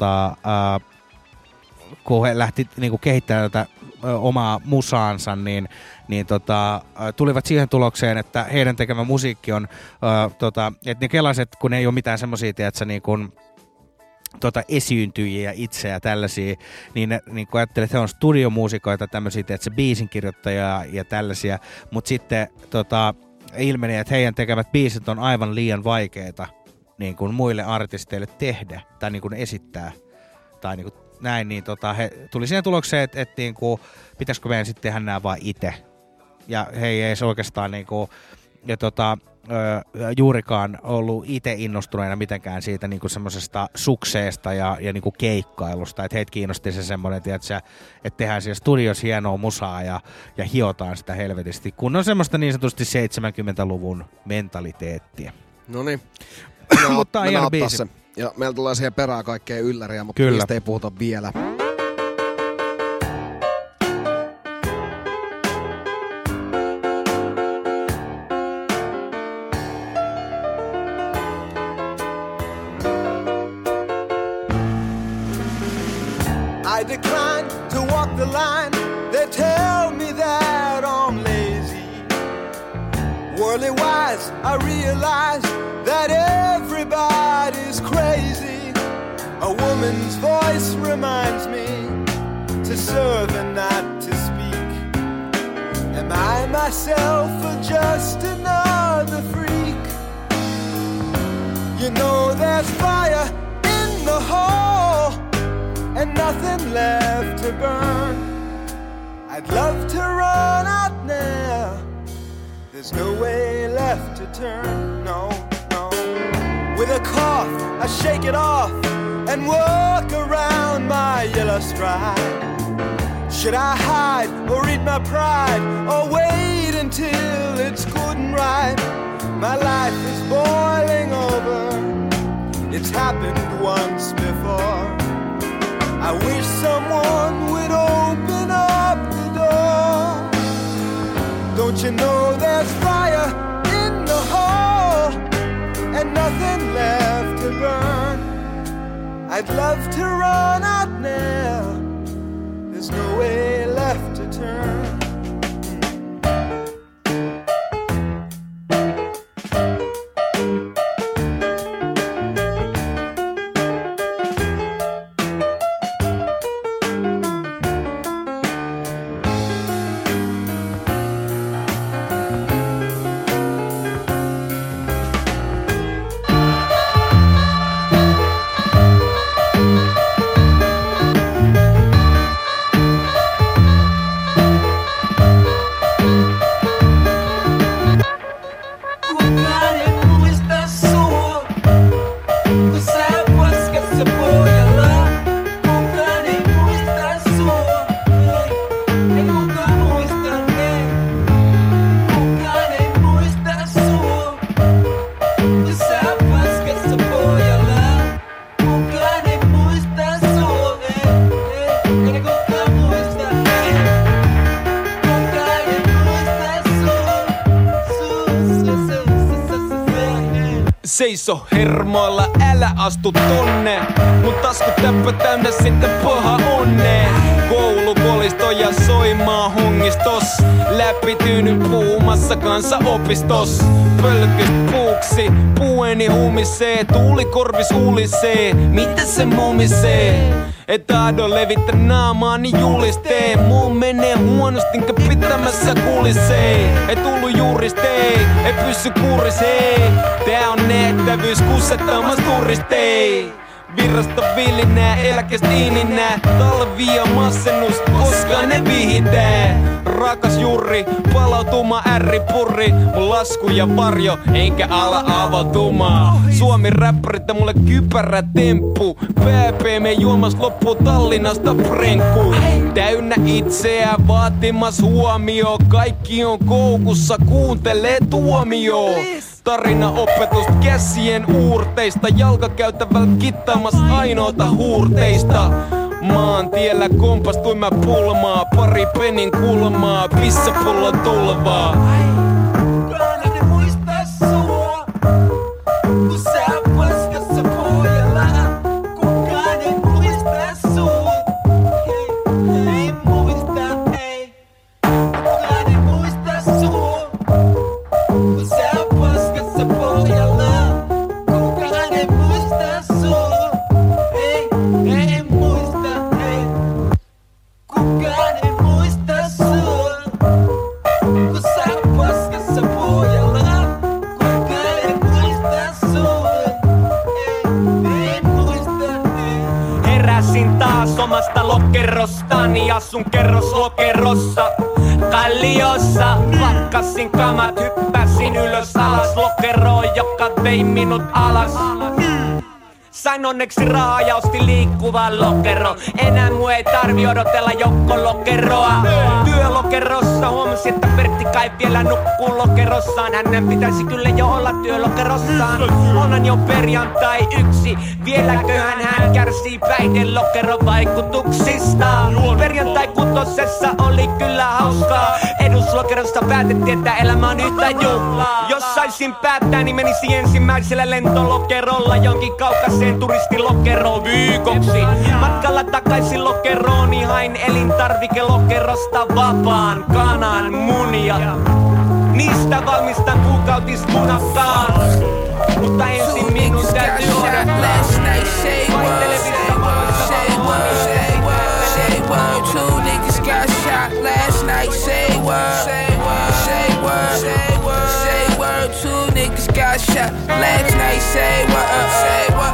kun he lähti niin kuin kehittämään tätä omaa musaansa, niin tulivat siihen tulokseen, että heidän tekemä musiikki on, että ne kelaset, kun ei ole mitään semmosia, tiedätkö, niin kuin esiintyjiä itse ja tällaisia, niin ne niin ajattelee, että he on studiomuusikoita, tämmöisiä, että biisinkirjoittajia ja tällaisia, mutta sitten ilmeni, että heidän tekemät biisit on aivan liian vaikeita niin kuin muille artisteille tehdä tai niin kuin esittää tai niin kuin näin, niin he tuli siihen tulokseen, että niin kuin, pitäisikö meidän sitten tehdä nämä vaan itse. Ja he ei edes oikeastaan niin kuin, juurikaan ollut itse innostuneena mitenkään siitä niin kuin semmoisesta sukseesta ja niin kuin keikkailusta. Että heitä kiinnosti se semmoinen, että tehdään siellä studiossa hienoa musaa ja hiotaan sitä helvetisti, kun on semmoista niin sanotusti 70-luvun mentaliteettia. Noniin. Mutta on hieno biisi. Ja meillä tulee siihen perään kaikkea ylläriä, mutta niistä ei puhuta vielä. I decline to walk the line. They tell me that I'm lazy. Worldly wise, I realize that everybody's crazy. A woman's voice reminds me to serve and not to speak. Am I myself or just another freak? You know there's fire in the hole and nothing left to burn. I'd love to run out now. There's no way left to turn, no. With a cough, I shake it off and walk around my yellow stride. Should I hide or eat my pride or wait until it's good and right? My life is boiling over. It's happened once before. I wish someone would open up the door. Don't you know there's fire in the hole and nothing left to burn? I I'd love to run out now. There's no way left to turn. Seiso hermoilla, älä astu tonne. Mun tasku täppä täynnä sitten paha onneen. Koulukolistoja soimaa hongistos. Läpityynyt puhumassa kanssa opistos. Pölkyst puuksi, pueni humisee. Tuuli korvis hulisee, mitä se mumisee? Et tahdo levittä naamaani julistee. Muu menee huonosti, enkä pitämässä kulisee. Et tullu juuristee, et pysy kurisee. Tää on nähtävyys kusettamas turistei. Virrasta vilinää, eläkestä ininää. Talvia massennus, koska ne vihitää. Rakas Jurri, palautuma ärripurri. Mun lasku ja varjo, enkä ala avautumaan. Suomi räppärit ja mulle kypärä temppu. PPM juomas loppuu Tallinnasta prenkku. Täynnä itseä vaatimas huomio. Kaikki on koukussa, kuuntelee tuomio. Tarina opetusta käsien uurteista. Jalkakäytävällä kittaamas ainoata huurteista. Maantiellä kompastuin mä pulmaa. Pari penin kulmaa, pissapullo tulvaa. Kukaan ei muista sua, kun sä paskassa pohjalla. Kukaan ei muista sua, ei muista, ei. Kukaan ei muista sua, kun sä paskassa pohjalla. Kukaan ei muista sua, ei muista, ei. Kukaan ei muista sua, kun sä paskassa pohjalla. Kukaan ei muista sua, ei muista, ei. Heräsin taas omasta lokerostani, asun kerroslokerossa. Kalliossa pakkasin kamat, hyppäsin ylös alas lokeroon, joka vei minut alas. Sain onneksi rahaa ja ostin liikkuvan lokero. Enää mu ei tarvi odotella jokkolokeroa. Työlokerossa huomasin, että Pertti kai vielä nukkuu lokerossaan. Hänen pitäisi kyllä jo olla työlokerossaan. Onhan jo perjantai 1. Vieläköhän hän kärsii päihdelokeron vaikutuksista. Perjantai 6. oli kyllä hauskaa. Eduslokerosta päätettiin, että elämä on yhtä juhlaa. Jos saisin päättää, niin menisi ensimmäisellä lentolokerolla jonkin kaukaiseen turistilokeroon viikoksi. Matkalla takaisin lokeroon, niin hain elintarvikelokerosta vapaan kanan munia. Niistä valmistan kuukautismunakkaan. Mutta ensin minun täytyy odottaa. Vaihtelevissa valoissa Two niggas got shot last night. Say word, say word, say word, say word, say word. Two niggas got shot last night. Say word, say word.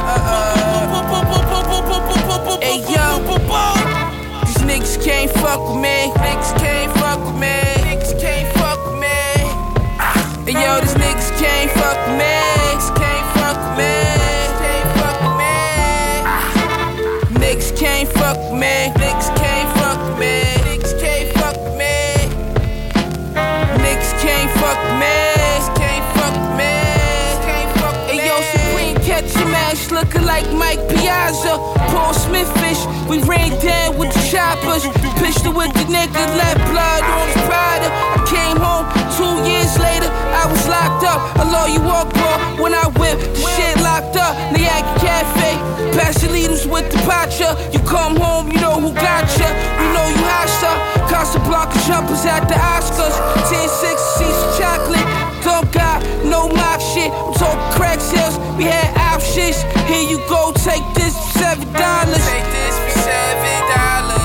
Hey yo, these niggas can't fuck with me. Niggas can't fuck with me. Niggas can't fuck with me. Hey yo, these niggas can't fuck with me. Niggas can't fuck with me. Can't fuck with me. Niggas can't fuck with me. Niggas can't fuck with me. Niggas can't fuck with me. Niggas can't fuck with me. Can't fuck with me. Can't fuck with me. Hey yo, Supreme catch your mash looking like Mike Piazza. Paul Smith fish, we rained down with the choppers. Pistol with the nigga, left blood on his rider. I came home 2 years later, I was locked up. A lawyer walk ball when I whip, the shit locked up. Niagara Cafe, Pass your needles with the pacha. You come home, you know who got ya. You know you hasta. Casablanca jumpers at the Oscars. 10-6 seats chocolate. Don't got no mock shit. I'm talking crack sales. We had options. Here you go, take this for $7. Take this for $7.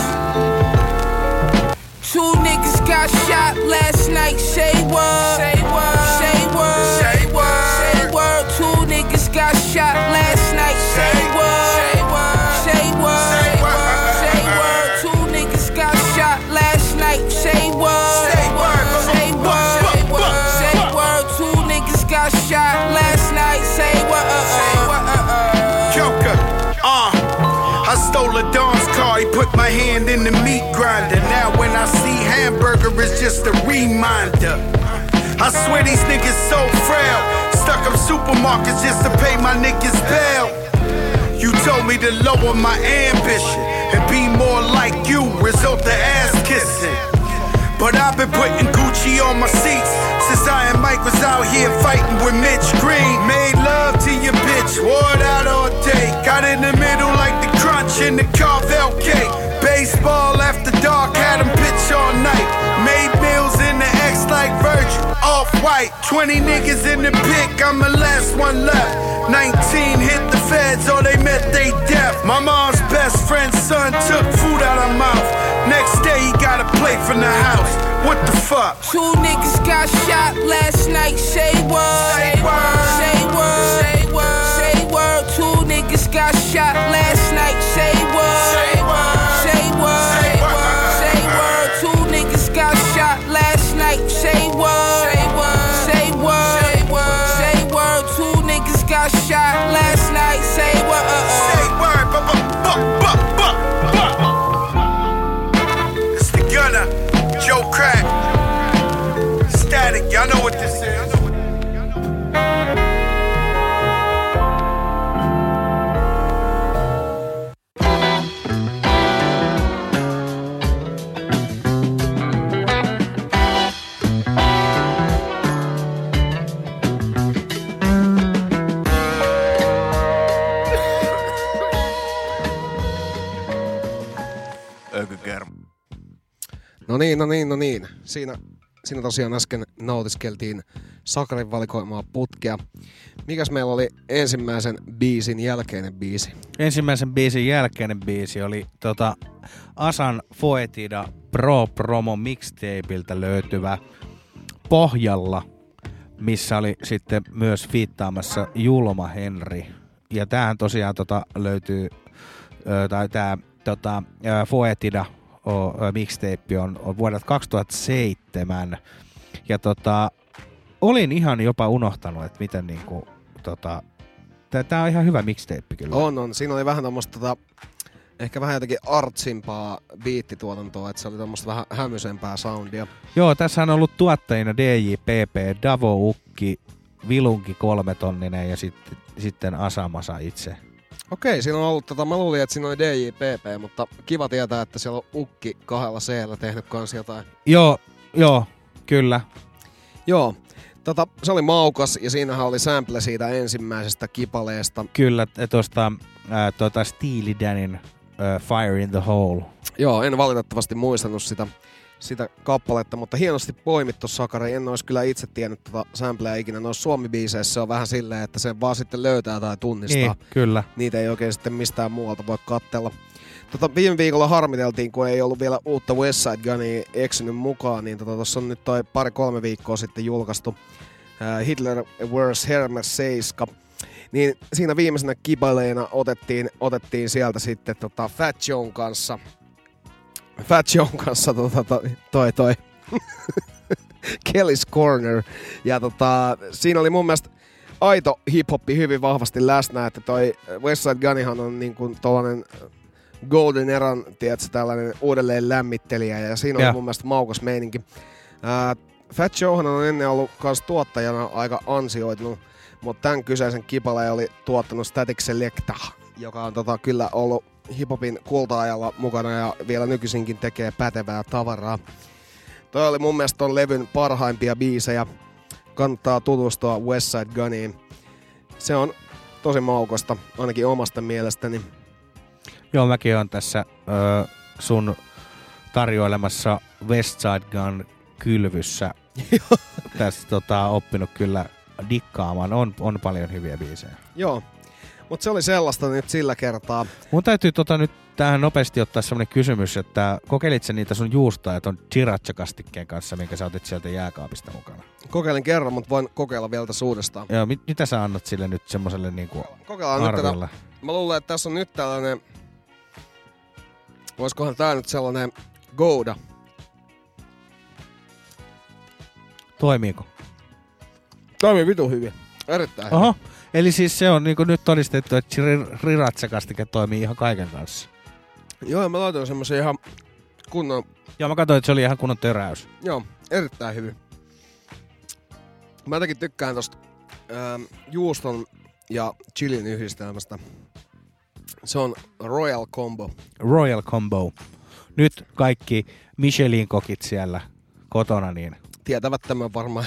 Two niggas got shot last night. Say word. Say word. Say word. Say word. Say word. Two niggas got shot last night. Say word. Say word. Say word. Say word. Say word. Two niggas got shot last night. Say word. Say word. Say word. Say word. Say word. Two niggas got shot last night. Say word. Say word. Joker. I stole a Don's car, he put my hand in the meat grinder. Now when I see hamburger, it's just a reminder. I swear these niggas so frail. Stuck up supermarkets just to pay my niggas bail. You told me to lower my ambition and be more like you, result of ass kissing. But I've been putting Gucci on my seats since I and Mike was out here fighting with Mitch Green. Made love to your bitch, wore it out all day. Got in the middle like the Crunch in the Carvel cake. Baseball after dark, had them pitch all night. Made meals in the X like Virgil, off-white. 20 niggas in the pick, I'm the last one left. 19 hit the feds, or they met they death. My mom's best friend's son took food out of mouth. Next day he got a plate from the house. What the fuck? Two niggas got shot last night. Say word. Say word. Say word. Say word. Say word. Two niggas got shot last night. Say word. Say word. Say word. Say word. Say word. Two niggas got shot last night. Say word. Say word. Say word. Say word. Say word. Two niggas got shot last night. Say word. Say word. It's the Gunner, Joe Crack, Static. Y'all know what this is. No niin. Siinä tosiaan äsken nautiskeltiin Sakarin valikoimaa putkea. Mikäs meillä oli ensimmäisen biisin jälkeinen biisi? Ensimmäisen biisin jälkeinen biisi oli Asan Foetida Pro Promo mixtapeiltä löytyvä Pohjalla, missä oli sitten myös fiittaamassa Julma Henri. Ja tämähän tosiaan löytyy, tai tää Foetida mixtape on vuodelta 2007. Ja olin ihan jopa unohtanut, että miten niinku tää on ihan hyvä mixtape kyllä. On. Siinä oli vähän tommoista ehkä vähän jotenkin artsimpaa biittituotantoa, että se oli tommoista vähän hämysempää soundia. Joo, tässä on ollut tuottajina DJPP, Davo Ukki, Vilunki 3 tonninen ja sitten Asamasa itse. Okei, siinä on ollut mä luulin, että siinä oli DJPP, mutta kiva tietää, että siellä on Ukki 2 C:llä tehnyt kans jotain. Joo, kyllä. Joo, se oli maukas ja siinähän oli sample siitä ensimmäisestä kipaleesta. Kyllä, tuosta Steely Danin Fire in the Hole. Joo, en valitettavasti muistanut sitä kappaletta, mutta hienosti poimittu Sakari. En olisi kyllä itse tiennyt sampleja ikinä. Noissa Suomi-biiseissä se on vähän silleen, että se vaan sitten löytää tai tunnistaa. Niin, kyllä. Niitä ei oikein sitten mistään muualta voi katsella. Viime viikolla harmiteltiin, kun ei ollut vielä uutta Westside Gunia eksynyt mukaan, niin tuossa on nyt toi 2-3 viikkoa sitten julkaistu Hitler Wears Hermes 7. Niin siinä viimeisenä kibaleena otettiin sieltä sitten Fat Joen kanssa toi Kelly's Corner. Ja siinä oli mun mielestä aito hip-hoppi hyvin vahvasti läsnä, että toi Westside Gunnihan on niin kuin tollanen Golden Eran, tiedätkö, tällainen uudelleen lämmittelijä, ja siinä on mun mielestä maukas meininki. Fat Joehan on ennen ollut kans tuottajana aika ansioitunut, mutta tämän kyseisen kipaleen oli tuottanut Static Selecta, joka on kyllä ollut hiphopin kulta-ajalla mukana ja vielä nykyisinkin tekee pätevää tavaraa. Toi oli mun mielestä ton levyn parhaimpia biisejä. Kannattaa tutustua Westside Guniin. Se on tosi maukosta, ainakin omasta mielestäni. Joo, mäkin on tässä sun tarjoilemassa Westside Gun kylvyssä tässä oppinut kyllä dikkaamaan. On paljon hyviä biisejä. Joo, mutta se oli sellaista nyt sillä kertaa. Mun täytyy nyt tähän nopeasti ottaa semmonen kysymys, että kokeilit sä niitä sun juustoja ton Chiracha-kastikkeen kanssa, minkä sä otit sieltä jääkaapista mukana? Kokeilin kerran, mutta voin kokeilla vielä tässä uudestaan. Joo, mitä sä annat sille nyt semmoselle niinku kokeillaan arviolla? Nyt tätä. Mä luulen, että tässä on nyt tällainen, voisikohan tää nyt sellainen Gouda. Toimiiko? Toimii vitu hyvin. Erittäin hyvin. Oho, eli siis se on niinku nyt todistettu, että Chiracha-kastike toimii ihan kaiken kanssa. Joo, mä laitoin semmosen ihan kunnon... Joo, mä katsoin, että se oli ihan kunnon töräys. Joo, erittäin hyvin. Mä jotenkin tykkään tosta juuston ja chilin yhdistelmästä. Se on Royal Combo. Royal Combo. Nyt kaikki Michelin-kokit siellä kotona, niin... Tietävät tämän varmaan.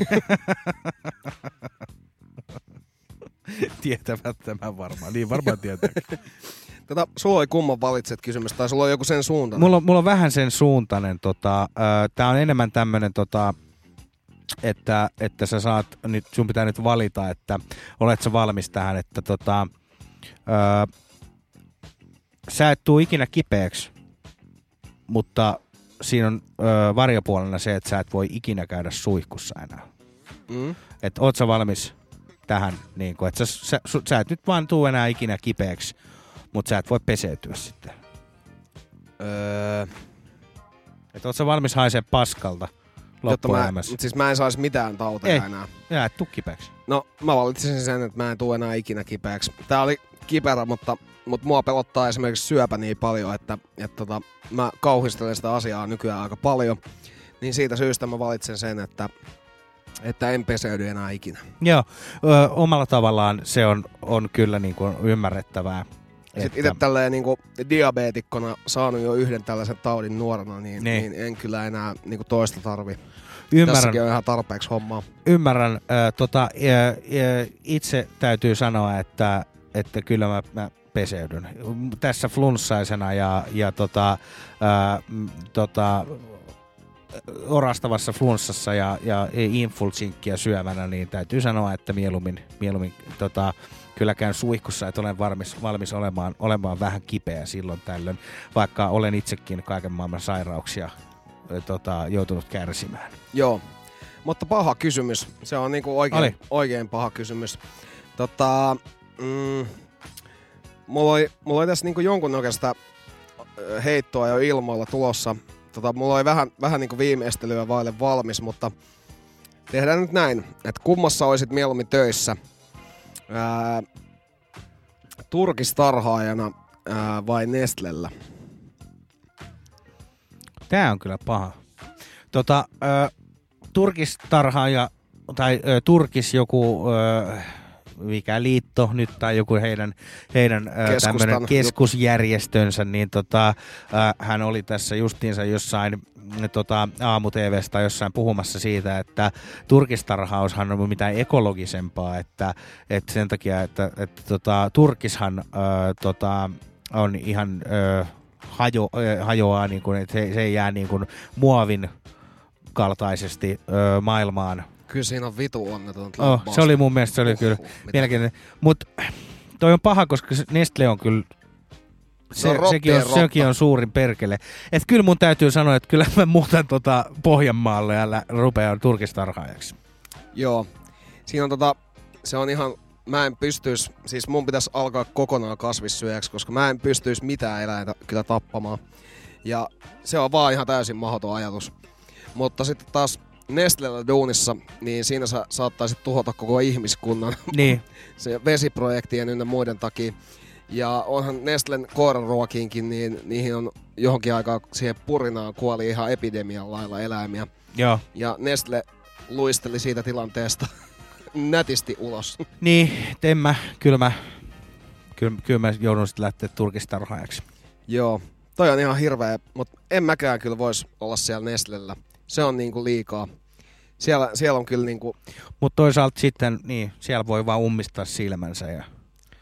Tietävät tämän varmaan. Niin varmaan tietääkin. Sulla oli kumman valitset kysymys, tai sulla on joku sen suuntainen? Mulla on vähän sen suuntainen. Tää on enemmän tämmönen, että sä saat, nyt, sun pitää nyt valita, että olet sä valmis tähän, että sä et tuu ikinä kipeäksi, mutta siinä on varjopuolena se, että sä et voi ikinä käydä suihkussa enää. Että oot sä valmis tähän, niin kun, että sä et nyt vaan tuu enää ikinä kipeäksi, mutta sä et voi peseytyä sitten. Että oot sä valmis haisee paskalta loppuelämässä? Siis mä en saisi mitään tauteja enää. Jää, et tuu kipeäksi. No, mä valitsin sen, että mä en tuu enää ikinä kipeäksi. Tää oli kiperä, mutta mua pelottaa esimerkiksi syöpä niin paljon, että mä kauhistelen sitä asiaa nykyään aika paljon. Niin siitä syystä mä valitsen sen, että en peseydy enää ikinä. Joo, omalla tavallaan se on kyllä niin kuin ymmärrettävää. Sitten itse tälleen niin kuin diabeetikkona saanut jo yhden tällaisen taudin nuorena, niin en kyllä enää niin kuin toista tarvi. Tässäkin on ihan tarpeeksi hommaa. Ymmärrän. Itse täytyy sanoa, että kyllä mä peseydyn. Tässä flunssaisena ja orastavassa flunssassa ja infulsinkkia syövänä, niin täytyy sanoa, että mieluummin kyllä käyn suihkussa, että olen valmis olemaan vähän kipeä silloin tällöin, vaikka olen itsekin kaiken maailman sairauksia joutunut kärsimään. Joo, mutta paha kysymys. Se on niinku oikein paha kysymys. Mulla oli tässä niinku jonkunnäköistä heittoa jo ilmoilla tulossa. Mulla oli vähän niinku viimeistelyä vaille valmis, mutta tehdään nyt näin, että kummassa olisit mieluummin töissä? Turkistarhaajana vai Nestlellä? Tää on kyllä paha. Turkistarhaaja tai Turkis joku mikä liitto nyt tai joku heidän tämmönen keskusjärjestönsä, niin hän oli tässä justiinsa jossain aamu-tv:stä tai jossain puhumassa siitä, että turkistarhaushan on mitään ekologisempaa, että sen takia, että turkishan on ihan hajoaa, niin kuin, että se ei jää niin kuin muovin kaltaisesti maailmaan. Kyllä siinä on vitu onneton. Se oli mun mielestä, se oli kyllä mielenkiintoinen. Mut toi on paha, koska Nestle on kyllä, sekin on suurin perkele. Et kyllä mun täytyy sanoa, että kyllä mä muutan Pohjanmaalle ja rupean turkistarhaajaksi. Joo. Siinä on se on ihan, mä en pystyis, siis mun pitäisi alkaa kokonaan kasvissyöjäksi, koska mä en pystyis mitään eläintä kyllä tappamaan. Ja se on vaan ihan täysin mahdoton ajatus. Mutta sitten taas Nestlellä duunissa, niin siinä sä saattaisit tuhota koko ihmiskunnan. Niin. Se vesiprojektien ynnä muiden takia. Ja onhan Nestlen koiraruokiinkin, niin niihin on johonkin aikaa siihen purinaan kuoli ihan epidemian lailla eläimiä. Joo. Ja Nestle luisteli siitä tilanteesta nätisti ulos. Niin, kyllä mä joudun sitten lähteä turkistarhaajaksi. Joo, toi on ihan hirveä, mutta en mäkään kyllä vois olla siellä Nestlellä. Se on niinku liikaa. Siellä on kyllä niinku... Mutta toisaalta sitten, niin, siellä voi vaan ummistaa silmänsä ja...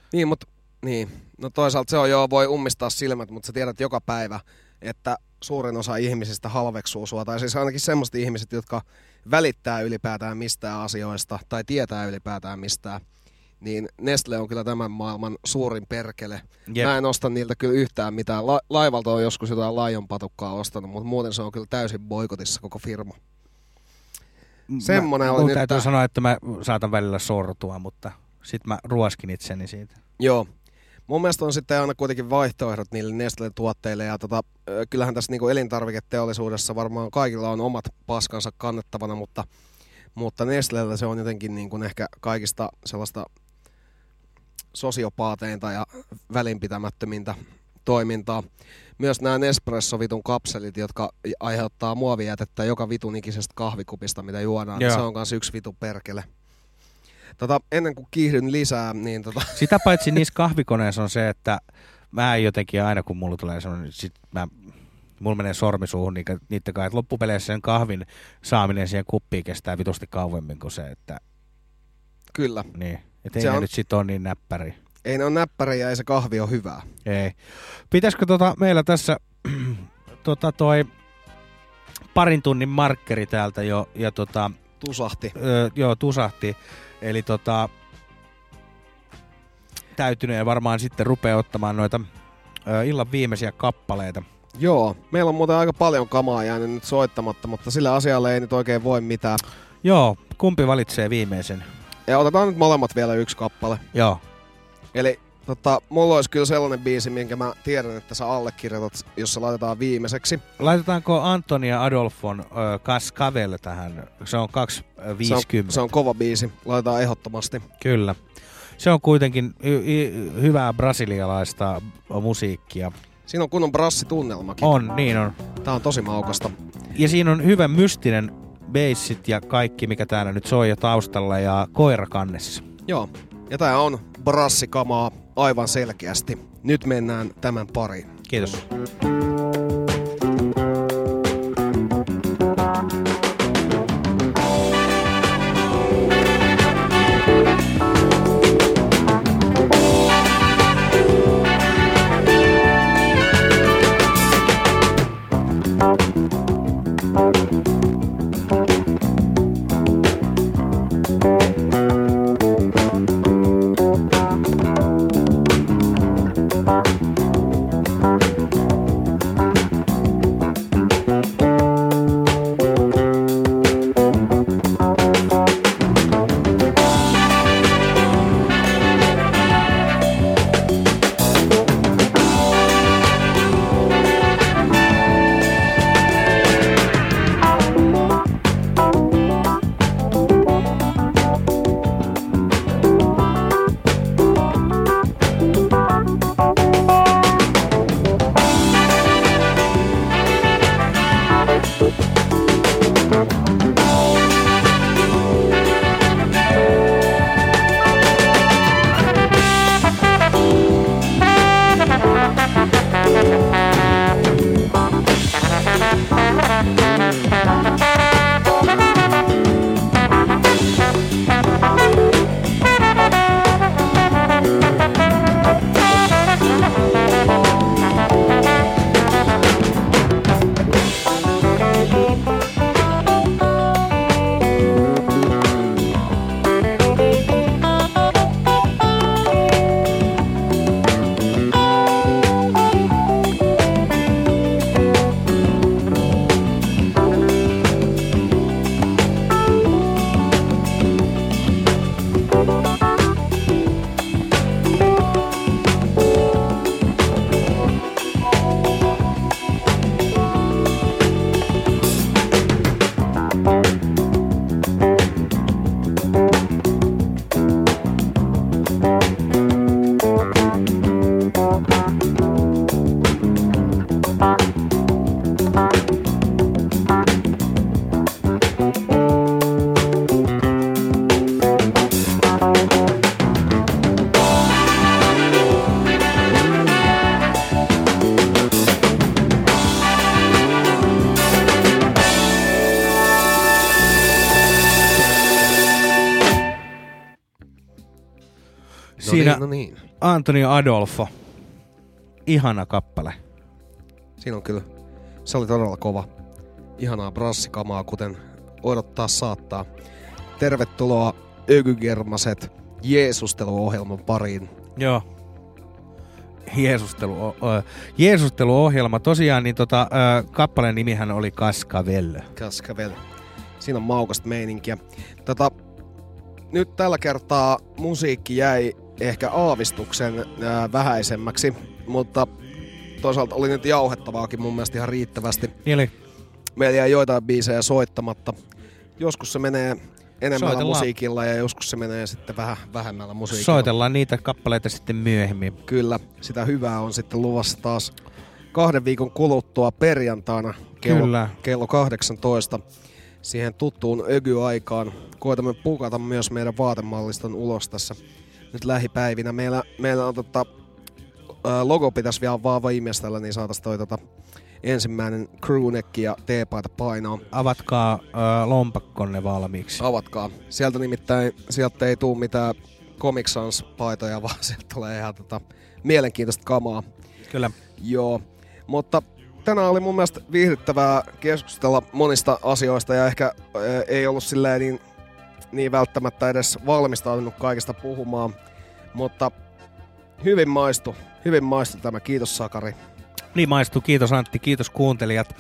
No toisaalta se on voi ummistaa silmät, mutta sä tiedät joka päivä, että suurin osa ihmisistä halveksuu sua. Tai siis ainakin semmoiset ihmiset, jotka välittää ylipäätään mistään asioista tai tietää ylipäätään mistään. Niin Nestle on kyllä tämän maailman suurin perkele. Jep. Mä en osta niiltä kyllä yhtään mitään. Laivalta on joskus jotain Lion-patukkaa ostanut, mutta muuten se on kyllä täysin boikotissa koko firma. Semmonen oli nyt. nyt Täytyy sanoa, että mä saatan välillä sortua, mutta sit mä ruoskin itseni siitä. Joo. Mun mielestä on sitten aina kuitenkin vaihtoehdot niille Nestle-tuotteille ja kyllähän tässä niinku elintarviketeollisuudessa varmaan kaikilla on omat paskansa kannettavana, mutta Nestlellä se on jotenkin niin kuin ehkä kaikista sellaista sosiopaateinta ja välinpitämättömintä toimintaa. Myös nämä Nespresso-vitun kapselit, jotka aiheuttaa muovijätettä joka vitun ikisestä kahvikupista, mitä juodaan, niin se on kans yksi vitu perkele. Ennen kuin kiihdyn lisää, niin Sitä paitsi niissä kahvikoneissa on se, että mä jotenkin aina kun mulla tulee semmoinen, mulla menee sormi suuhun niiden kanssa, että loppupeleissä sen kahvin saaminen siihen kuppiin kestää vitusti kauemmin kuin se, että... Kyllä. Niin, että ei ne nyt sit ole niin näppäri. Ei ne ole näppäriä ja ei se kahvi ole hyvää. Ei. Pitäisikö meillä tässä toi parin tunnin markkeri täältä jo ja Tusahti. Joo, tusahti. Eli täytyneen varmaan sitten rupeaa ottamaan noita illan viimeisiä kappaleita. Joo, meillä on muuten aika paljon kamaa jäänyt nyt soittamatta, mutta sillä asialle ei nyt oikein voi mitään. Joo, kumpi valitsee viimeisen? Ja otetaan nyt molemmat vielä yksi kappale. Joo. Eli mulla olisi kyllä sellainen biisi, minkä mä tiedän, että sä allekirjoitat, jos se laitetaan viimeiseksi. Laitetaanko Antonia Adolfon Cascavel tähän? Se on 2.50. Se on kova biisi. Laitetaan ehdottomasti. Kyllä. Se on kuitenkin hyvää brasilialaista musiikkia. Siinä on kunnon brassitunnelmakin. On, niin on. Tää on tosi maukasta. Ja siinä on hyvä mystinen bassit ja kaikki, mikä täällä nyt soi jo taustalla ja koira kannessa. Joo. Ja tää on brassikamaa aivan selkeästi. Nyt mennään tämän pariin. Kiitos. No niin. Antonio Adolfo. Ihana kappale. Siinä on kyllä. Se oli todella kova. Ihanaa brassikamaa, kuten odottaa saattaa. Tervetuloa Ökygermaset Jeesusteluohjelman pariin. Joo. Jeesusteluohjelma. Tosiaan niin kappaleen nimihän oli Cascavel. Cascavel. Siinä on maukasta meininkiä. Nyt tällä kertaa musiikki jäi ehkä aavistuksen vähäisemmäksi, mutta toisaalta oli nyt jauhettavaakin mun mielestä ihan riittävästi. Eli meillä jäi joitain biisejä soittamatta. Joskus se menee enemmällä musiikilla ja joskus se menee sitten vähän vähemmällä musiikilla. Soitellaan niitä kappaleita sitten myöhemmin. Kyllä, sitä hyvää on sitten luvassa taas 2 viikon kuluttua perjantaina kello 18. Siihen tuttuun ögy-aikaan. Koitamme pukata myös meidän vaatemalliston ulos tässä nyt lähipäivinä. Meillä on logo pitäisi vielä vaan viimeistellä, niin saataisiin toi ensimmäinen crewneck ja teepaita painoa. Avatkaa lompakkonne valmiiksi. Avatkaa. Sieltä ei tule mitään Comic Sans paitoja, vaan sieltä tulee ihan mielenkiintoista kamaa. Kyllä. Joo, mutta tänään oli mun mielestä viihdyttävää keskustella monista asioista ja ehkä ei ollut silleen niin välttämättä edes valmistautunut kaikesta puhumaan, mutta hyvin maistui tämä. Kiitos Sakari. Niin maistuu. Kiitos Antti, kiitos kuuntelijat.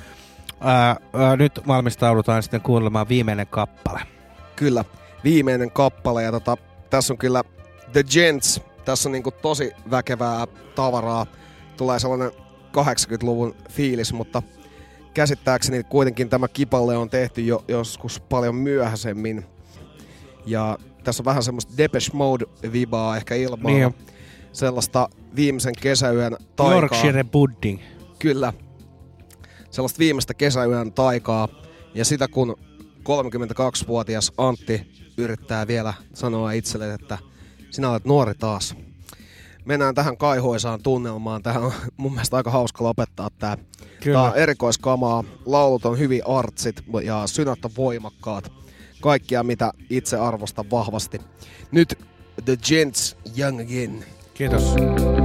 Nyt valmistaudutaan sitten kuuntelemaan viimeinen kappale. Kyllä, viimeinen kappale ja tässä on kyllä The Gents. Tässä on niinku tosi väkevää tavaraa. Tulee sellainen 80-luvun fiilis, mutta käsittääkseni kuitenkin tämä kipalle on tehty jo joskus paljon myöhäisemmin. Ja tässä on vähän semmoista Depeche Mode-vibaa ehkä ilmaa. Niin sellaista viimeisen kesäyön taikaa. Yorkshire pudding. Kyllä. Sellaista viimeistä kesäyön taikaa. Ja sitä kun 32-vuotias Antti yrittää vielä sanoa itselle, että sinä olet nuori taas. Mennään tähän kaihoisaan tunnelmaan. Tähän on mun mielestä aika hauska lopettaa tää. Tää on erikoiskamaa. Laulut on hyvin artsit ja synät on voimakkaat. Kaikkia mitä itse arvostan vahvasti. Nyt The Gents Young Again. Kiitos.